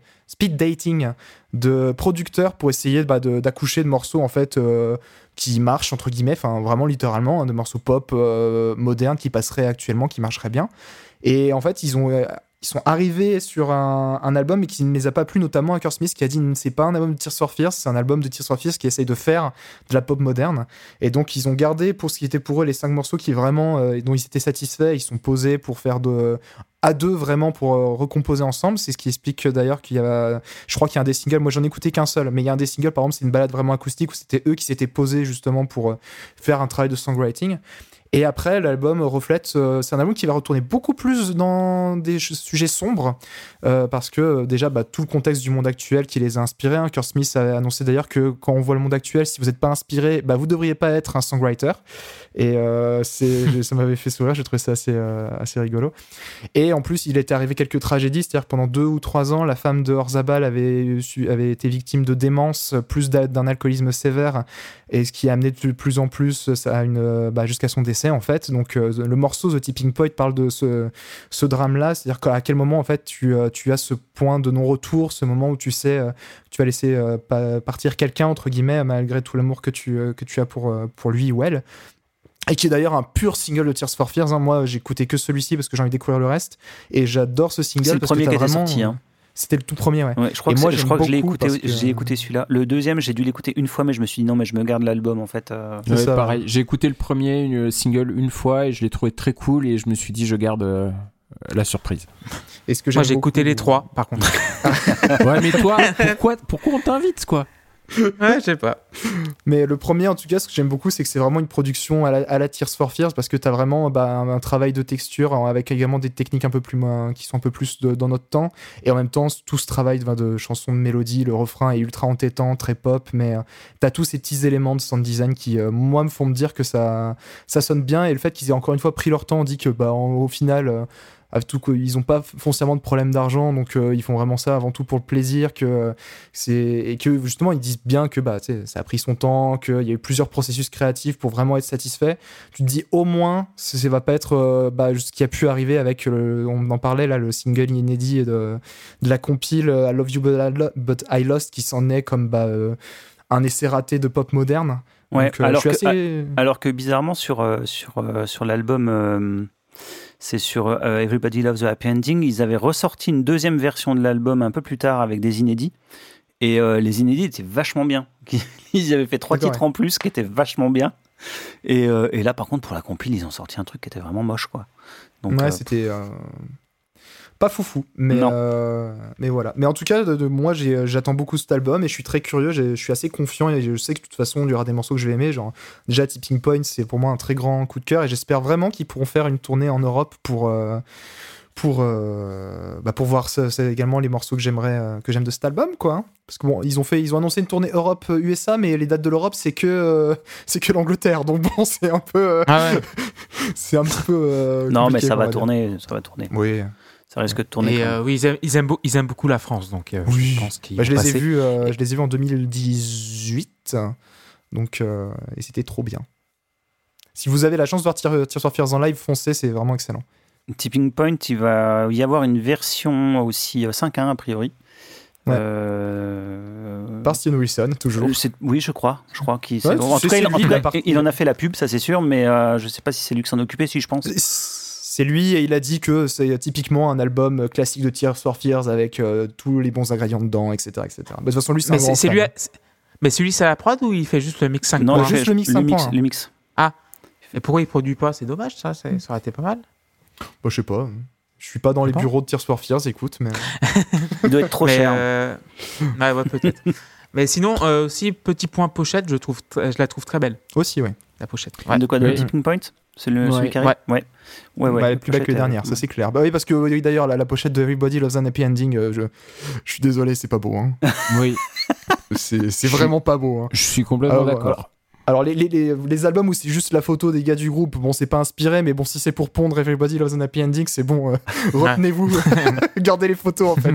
de producteurs pour essayer d'accoucher de morceaux en fait qui marchent entre guillemets, enfin vraiment littéralement, hein, de morceaux pop modernes qui passeraient actuellement, qui marcheraient bien. Et en fait, ils sont arrivés sur un album mais qui ne les a pas plu, notamment à Kurt Smith qui a dit c'est pas un album de Tears for Fears, c'est un album de Tears for Fears qui essaye de faire de la pop moderne. Et donc ils ont gardé pour ce qui était pour eux les 5 morceaux qui vraiment dont ils étaient satisfaits. Ils sont posés pour faire à deux vraiment pour recomposer ensemble. C'est ce qui explique d'ailleurs je crois qu'il y a un des singles, moi j'en ai écouté qu'un seul, mais il y a un des singles par exemple, c'est une balade vraiment acoustique où c'était eux qui s'étaient posés justement pour faire un travail de songwriting. Et après, l'album reflète... c'est un album qui va retourner beaucoup plus dans des sujets sombres, parce que déjà, tout le contexte du monde actuel qui les a inspirés. Hein. Kurt Smith a annoncé d'ailleurs que quand on voit le monde actuel, si vous n'êtes pas inspiré, vous ne devriez pas être un songwriter. Et ça m'avait fait sourire, j'ai trouvé ça assez rigolo. Et en plus, il était arrivé quelques tragédies, c'est-à-dire que pendant 2 ou 3 ans, la femme de Orzabal avait été victime de démence, plus d'un alcoolisme sévère, et ce qui a amené de plus en plus jusqu'à son décès en fait. Donc le morceau The Tipping Point parle de ce drame-là, c'est-à-dire qu'à quel moment en fait tu as ce point de non-retour, ce moment où tu sais tu vas laisser partir quelqu'un entre guillemets malgré tout l'amour que tu as pour lui ou elle. Et qui est d'ailleurs un pur single de Tears for Fears. Hein. Moi, j'ai écouté que celui-ci parce que j'ai envie de découvrir le reste. Et j'adore ce single. C'est le parce premier que qui était vraiment... sorti. Hein. C'était le tout premier, ouais. Je crois et que, moi, je crois que je l'ai beaucoup écouté. parce que- J'ai écouté celui-là. Le deuxième, j'ai dû l'écouter une fois, mais je me suis dit non, mais je me garde l'album en fait. C'est ça. Pareil, j'ai écouté le premier single une fois et je l'ai trouvé très cool et je me suis dit je garde la surprise. Et ce que Moi, j'aime j'ai écouté beaucoup- les 3, par contre. Ouais, mais toi, pourquoi on t'invite quoi? Ouais, je sais pas. Mais le premier, en tout cas, ce que j'aime beaucoup, c'est que c'est vraiment une production à la Tears for Fears parce que t'as vraiment un travail de texture avec également des techniques un peu plus qui sont un peu plus dans notre temps. Et en même temps, tout ce travail de chansons de mélodie, le refrain est ultra entêtant, très pop, mais t'as tous ces petits éléments de sound design qui, moi, me font me dire que ça sonne bien. Et le fait qu'ils aient encore une fois pris leur temps, on dit que, au final... ils n'ont pas foncièrement de problème d'argent, donc ils font vraiment ça avant tout pour le plaisir, et que justement ils disent bien que ça a pris son temps, qu'il y a eu plusieurs processus créatifs pour vraiment être satisfait. Tu te dis au moins ça va pas être ce qui a pu arriver avec on en parlait là, le single inédit de la compile I Love You But I Lost qui s'en est comme un essai raté de pop moderne. Ouais, Donc, alors que bizarrement sur l'album, c'est sur Everybody Loves the Happy Ending, ils avaient ressorti une deuxième version de l'album un peu plus tard avec des inédits. Et les inédits étaient vachement bien. Ils avaient fait 3 D'accord, titres en plus qui étaient vachement bien. Et là, par contre, pour la compile, ils ont sorti un truc qui était vraiment moche, quoi. Donc, ouais, c'était pas foufou, mais voilà. Mais en tout cas, moi, j'attends beaucoup cet album et je suis très curieux. Je suis assez confiant et je sais que de toute façon, il y aura des morceaux que je vais aimer. Genre, déjà, Tipping Point, c'est pour moi un très grand coup de cœur et j'espère vraiment qu'ils pourront faire une tournée en Europe pour voir c'est également les morceaux que j'aime de cet album, quoi. Hein. Parce que bon, ils ont annoncé une tournée Europe USA, mais les dates de l'Europe c'est que l'Angleterre, donc bon, c'est un peu c'est un petit peu non, mais ça va compliqué, tourner. oui. Ça risque de tourner. Et quand même. oui, ils aiment beaucoup la France, donc Oui. je pense qu'ils Je vont les ai passer. vus en 2018, donc et c'était trop bien. Si vous avez la chance de voir Tears for Fears en live, foncez, c'est vraiment excellent. Tipping Point, il va y avoir une version aussi 5.1 a priori. Ouais. Par Steven Wilson, toujours. Oui, je crois qu'il. Ouais, en tout cas, c'est lui, la partie- il en a fait la pub, ça c'est sûr, mais je sais pas si c'est lui qui s'en occupait, si je pense. C'est lui et il a dit que c'est typiquement un album classique de Tears for Fears avec tous les bons ingrédients dedans, etc. etc. De toute façon, lui, c'est un Mais grand c'est fan. lui, mais celui c'est à la prod ou il fait juste le mix 5 Non, points il fait juste le mix 5 points, hein. Le mix. Et pourquoi il produit pas? C'est dommage, ça aurait été pas mal. Je sais pas. Je suis pas dans les Pas. bureaux de Tears for Fears, écoute, mais... Il doit être trop Mais, cher. ouais, peut-être. Mais sinon, aussi, petit point pochette, je la trouve très belle, Aussi, ouais. la pochette. Ouais. De quoi, de Oui. Tipping Point? C'est celui qui arrive? Ouais. Bah, la plus belle que les pochette, dernières, ça c'est clair. Bah oui, parce que oui, d'ailleurs, la pochette de Everybody Loves an Happy Ending, je suis désolé, c'est pas beau. Hein. Oui, c'est vraiment pas beau. Hein. je suis complètement d'accord. Alors les albums où c'est juste la photo des gars du groupe, bon c'est pas inspiré, mais bon si c'est pour pondre Everybody Loves an Happy Ending, c'est bon, retenez-vous, gardez les photos en fait.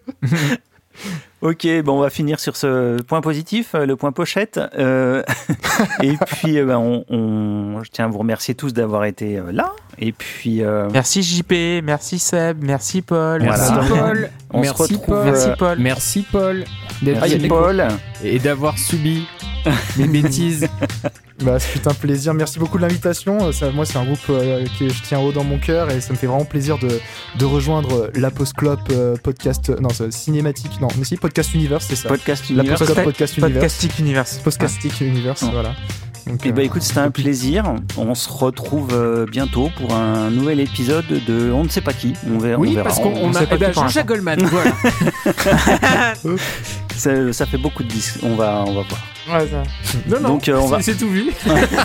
Ok, bon, on va finir sur ce point positif, le point pochette. Et puis, je tiens à vous remercier tous d'avoir été là. Et puis, Merci JP, merci Seb, merci Paul. Merci Voilà. Paul. On se Merci retrouve, Paul. Merci Paul. Merci Paul. d'être merci venu Paul. et d'avoir subi mes bêtises. Bah, c'est un plaisir. Merci beaucoup de l'invitation. Moi, c'est un groupe que je tiens haut dans mon cœur et ça me fait vraiment plaisir de rejoindre la Postclope podcast. Non, cinématique. Non, mais si, Podcast Universe, c'est ça. Podcast La Universe. Postclope Podcast Universe. Podcastic Universe. Podcastic Universe, Ouais. voilà. Donc, Eh ben, écoute, c'était un plaisir. On se retrouve bientôt pour un nouvel épisode de On ne sait pas qui. On verra. Oui, on verra. parce qu'on on a sait pas qui pour Jean-Jacques Goldman. Voilà. Ça fait beaucoup de disques. On va voir. Ouais, ça. Non, non, Donc, on va- c'est tout vu.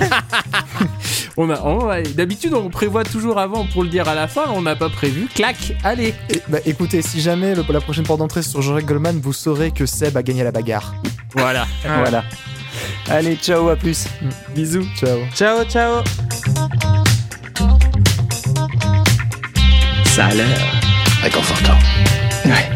D'habitude, on prévoit toujours avant pour le dire à la fin. On n'a pas prévu. Clac, allez. écoutez, si jamais la prochaine porte d'entrée sur Jean-Jacques Goldman, vous saurez que Seb a gagné la bagarre. Voilà. Voilà. Allez, ciao, à plus. Bisous. Ciao. Ciao, ciao. Ça a l'air réconfortant. Ouais.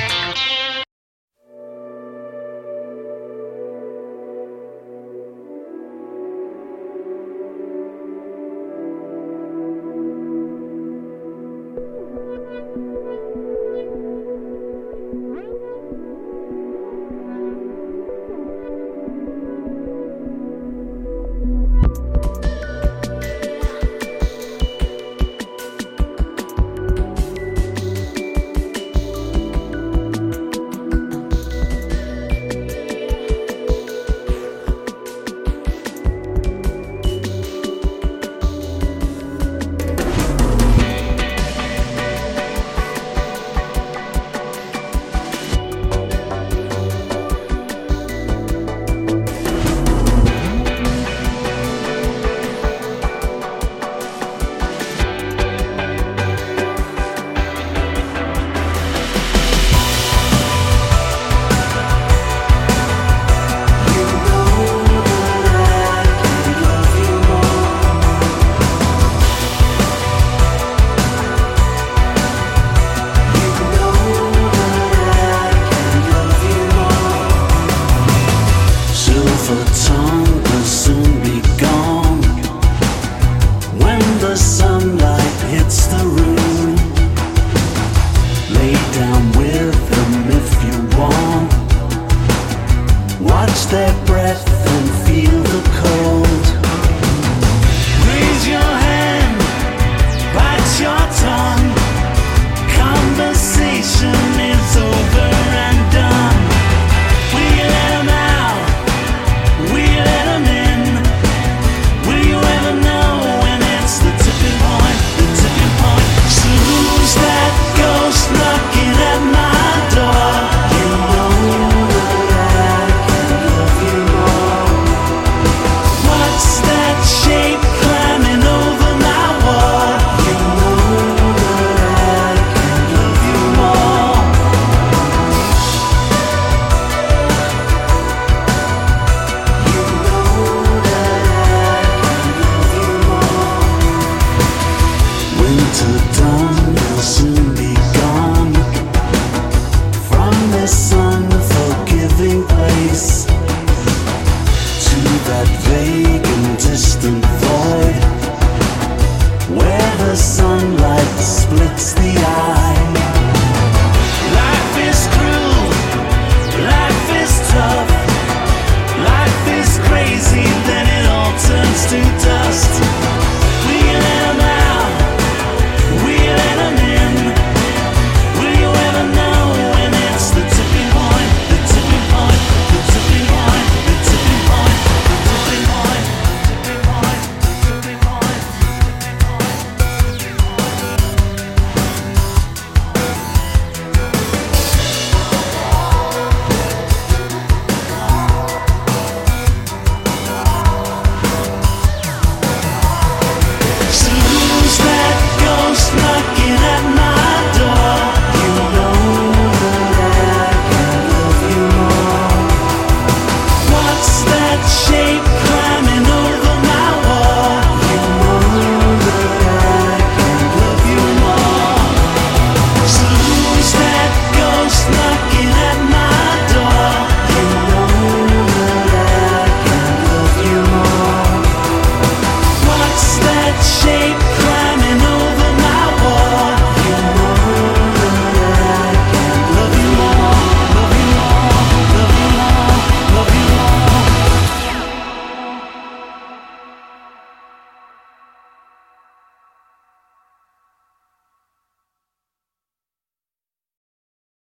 Silver tongue will soon be gone when the sunlight hits the room. Lay down with them if you want. Watch their breath and feel the cold.